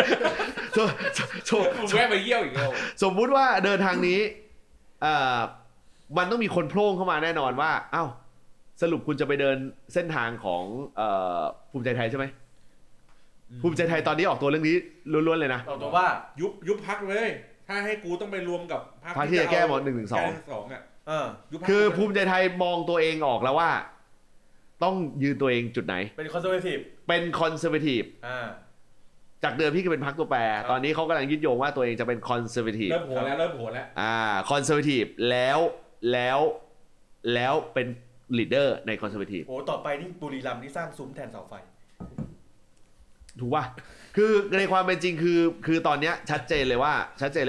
แวะไปเยี่ยวอีกแล้วสมมุติว่าเดินทางนี้มันต้องมีคนโพล่งเข้ามาแน่นอนว่าอ้าวสรุปคุณจะไปเดินเส้นทางของภูมิใจไทยใช่ไหมภูมิใจไทยตอนนี้ออกตัวเรื่องนี้ล้วนๆเลยนะออกตัวว่ายุบพรรคเลยถ้าให้กูต้องไปรวมกับพรรคที่จะแก้หมด1-2 อ่ะคือภูมิใจไทยมองตัวเองออกแล้วว่าต้องยืนตัวเองจุดไหนเป็นคอนเซอร์เวทีฟจากเดิมที่เป็นพรรคตัวแปรตอนนี้เขากำลังยึดโยงว่าตัวเองจะเป็นคอนเซอร์เวทีฟเริ่มโผล่แล้วคอนเซอร์เวทีฟแล้วเป็นลีดเดอร์ในคอนเซอร์เวทีฟโอ้ต่อไปนี่บุรีรัมย์นี่สร้างซุ้มแทนเสาไฟถูกป่ะคือในความเป็นจริงคือตอนเนี้ยชัดเจนเลยว่า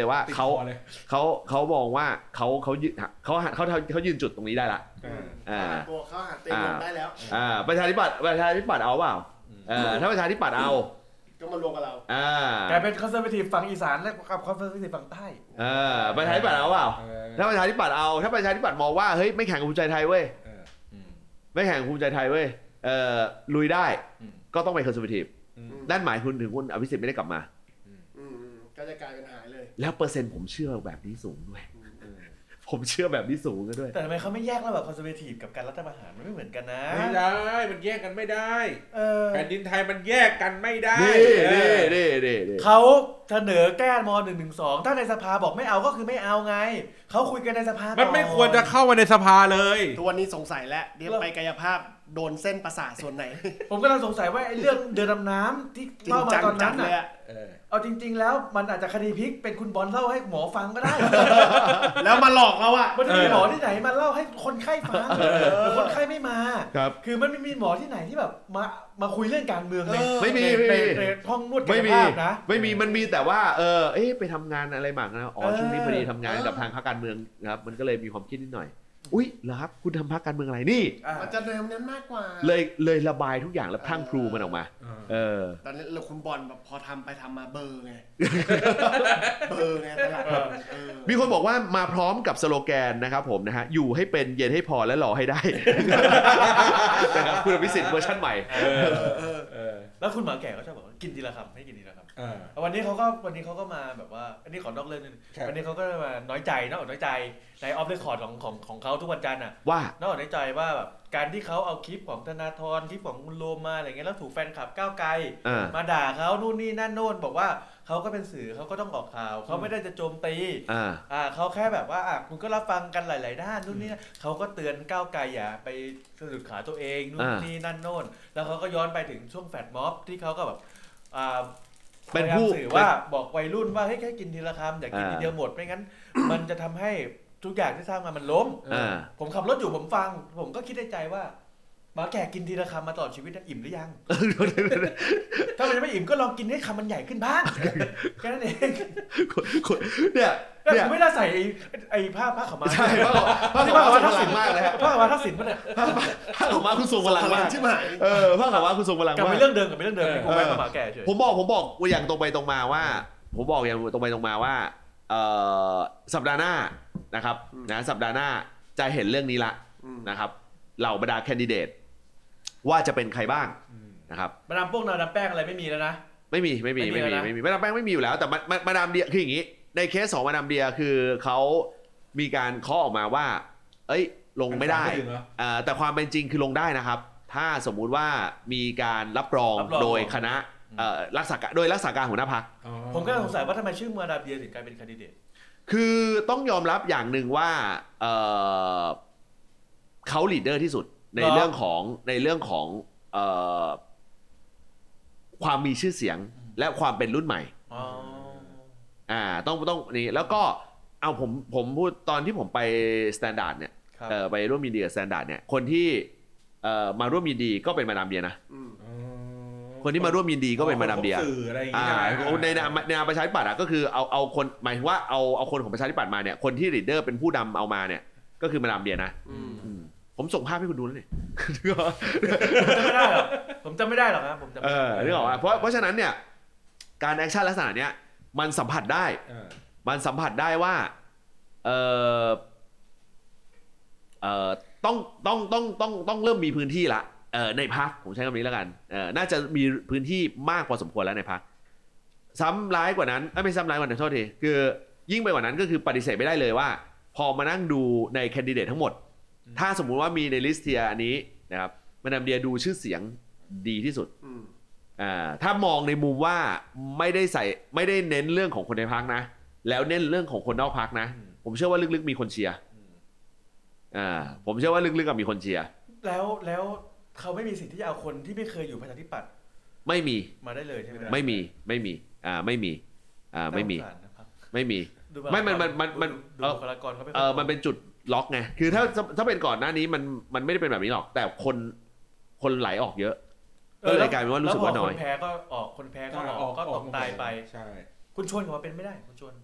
เขามองว่าเขายืนจุดตรงนี้ได้ละตัวเขาหาเต็มลงได้แล้วประชาธิปัตย์เอาเปล่าถ้าประชาธิปัตย์เอาก็มารวมกับเรากลายเป็นคอนเซอร์เวทีฟฝั่งอีสานและกับคอนเซอร์เวทีฟฝั่งใต้ประชาธิปัตย์เอาเปล่าถ้าประชาธิปัตย์เอาถ้าประชาธิปัตย์มองว่าเฮ้ยไม่แข่งกับภูมิใจไทยเว้ยไม่แข่งกับภูมิใจไทยเว้ยลุยได้ก็ต้องไปคอนเซอร์เวทีฟนั่นหมายถึงคุณอภิสิทธิ์ไม่ได้กลับมาก็จะกลายเป็นหายเลยแล้วเปอร์เซ็นต์ผมเชื่อแบบนี้สูงด้วยผมเชื่อแบบนี้สูงกันด้วยแต่ทำไมเขาไม่แยกระหว่างคอนเซอร์เวทีฟกับการรัฐประหารมันไม่เหมือนกันนะไม่ได้มันแยกกันไม่ได้แผ่นดินไทยมันแยกกันไม่ได้เขาเสนอแก้ม.112ถ้าในสภาบอกไม่เอาก็คือไม่เอาไงเขาคุยกันในสภามันไม่ควรจะเข้ามาในสภาเลยทุกวันนี้สงสัยแล้วเดี๋ยวไปกายภาพโดนเส้นประสาทส่วนไหนผมก็สงสัยว่าไอ้เรื่องเรือดำน้ำที่เล่ามาตอนนั้นน่ะเอาจริงๆแล้วมันอาจจะคดีพลิกเป็นคุณบอลเล่าให้หมอฟังก็ได้แล้วมาหลอกเราอ่ะมันมีหมอที่ไหนมาเล่าให้คนไข้ฟังแต่คนไข้ไม่มาคือมันไม่มีหมอที่ไหนที่แบบมาคุยเรื่องการเมืองเลยไม่มีในห้องนวดกายภาพนะไม่มีมันมีแต่ว่าไปทำงานอะไรบ้างนะช่วงนี้พอดีทำงานกับทางพรรคการเมืองนะครับมันก็เลยมีความคิดนิดหน่อยอุ๊ยเหรอครับคุณทำพรรคการเมืองอะไรนี่มันจะเร็วนั้นมากกว่าเลยระบายทุกอย่างแล้วพรั่งพรูมันออกมาตอนนี้เราคุณบอลแบบพอทำไปทำมาเบอร์ไงตลาดมีคนบอกว่ามาพร้อมกับสโลแกนนะครับผมนะฮะอยู่ให้เป็นเย็นให้พอและรอให้ได้นะครับคุณอภิสิทธิ์เวอร์ชั่นใหม่แล้วคุณหมาแก่ก็ชอบบอกว่ากินทีละคำให้กินทีละคำวันนี้เขาก็มาแบบว่าอันนี้ขอนอกเรื่องนึงวันนี้เขาก็มาน้อยใจในออฟเรคคอร์ดของเขาทุกวันจันทร์น่ะว่าน้อยใจว่าแบบการที่เขาเอาคลิปของธนาธรคลิปของคุณโรมมาอะไรเงี้ยแล้วถูกแฟนคลับก้าวไกลมาด่าเขานู่นนี่นั่นโน่นบอกว่าเขาก็เป็นสื่อเขาก็ต้องออกข่าวเขาไม่ได้จะโจมตีเขาแค่แบบว่าคุณก็รับฟังกันหลายๆด้านนู่นนี่เขาก็เตือนก้าวไกลอย่าไปสะดุดขาตัวเองนู่นนี่นั่นโน่นแล้วเขาก็ย้อนไปถึงช่วงแฟดม็อบที่เขาก็แบบเป็นผู้สื่อว่าบอกวัยรุ่นว่าให้แค่กินทีละคำอย่ากินทีเดียวหมดไม่งั้นมันจะทำให้ทุกอย่างที่สร้างมามันล้มผมขับรถอยู่ผมฟังผมก็คิดในใจว่าหมาแก่กินทีละคำมาตลอดชีวิตอิ่มหรือยังถ้ามันไม่อิ่มก็ลองกินให้คำมันใหญ่ขึ้นบ้างแค่นั้นเองเนี่ยผมไม่ได้ใส่ไอ้ผ้าขาวม้าใช่ผ้าขาวม้าทักษิณมากเลยฮะผ้าขาวม้าทักษิณป่ะเนี่ยผ้าขาวม้าคุณทรงพลังมากใช่ไหมผ้าขาวม้าคุณทรงพลังมากกลับไปเรื่องเดิมที่ผมแวะมาหมาแก่เฉยผมบอกอย่างตรงไปตรงมาว่าสัปดาห์หน้านะครับนะสัปดาห์หน้าจะเห็นเรื่องนี้ละนะครับเหล่าบรรดาแคนดิเดตว่าจะเป็นใครบ้างนะครับมาดามพวกนาดามแป้งอะไรไม่มีแล้วนะไม่มีมาดามแป้งไม่มีอยู่แล้วแต่มาดามเดียคืออย่างนี้ในเคสของมาดามเดียคือเขามีการเคาะออกมาว่าลงไม่ได้แต่ความเป็นจริงคือลงได้นะครับถ้าสมมุติว่ามีการรับรองโดยคณะรักษาการหัวหน้าพรรคผมก็สงสัยว่าทำไมชื่อมาดามเดียถึงกลายเป็นแคนดิเดตคือต้องยอมรับอย่างหนึ่งว่าเขาลีดเดอร์ที่สุดในเรื่องของความมีชื่อเสียงและความเป็นรุ่นใหม่ต้องนี่แล้วก็เอาผมพูดตอนที่ผมไปสแตนดาร์ดเนี่ยไปร่วมยินดีกับสแตนดาร์ดเนี่ยคนที่มาร่วมยินดีก็เป็นมาดามเดียนะคนที่มาร่วมยินดีก็เป็นมาดามเดียในนามประชาธิปัตย์ก็คือเอาคนหมายถึงว่าเอาคนของประชาธิปัตย์มาเนี่ยคนที่ลีดเดอร์เป็นผู้นำเอามาเนี่ยก็คือมาดามเดียนะผมส่งภาพให้คุณดูแล้วนี่ผมจำไม่ได้หรอกครับผมจำไม่ได้นึกออกป่ะเพราะฉะนั้นเนี่ยการแอคชั่นลักษณะเนี้ยมันสัมผัสได้ว่าต้องเริ่มมีพื้นที่ละในพรรคผมใช้คำนี้แล้วกันน่าจะมีพื้นที่มากพอสมควรแล้วในพรรคซ้ำร้ายกว่านั้นไม่ซ้ำร้ายกว่านั้นโทษทีคือยิ่งไปกว่านั้นก็คือปฏิเสธไม่ได้เลยว่าพอมานั่งดูในแคนดิเดตทั้งหมดถ้าสมมุติว่ามีในลิสต์เทียอันนี้นะครับมาดามเดียดูชื่อเสียงดีที่สุดถ้ามองในมุมว่าไม่ได้เน้นเรื่องของคนในพรรคนะแล้วเน้นเรื่องของคนนอกพรรคนะผมเชื่อว่าลึกๆมีคนเชียร์ผมเชื่อว่าลึกๆกับมีคนเชียร์แล้วเขาไม่มีสิทธิ์ที่จะเอาคนที่ไม่เคยอยู่ประชาธิปัตย์ไม่มีมาได้เลยใช่ไหมไม่มีไม่มีมันเป็นจุดล็อกไงคือถ้าเป็นก่อนหน้านี้มันไม่ได้เป็นแบบนี้หรอกแต่คนไหลออกเยอะก็เลยกลายเป็นว่ารู้สึกว่าน้อยแล้วพอคนแพ้ก็ออกคนแพ้ก็ออกก็ตกตายไปใช่คุณชวนผมว่าเป็นไม่ได้คุณชวน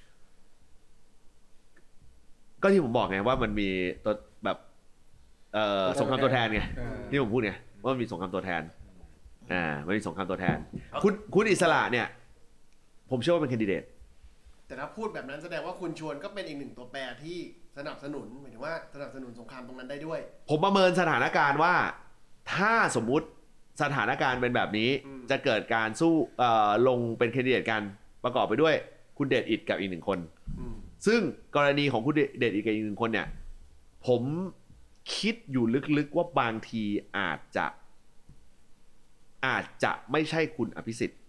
ก็ที่ผมบอกไงว่ามันมีตัวแบบสงครามตัวแทนไงที่ผมพูดไงว่ามันมีสงครามตัวแทนมันมีสงครามตัวแทนคุณอิสระเนี่ยผมเชื่อว่าเป็นแคนดิเดตแต่ถ้าพูดแบบนั้นแสดงว่าคุณชวนก็เป็นอีกหนึ่งตัวแปรที่สนับสนุนหมายถึงว่าสนับสนุนสงครามตรงนั้นได้ด้วยผมประเมินสถานการณ์ว่าถ้าสมมุติสถานการณ์เป็นแบบนี้จะเกิดการสู้ลงเป็นแคนดิเดตกันประกอบไปด้วยคุณเดชอิฐกับอีกหนึ่งคนซึ่งกรณีของคุณเดชอิฐกับอีกหนึ่งคนเนี่ยผมคิดอยู่ลึกๆว่าบางทีอาจจะไม่ใช่คุณอภิสิทธิ์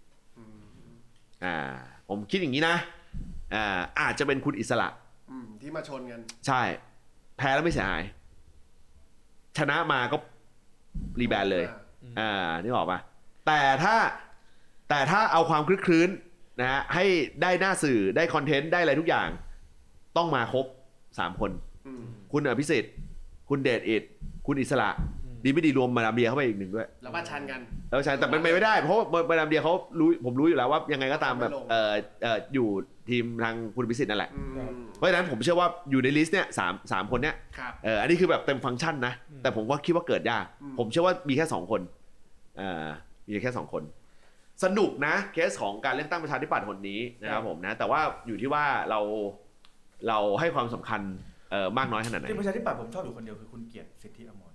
ผมคิดอย่างนี้นะอาจจะเป็นคุณอิสระที่มาชนกันใช่แพ้แล้วไม่เสียหายชนะมาก็รีแบนเลยนึกออกปะแต่ถ้าเอาความคลึกคลื้นนะฮะให้ได้หน้าสื่อได้คอนเทนต์ได้อะไรทุกอย่างต้องมาครบ3คนคุณอภิสิทธิ์คุณเดชอิฐคุณอิสระดีไม่ดีรวมมาดามเดียเข้าไปอีกหนึ่งด้วยแล้วมาชันกันแล้วชันแต่มันไม่ได้เพราะมาดามเดียเขารู้ผมรู้อยู่แล้วว่ายังไงก็ตามแบบอยู่ทีมทางคุณอภิสิทธิ์นั่นแหละเพราะฉะนั้นผมเชื่อว่าอยู่ในลิสต์เนี่ยสามคนเนี้ยอันนี้คือแบบเต็มฟังก์ชันนะแต่ผมก็คิดว่าเกิดยากผมเชื่อว่ามีแค่2คนมีแค่2คนสนุกนะเคสของการเลือกตั้งประชาธิปัตย์คนนี้นะครับผมนะแต่ว่าอยู่ที่ว่าเราให้ความสำคัญมากน้อยขนาดไหนที่ประชาธิปัตย์ผมชอบอยู่คนเดียวคือคุณเกียรติสิทธิอมร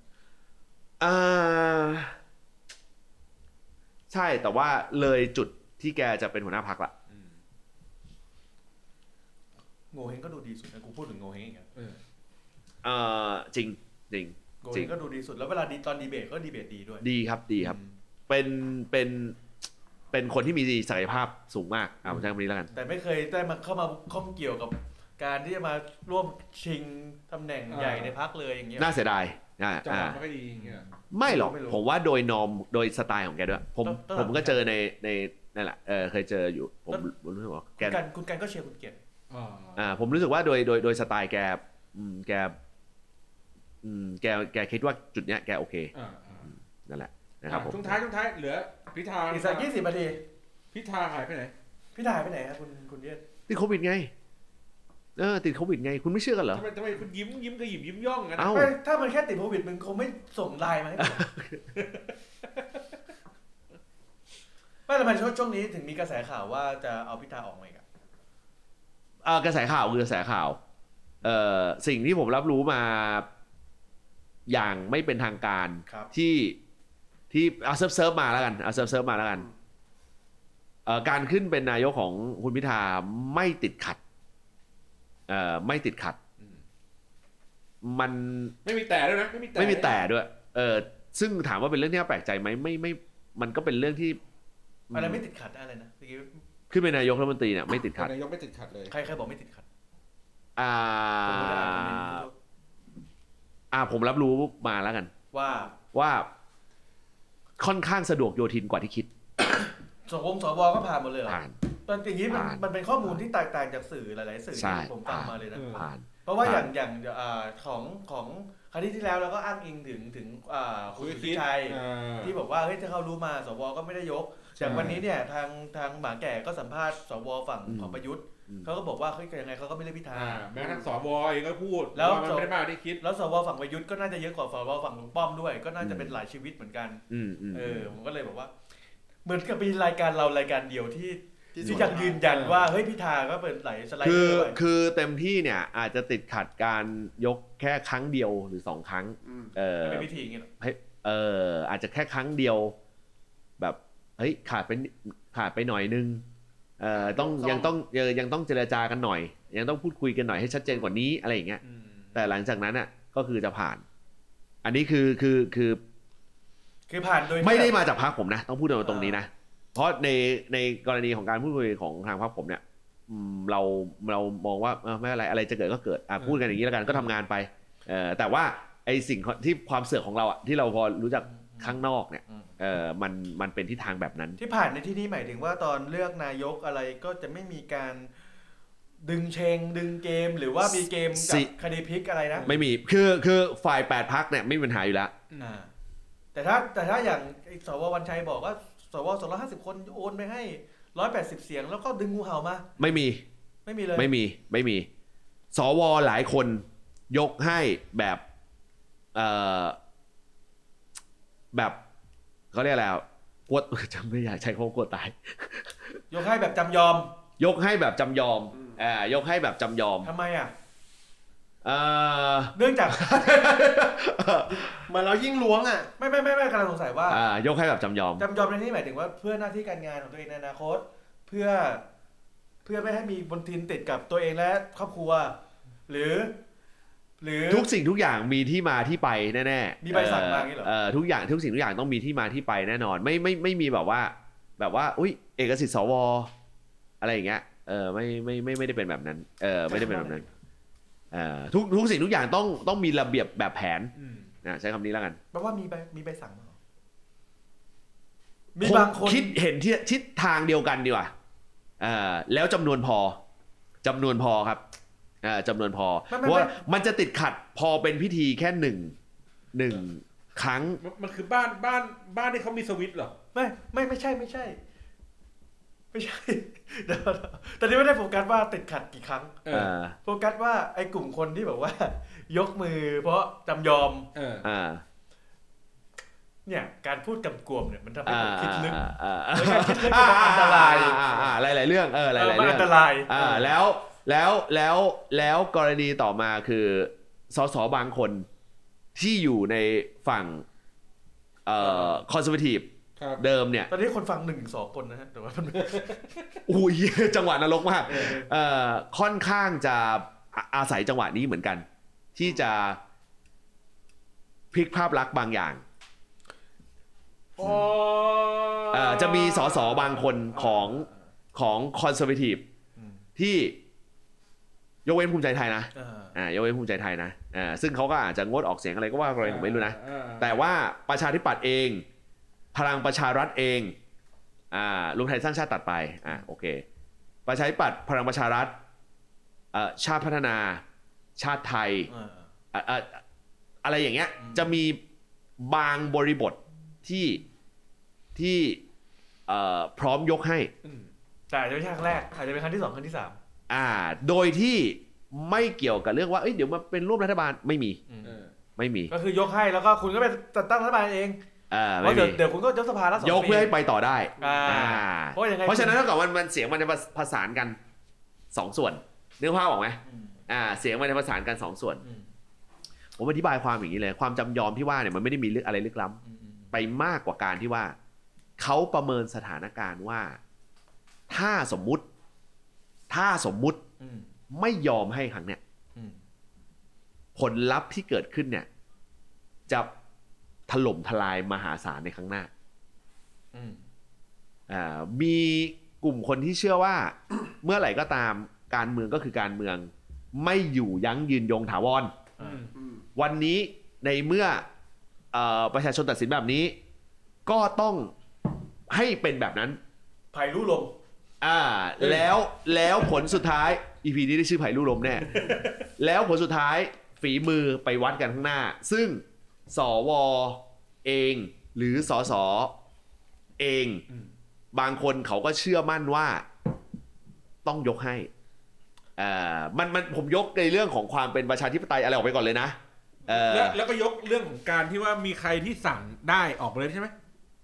ใช่แต่ว่าเลยจุดที่แกจะเป็นหัวหน้าพรรคละโงเฮงก็ดูดีสุดนะกูพูดถึงโงเฮงอีกจริงโงเฮงก็ดูดีสุดแล้วเวลาตอนดีเบตก็ดีเบตดีด้วยดีครับเป็นคนที่มีศักยภาพสูงมากผมใช้คำนี้แล้วกันแต่ไม่เคยได้มาเข้ามาข้องเกี่ยวกับการที่จะมาร่วมชิงตำแหน่งใหญ่ในพรรคเลยอย่างเงี้ยน่าเสียดายจังหวะไม่ดีอย่างเงี้ยไม่หรอกผมว่าโดยนอมโดยสไตล์ของแกด้วยผมก็เจอในนั่นแหละเคยเจออยู่ผมรู้สึกว่าแกคุณกันก็เชียร์คุณเกียรติผมรู้สึกว่าโดยสไตล์แกคิดว่าจุดเนี้ยแกโอเคนั่นแหละนะครับผมช่วงท้ายเหลือพิธาอีกสัก20 นาทีพิธาหายไปไหนพิธาไปไหนครับคุณเยศติดโควิดไงติดโควิดไงคุณไม่เชื่อกันเหรอทำไมคุณยิ้มกระหยิบยิ้มย่องกันถ้ามันแค่ติดโควิดมึงคงไม่ส่งไลน์มาให้ไม่ทำไมช่วงนี้ถึงมีกระแสข่าวว่าจะเอาพิธาออกมาอีกกระแสข่าวคือกระแสข่าวสิ่งที่ผมรับรู้มาอย่างไม่เป็นทางการที่เอาเซิร์ฟมาแล้วกันเอาเซิร์ฟมาแล้วกันการขึ้นเป็นนายกของคุณพิธาไม่ติดขัดมันไม่มีแต่ด้วยนะไม่มีแต่ด้วยซึ่งถามว่าเป็นเรื่องที่น่าแปลกใจไหมไม่มันก็เป็นเรื่องที่อะไรไม่ติดขัดอะไรนะขึ้นเป็นนายกรัฐมนตรีเนี่ยไม่ติดขัดนายกไม่ติดขัดเลยใครบอกไม่ติดขัดผมรับรู้มาแล้วกันว่าค่อนข้างสะดวกโยทินกว่าที่คิดสวก็ผ่านหมดเลยเหรอผ่านตอนอย่างนี้มันเป็นข้อมูลที่แตกต่างจากสื่อหลายๆสื่อที่ผมตามมาเลยนะเพราะว่าอย่างของครั้งที่แล้วเราก็อ้างอิงถึงคุณสุชัยที่บอกว่าเฮ้ยถ้าเขารู้มาสวก็ไม่ได้ยกจากวันนี้เนี่ยทางหมาแก่ก็สัมภาษณ์สวฝั่งของประยุทธ์เขาก็บอกว่าเฮ้ยยังไงเขาก็ไม่เลือกพิธาแม้ทั้งสวเองก็พูดแล้วมันไม่ได้มาได้คิดแล้วสวฝั่งประยุทธ์ก็น่าจะเยอะกว่าสวฝั่งลุงป้อมด้วยก็น่าจะเป็นหลายชีวิตเหมือนกันผมก็เลยบอกว่าเหมือนกับมีรายการเรารายการเดียวที่ยังยืนยันว่าเฮ้ยพิธาก็เป็นไหลสไลด์คือเต็มที่เนี่ยอาจจะติดขัดการยกแค่ครั้งเดียวหรือ2ครั้งเป็นวิธีอย่างเงี้ยอาจจะแค่ครั้งเดียวแบบเฮ้ยขาดไปหน่อยนึงยังต้องเจรจากันหน่อยยังต้องพูดคุยกันหน่อยให้ชัดเจนกว่านี้อะไรอย่างเงี้ยแต่หลังจากนั้นอ่ะก็คือจะผ่านอันนี้คือผ่านโดยไม่ได้มาจากพรรคผมนะต้องพูดตรงนี้นะเพราะในกรณีของการพูดคุยของทางพรรคผมเนี่ยเรามองว่าไม่อะไรจะเกิดก็เกิดพูดกันอย่างนี้แล้วกันก็ทำงานไปแต่ว่าไอสิ่งที่ความเสื่อมของเราอ่ะที่เราพอรู้จักข้างนอกเนี่ยมันเป็นทิศทางแบบนั้นที่ผ่านในที่นี้หมายถึงว่าตอนเลือกนายกอะไรก็จะไม่มีการดึงเกมหรือว่ามีเกมกับคดีพลิกอะไรนะไม่มีคือฝ่าย8พรรคเนี่ยไม่มีปัญหาอยู่แล้วแต่ถ้าอย่างสว.วันชัยบอกว่าสว250 คนโอนไปให้180 เสียงแล้วก็ดึงงูเห่ามาไม่มีเลยไม่มีสวหลายคนยกให้แบบแบบเขาเรียกอะไรกวดจำไม่อยากใช้คำว่ากวดตายยกให้แบบจำยอมยกให้แบบจำยอมยกให้แบบจำยอมทำไมเนื่องจากเหมือนเรายิ่งล้วงไม่กำลังสงสัยว่ายกให้แบบจำยอมในที่หมายถึงว่าเพื่อหน้าที่การงานของตัวเองในอนาคตเพื่อไม่ให้มีบนทินติดกับตัวเองและครอบครัวหรือทุกสิ่งทุกอย่างมีที่มาที่ไปแน่ๆมีใบสั่งมาอย่างนี้เหรอทุกสิ่งทุกอย่างต้องมีที่มาที่ไปแน่นอนไม่มีแบบว่าอุ้ยเอกสิทธิ์สวอะไรอย่างเงี้ยไม่ได้เป็นแบบนั้นไม่ได้เป็นแบบนั้นทุกสิ่งทุกอย่างต้องมีระเบียบแบบแผนใช้คำนี้แล้วกันแปลว่ามีใบสั่งมามีบางคนคิดเห็นทิศทางเดียวกันดีกว่าแล้วจำนวนพอครับจำนวนพอเพราะว่ามันจะติดขัดพอเป็นพิธีแค่หนึ่งครั้งมันคือบ้านที่เขามีสวิตช์เหรอไม่ใช่แต่นี่ไม่ได้โฟกัสว่าติดขัดกี่ครั้งโฟกัสว่าไอ้กลุ่มคนที่แบบว่ายกมือเพราะจำยอมเนี่ยการพูดกำกวมเนี่ยมันทำให้ผมคิดลึกการคิดลึกมันอันตรายหลายๆเรื่องหลายๆเรื่องอันตรายแล้วกรณีต่อมาคือสสบางคนที่อยู่ในฝั่งคอนเซอร์เวทีฟเดิมเนี่ยตอนนี้คนฟัง 1-2 คนนะฮะแต่ว่าอุ้ยจังหวะนรกมากค่อนข้างจะอาศัยจังหวะนี้เหมือนกันที่จะพลิกภาพลักษณ์บางอย่างจะมีสสบางคนของคอนเซอร์เวทีฟที่ยกเว้นภูมิใจไทยนะยกเว้นภูมิใจไทยนะซึ่งเขาก็อาจจะงดออกเสียงอะไรก็ว่าอะไรผมไม่รู้นะแต่ว่าประชาธิปัตย์เองพลังประชารัฐเองรวมไทยสร้างชาติตัดไปโอเคประชาธิปัตย์พลังประชารัฐชาติพัฒนาชาติไทยอะไรอย่างเงี้ยจะมีบางบริบทที่พร้อมยกให้แต่อาจจะไม่ใช่ครั้งแรกอาจจะเป็นครั้งที่2ครั้งที่3 โดยที่ไม่เกี่ยวกับเรื่องว่าเดี๋ยวมาเป็นร่วมรัฐบาลไม่มีก็คือยกให้แล้วก็คุณก็ไปจัดตั้งรัฐบาลเองเพราะเดี๋ยวคุณก็ยกสภาแล้วยกเพื่อให้ไปต่อได้เพราะฉะนั้นเท่ากับมันเสียงมันจะผสานกัน2ส่วนนึกภาพออกไหมเสียงมันจะผสานกัน2ส่วนผมอธิบายความอย่างนี้เลยความจำยอมที่ว่าเนี่ยมันไม่ได้มีอะไรลึกล้ำไปมากกว่าการที่ว่าเขาประเมินสถานการณ์ว่าถ้าสมมุติไม่ยอมให้ครั้งเนี่ยผลลัพธ์ที่เกิดขึ้นเนี่ยจะถล่มทลายมหาศาลในครั้งหน้ามีกลุ่มคนที่เชื่อว่า เมื่อไหร่ก็ตามการเมืองก็คือการเมืองไม่อยู่ยั้งยืนยงถาวรวันนี้ในเมื่อประชาชนตัดสินแบบนี้ก็ต้องให้เป็นแบบนั้นไผ่ลู่ลมแล้วผลสุดท้าย EP นี้ได้ชื่อไผ่ลู่ลมแน่ แล้วผลสุดท้ายฝีมือไปวัดกันข้างหน้าซึ่งสวเองหรือสสเองบางคนเขาก็เชื่อมั่นว่าต้องยกให้มันผมยกในเรื่องของความเป็นประชาธิปไตยอะไรออกไปก่อนเลยนะแล้วก็ยกเรื่องของการที่ว่ามีใครที่สั่งได้ออกเลยใช่ไหม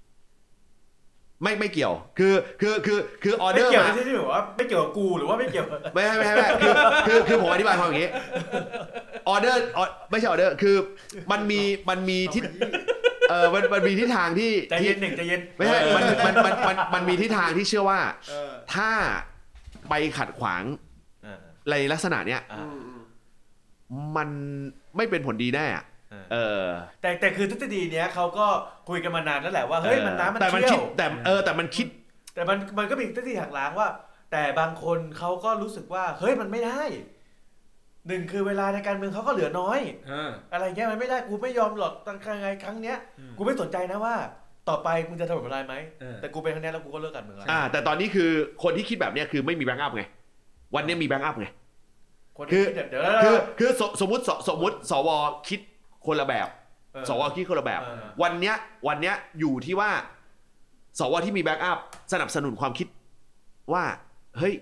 ไม่เกี่ยวคือออเดอร์มาที่บอกว่าไม่เกี่ยวกับกูหรือว่าไม่เกี่ยวไม่คือผมอธิบายความอย่างนี้ออเดอร์ไม่ใช่ออเดอร์คือมันมีทิศมันมีทิศทางที่ใจเย็นหนึ่งใจเย็นไม่ใช่มันมีทิศทางที่เชื่อว่าถ้าไปขัดขวางในลักษณะเนี้ยมันไม่เป็นผลดีแน่แต่คือทฤษฎีเนี้ยเขาก็คุยกันมานานแล้วแหละว่าเฮ้ยมันน้ำมันเชี่ยวแต่มันก็มีทฤษฎีหักล้างว่าแต่บางคนเขาก็รู้สึกว่าเฮ้ยมันไม่ได้หนึ่งคือเวลาในการเมืองเขาก็เหลือน้อยอะไรเงี้ยมันไม่ได้กูไม่ยอมหรอกตั้งไงครั้งเนี้ยกูไม่สนใจนะว่าต่อไปมึงจะถล่มทลายไหมแต่กูเป็นครั้งนี้แล้วกูก็เลิกการเมืองแล้วแต่ตอนนี้คือคนที่คิดแบบเนี้ยคือไม่มีแบงค์อัพไงวันนี้มีแบงค์อัพไงคือสมมุติสวคิดคนละแบบสวคิดคนละแบบวันเนี้ยอยู่ที่ว่าสวที่มีแบ็กอัพสนับสนุนความคิดว่าเฮ้ย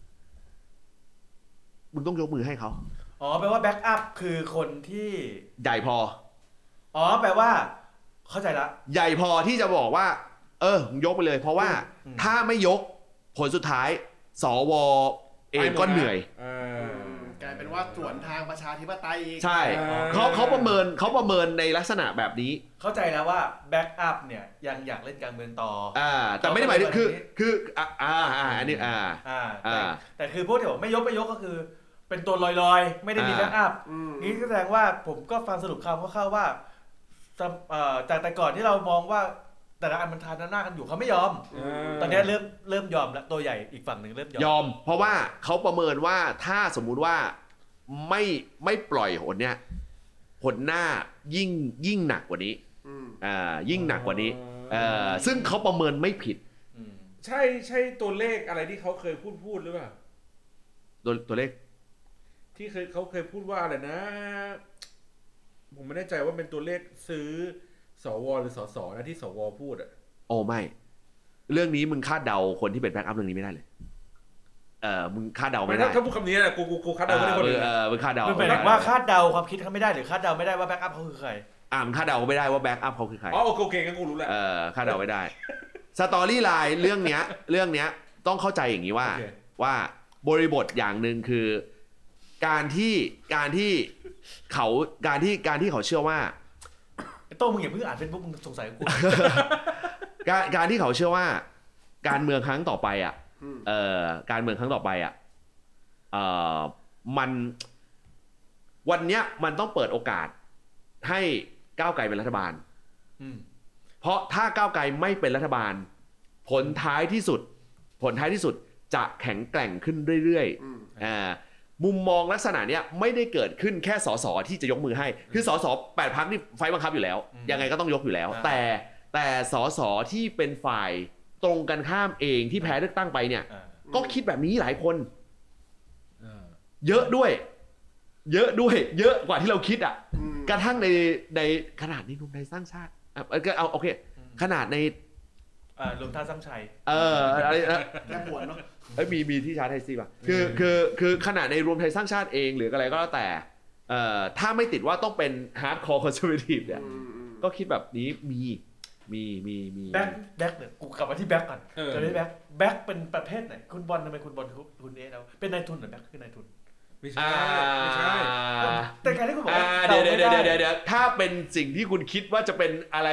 มึงต้องยกมือให้เขาอ๋อแปลว่าแบ็กอัพคือคนที่ใหญ่พออ๋อแปลว่าเข้าใจละใหญ่พอที่จะบอกว่ามึงยกไปเลยเพราะว่าถ้าไม่ยกผลสุดท้ายสวเองก็เหนื่อยกลายเป็นว่าสวนทางประชาธิปไตยอีกใช่เขาประเมินในลักษณะแบบนี้เข้าใจแล้วว่าแบ็กอัพเนี่ยยังอยากเล่นการเมืองต่อแต่ไม่ได้หมายถึงคืออันนี้แต่คือพวกที่บอกไม่ยกก็คือเป็นตัวลอยๆไม่ได้มีแบ็กอัพนี่แสดงว่าผมก็ฟังสรุปคำคร่าวๆว่าจากแต่ก่อนที่เรามองว่าแต่ละอันมันทานหน้ากันอยู่เขาไม่ยอมตอนนี้เริ่มยอมแล้วตัวใหญ่อีกฝั่งหนึ่งเริ่มยอมเพราะว่าเขาประเมินว่าถ้าสมมุติว่าไม่ปล่อยหนเนี้ยหนหน้ายิ่งหนักกว่านี้ยิ่งหนักกว่านี้ซึ่งเขาประเมินไม่ผิดใช่ตัวเลขอะไรที่เขาเคยพูดหรือเปล่าตัวเลขที่เขาเคยพูดว่าอะไรนะผมไม่แน่ใจว่าเป็นตัวเลขซื้อสวหรือสสนะที่สวพูดโอ้ไม่เรื่องนี้มึงคาดเดาคนที่เป็นแบ็กอัพเรื่องนี้ไม่ได้เลยมึงคาดเดาไม่ได้ถ้าพูดคำนี้นะกูคาดเดาไม่ได้คนอื่นมึงคาดเดาไม่ได้ว่าคาดเดาความคิดเขาไม่ได้หรือคาดเดาไม่ได้ว่าแบ็กอัพเขาคือใครมึงคาดเดาไม่ได้ว่าแบ็กอัพเขาคือใครอ๋อโอเคงั้นกูรู้แล้วคาดเดาไม่ได้สตอรี่ไลน์เรื่องเนี้ยต้องเข้าใจอย่างนี้ว่าบริบทอย่างนึงคือการที่เขาเชื่อว่าไอ้โต้มึงอย่าเพิ่งอ่านเฟซบุ๊กมึงสงสัยกูการที่เขาเชื่อว่าการเมืองครั้งต่อไปการเมืองครั้งต่อไปมันวันเนี้ยมันต้องเปิดโอกาสให้ก้าวไกลเป็นรัฐบาลเพราะถ้าก้าวไกลไม่เป็นรัฐบาลผลท้ายที่สุดจะแข็งแกร่งขึ้นเรื่อยๆมุมมองลักษณะเนี้ยไม่ได้เกิดขึ้นแค่สสที่จะยกมือให้คือสส8พรรคนี่ไฟบังคับอยู่แล้วยังไงก็ต้องยกอยู่แล้วแต่สสที่เป็นฝ่ายตรงกันข้ามเองที่แพ้เลือกตั้งไปเนี่ยก็คิดแบบนี้หลายคนเยอะด้วยเยอะกว่าที่เราคิดกระทั่งในขนาดนี้รวมไทยสร้างชาติก็เอาโอเคขนาดในรวมท่าสร้างชัยอะไรแค่ปวดเนาะมีที่ชาร์จไทยซีป่ะคือขนาดในรวมไทยสร้างชาติเองหรืออะไรก็แล้วแต่ถ้าไม่ติดว่าต้องเป็นฮาร์ดคอร์คอนเซอร์เวทีฟเนี่ยก็คิดแบบนี้มีแบ็คเนี่ยกูกลับมาที่แบ็คก่อนจะได้แบ็คเป็นประเภทไหนคุณบอลทำไมคุณบอลคุณแล้วเป็นนายทุนหรือแบ็คคือนายทุนไม่ใช่แต่การที่คุณบอกว่าเดี๋ยวถ้าเป็นสิ่งที่คุณคิดว่าจะเป็นอะไร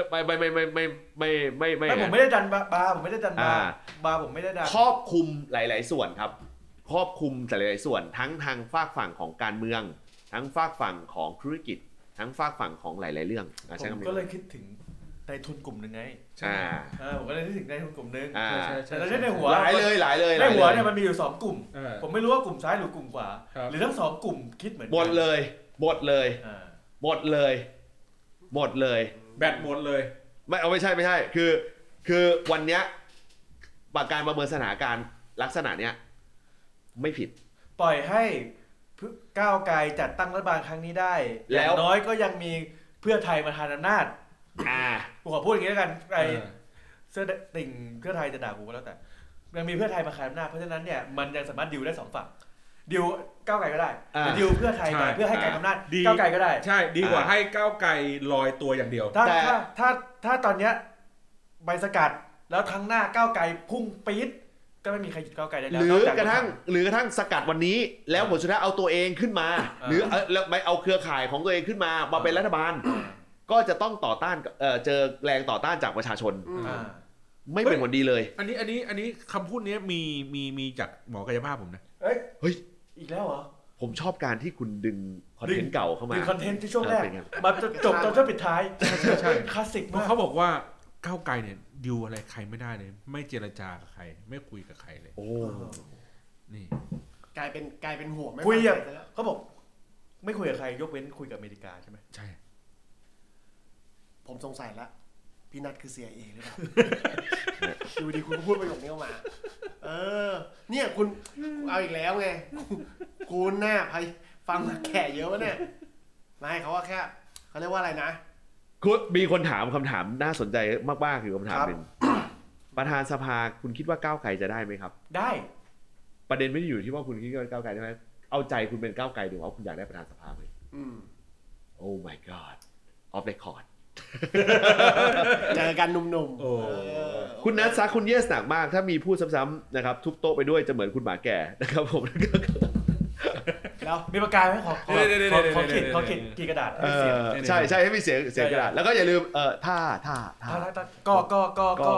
ไม่ผมไม่ได้ดันบาร์ผมไม่ได้ดันบาร์ผมไม่ได้ดันครอบคลุมหลายๆส่วนครับครอบคลุมหลายๆส่วนทั้งทางฝากฝั่งของการเมืองทั้งฝากฝั่งของธุรกิจทั้งฝากฝั่งของหลายๆเรื่องผมก็เลยคิดถึงนายทุนกลุ่มหนึ่งไงผมก็เลยนึกถึงนายทุนกลุ่มหนึ่งแต่เราในหัวหลายเลยในหัวเนี่ยมันมีอยู่2กลุ่มผมไม่รู้ว่ากลุ่มซ้ายหรือกลุ่มขวาหรือทั้ง2กลุ่มคิดเหมือนกันหมดเลยแบตหมดเลยไม่ใช่คือวันเนี้ยการประเมินสถานการณ์ลักษณะเนี้ยไม่ผิดปล่อยให้ก้าวไกลจัดตั้งรัฐบาลครั้งนี้ได้อย่างน้อยก็ยังมีเพื่อไทยมาทานอำนาจกูขอพูดอย่างนี้แล้วกันไอ้เสื้อติ่งเพื่อไทยจะด่ากูก็แล้วแต่ยังมีเพื่อไทยมาขายอำนาจเพราะฉะนั้นเนี่ยมันยังสามารถดิวได้2ฝั่งดิวก้าวไกลก็ได้ดิวเพื่อไทยมาเพื่อให้ไกลอำนาจก้าวไกลก็ได้ใช่ดีกว่าให้ก้าวไกลลอยตัวอย่างเดียวถ้าตอนเนี้ยใบสกัดแล้วทั้งหน้าก้าวไกลพุ่งปี๊ดก็ไม่มีใครหยุดก้าวไกลได้แล้วหรือกระทั่งสกัดวันนี้แล้วผลสุดท้ายเอาตัวเองขึ้นมาหรือแล้วไม่เอาเครือข่ายของตัวเองขึ้นมาเป็นรัฐบาลก็จะต้องต่อต้านเจอแรงต่อต้านจากประชาชนไม่เป็นผลดีเลยอันนี้คำพูดนี้มีจากหมอกายภาพผมนะเฮ้ยอีกแล้วเหรอผมชอบการที่คุณดึงคอนเทนต์เก่าเข้ามาดึงคอนเทนต์ที่ช่วงแรกมาจบตอนช่วงปิดท้ายใช่คลาสสิกมากเขาบอกว่าก้าวไกลเนี่ยดิวอะไรใครไม่ได้เลยไม่เจรจากับใครไม่คุยกับใครเลยโอ้นี่กลายเป็นห่วงไม่คุยอ่ะเขาบอกไม่คุยกับใครยกเว้นคุยกับอเมริกาใช่ไหมใช่ผมสงสัยละพี่นัทคือ CIA หรือเปล่าดูดีคุณพูดประโยคนี้ออกมาเนี่ยคุณเอาอีกแล้วไงคุณน่ะฟังมาแก่เยอะวะเนี่ยไม่เขาว่าแค่เขาเรียกว่าอะไรนะมีคนถามคำถามน่าสนใจมากๆคือคำถามหนึ่งประธานสภาคุณคิดว่าก้าวไกลจะได้ไหมครับได้ประเด็นไม่ได้อยู่ที่ว่าคุณคิดว่าก้าวไกลได้ไหมเอาใจคุณเป็นก้าวไกลดูว่าคุณอยากได้ประธานสภาไหมโอ้ my god off record เจอกันหนุ่มๆคุณนัทซักคุณเยสหนักมากถ้ามีพูดซ้ำๆนะครับทุบโต๊ะไปด้วยจะเหมือนคุณหมาแก่นะครับผมแล้วมีปากกาไหมขอขีดกี่กระดาษใช่ให้มีเสียงกระดาษแล้วก็อย่าลืมท่าก็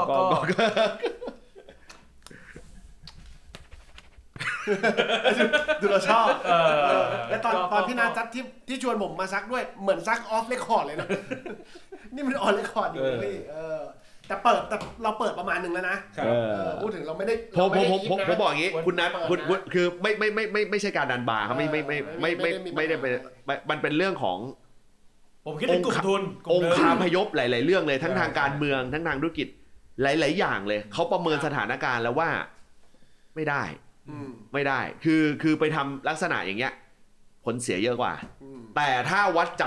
ดูเราชอบแล้วตอนพี่นาซักที่ชวนผมมาซักด้วยเหมือนซักออฟเรคคอร์ดเลยนะนี่มันออนเรคคอร์ดอยู่พี่แต่เราเปิดประมาณนึงแล้วนะพูดถึงเราไม่ได้ผมบอกอย่างนี้คุณนัทคุณคือไม่ใช่การดันบาร์ครับไม่ได้เป็นมันเป็นเรื่องของผมคิดถึงกลุ่มทุนองค์คาพยพหลายๆเรื่องเลยทั้งทางการเมืองทั้งทางธุรกิจหลายๆอย่างเลยเขาประเมินสถานการณ์แล้วว่าไม่ได้คือไปทำลักษณะอย่างเงี้ยผลเสียเยอะกว่าแต่ถ้าวัดใจ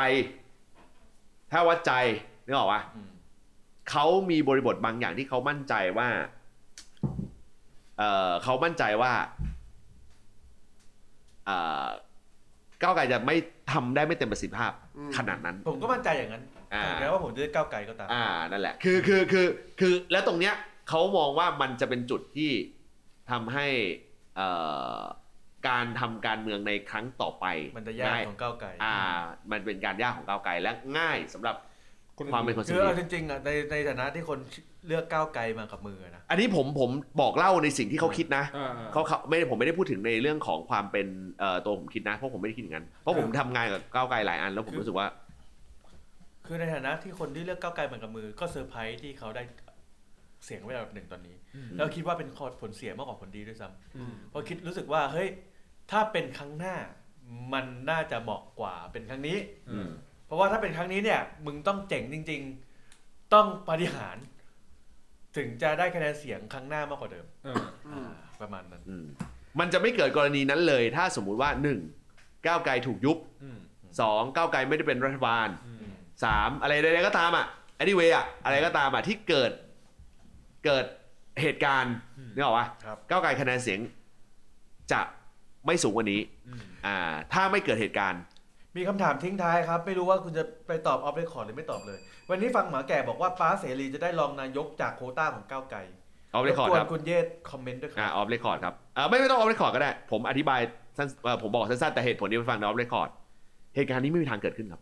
นึกออกปะเขามีบริบทบางอย่างที่เขามั่นใจว่าก้าวไกลจะไม่ทำได้ไม่เต็มประสิทธิภาพขนาดนั้นผมก็มั่นใจอย่างนั้นแม้ว่าผมจะได้ก้าวไกลก็ตามนั่นแหละคือแล้วตรงเนี้ยเขามองว่ามันจะเป็นจุดที่ทำให้การทำการเมืองในครั้งต่อไปมันจะยากของก้าวไกลมันเป็นการยากของก้าวไกลและง่ายสำหรับความเป็นคนคือจริงๆในฐานะที่คนเลือกก้าวไกลมากับมือนะอันนี้ผมบอกเล่าในสิ่งที่เขาคิดนะผมไม่ได้พูดถึงในเรื่องของความเป็นตัวผมคิดนะเพราะผมไม่ได้คิดอย่างนั้นเพราะผมทำงานกับก้าวไกลหลายอันแล้วผมรู้สึกว่าคือในฐานะที่คนที่เลือกก้าวไกลมากับมือก็เซอร์ไพรส์ที่เขาได้เสียงไว้ระดับหนึ่งตอนนี้แล้วคิดว่าเป็นผลเสียมากกว่าผลดีด้วยซ้ำเพราะคิดรู้สึกว่าเฮ้ยถ้าเป็นครั้งหน้ามันน่าจะเหมาะกว่าเป็นครั้งนี้เพราะว่าถ้าเป็นครั้งนี้เนี่ยมึงต้องเจ๋งจริงๆต้องปฏิหารถึงจะได้คะแนนเสียงครั้งหน้ามากกว่าเดิมประมาณนั้นมันจะไม่เกิดกรณีนั้นเลยถ้าสมมุติว่า1ก้าวไกลถูกยุบ2ก้าวไกลไม่ได้เป็นรัฐบาล3อะไรใดๆก็ตามanyway อะไรก็ตามที่เกิดเหตุการณ์นึกออกป่ะก้าวไกลคะแนนเสียงจะไม่สูงกว่านี้ถ้าไม่เกิดเหตุการณ์มีคำถามทิ้งท้ายครับไม่รู้ว่าคุณจะไปตอบออฟเรคคอร์ดหรือไม่ตอบเลยวันนี้ฟังหมาแก่บอกว่าป้าเสรีจะได้รองนายกจากโควต้าของก้าวไกลออฟเรคคอร์ดครับคุณเยศคอมเมนต์ด้วยครับออฟเรคคอร์ดครับไม่ต้องออฟเรคคอร์ดก็ได้ผมอธิบายสั้นผมบอกสั้นๆแต่เหตุผลที่ไปฟังในออฟเรคคอร์ดเหตุการณ์นี้ไม่มีทางเกิดขึ้นครับ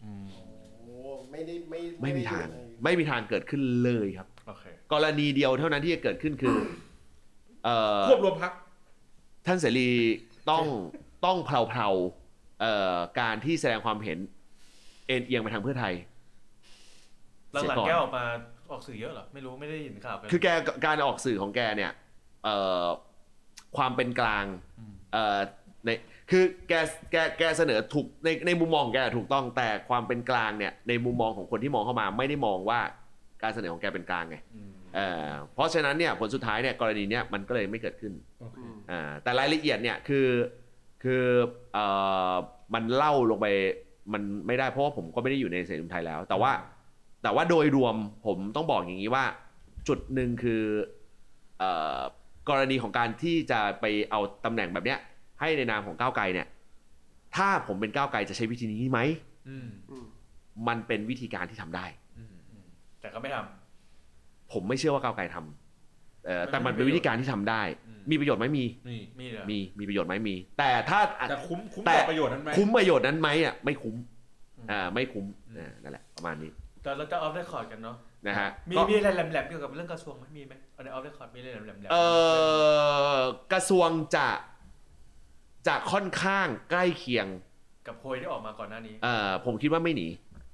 ไม่มีทางเกิดขึ้นเลยครับกรณีเดียวเท่านั้นที่จะเกิดขึ้นคือควบรวมพรรคท่านเสรีต้องเพลาการที่แสดงความเห็นเอ็นเอียงไปทางเพื่อไทยหลังๆแกออกมาออกสื่อเยอะเหรอไม่รู้ไม่ได้ยินข่าวกันคือแกการออกสื่อของแกเนี่ยความเป็นกลางในคือแกเสนอถูกในมุมมองของแกถูกต้องแต่ความเป็นกลางเนี่ยในมุมมองของคนที่มองเข้ามาไม่ได้มองว่าการเสนอของแกเป็นกลางไงเพราะฉะนั้นเนี่ยผลสุดท้ายเนี่ยกรณีเนี้ยมันก็เลยไม่เกิดขึ้นแต่รายละเอียดเนี่ยคือมันเล่าลงไปมันไม่ได้เพราะว่าผมก็ไม่ได้อยู่ในเสรีรวมไทยแล้วแต่ว่าโดยรวมผมต้องบอกอย่างนี้ว่าจุดหนึ่งคือกรณีของการที่จะไปเอาตำแหน่งแบบเนี้ยให้ในนามของก้าวไกลเนี่ยถ้าผมเป็นก้าวไกลจะใช้วิธีนี้ไหมมันเป็นวิธีการที่ทำได้แต่ก็ไม่ทำผมไม่เชื่อว่าก้าวไกลทำแต่มันเป็นวิธีการที่ทำได้มีประโยชน์ไหมมีประโยชน์ไหมมีแต่ถ้าแต่คุ้มประโยชน์นั้นไหมคุ้มประโยชน์นั้นไหมไม่คุ้มไม่คุ้มนั่นแหละประมาณนี้แต่เราจะออฟเรคคอร์ดกันเนาะนะฮะมีอะไรแหลมๆเกี่ยวกับเรื่องกระทรวงไหมมีไหมในออฟเรคคอร์ดมีอะไรแหลมๆกระทรวงจะค่อนข้างใกล้เคียงกับโพยที่ออกมาก่อนหน้านี้ผมคิดว่าไม่หนี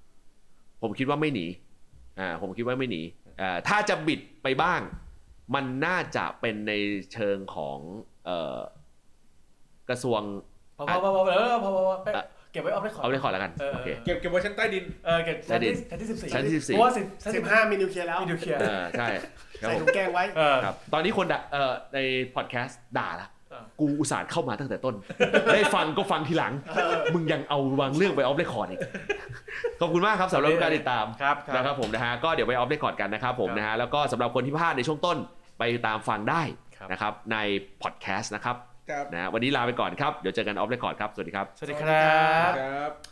ถ้าจะบิดไปบ้างมันน่าจะเป็นในเชิงของกระทรวงพอเก็บไว้ออฟเรคคอร์ดแล้วกันโอเคเก็บไว้ชั้นใต้ดินเก็บชั้นที่14 เพราะว่า 15มีนิวเคลียร์แล้วใช่ใส่ถุงแกงไว้ครับตอนนี้คนในพอดแคสต์ด่าละกูอุตส่าห์เข้ามาตั้งแต่ต้น ได้ฟังก็ฟังทีหลัง มึงยังเอาวางเรื่องไปออฟเรคคอร์ดอีกขอบคุณมากครับสำหรับการติดตามนะครับผมนะฮะก็เดี๋ยวไปออฟเรคคอร์ดกันนะครับผมนะฮะแล้วก็สำหรับคนที่พลาดในช่วงต้นไปตามฟังได้นะครับในพอดแคสต์นะครับนะวันนี้ลาไปก่อนครับเดี๋ยวเจอกันออฟเรคคอร์ดครับสวัสดีครับสวัสดีครับครับ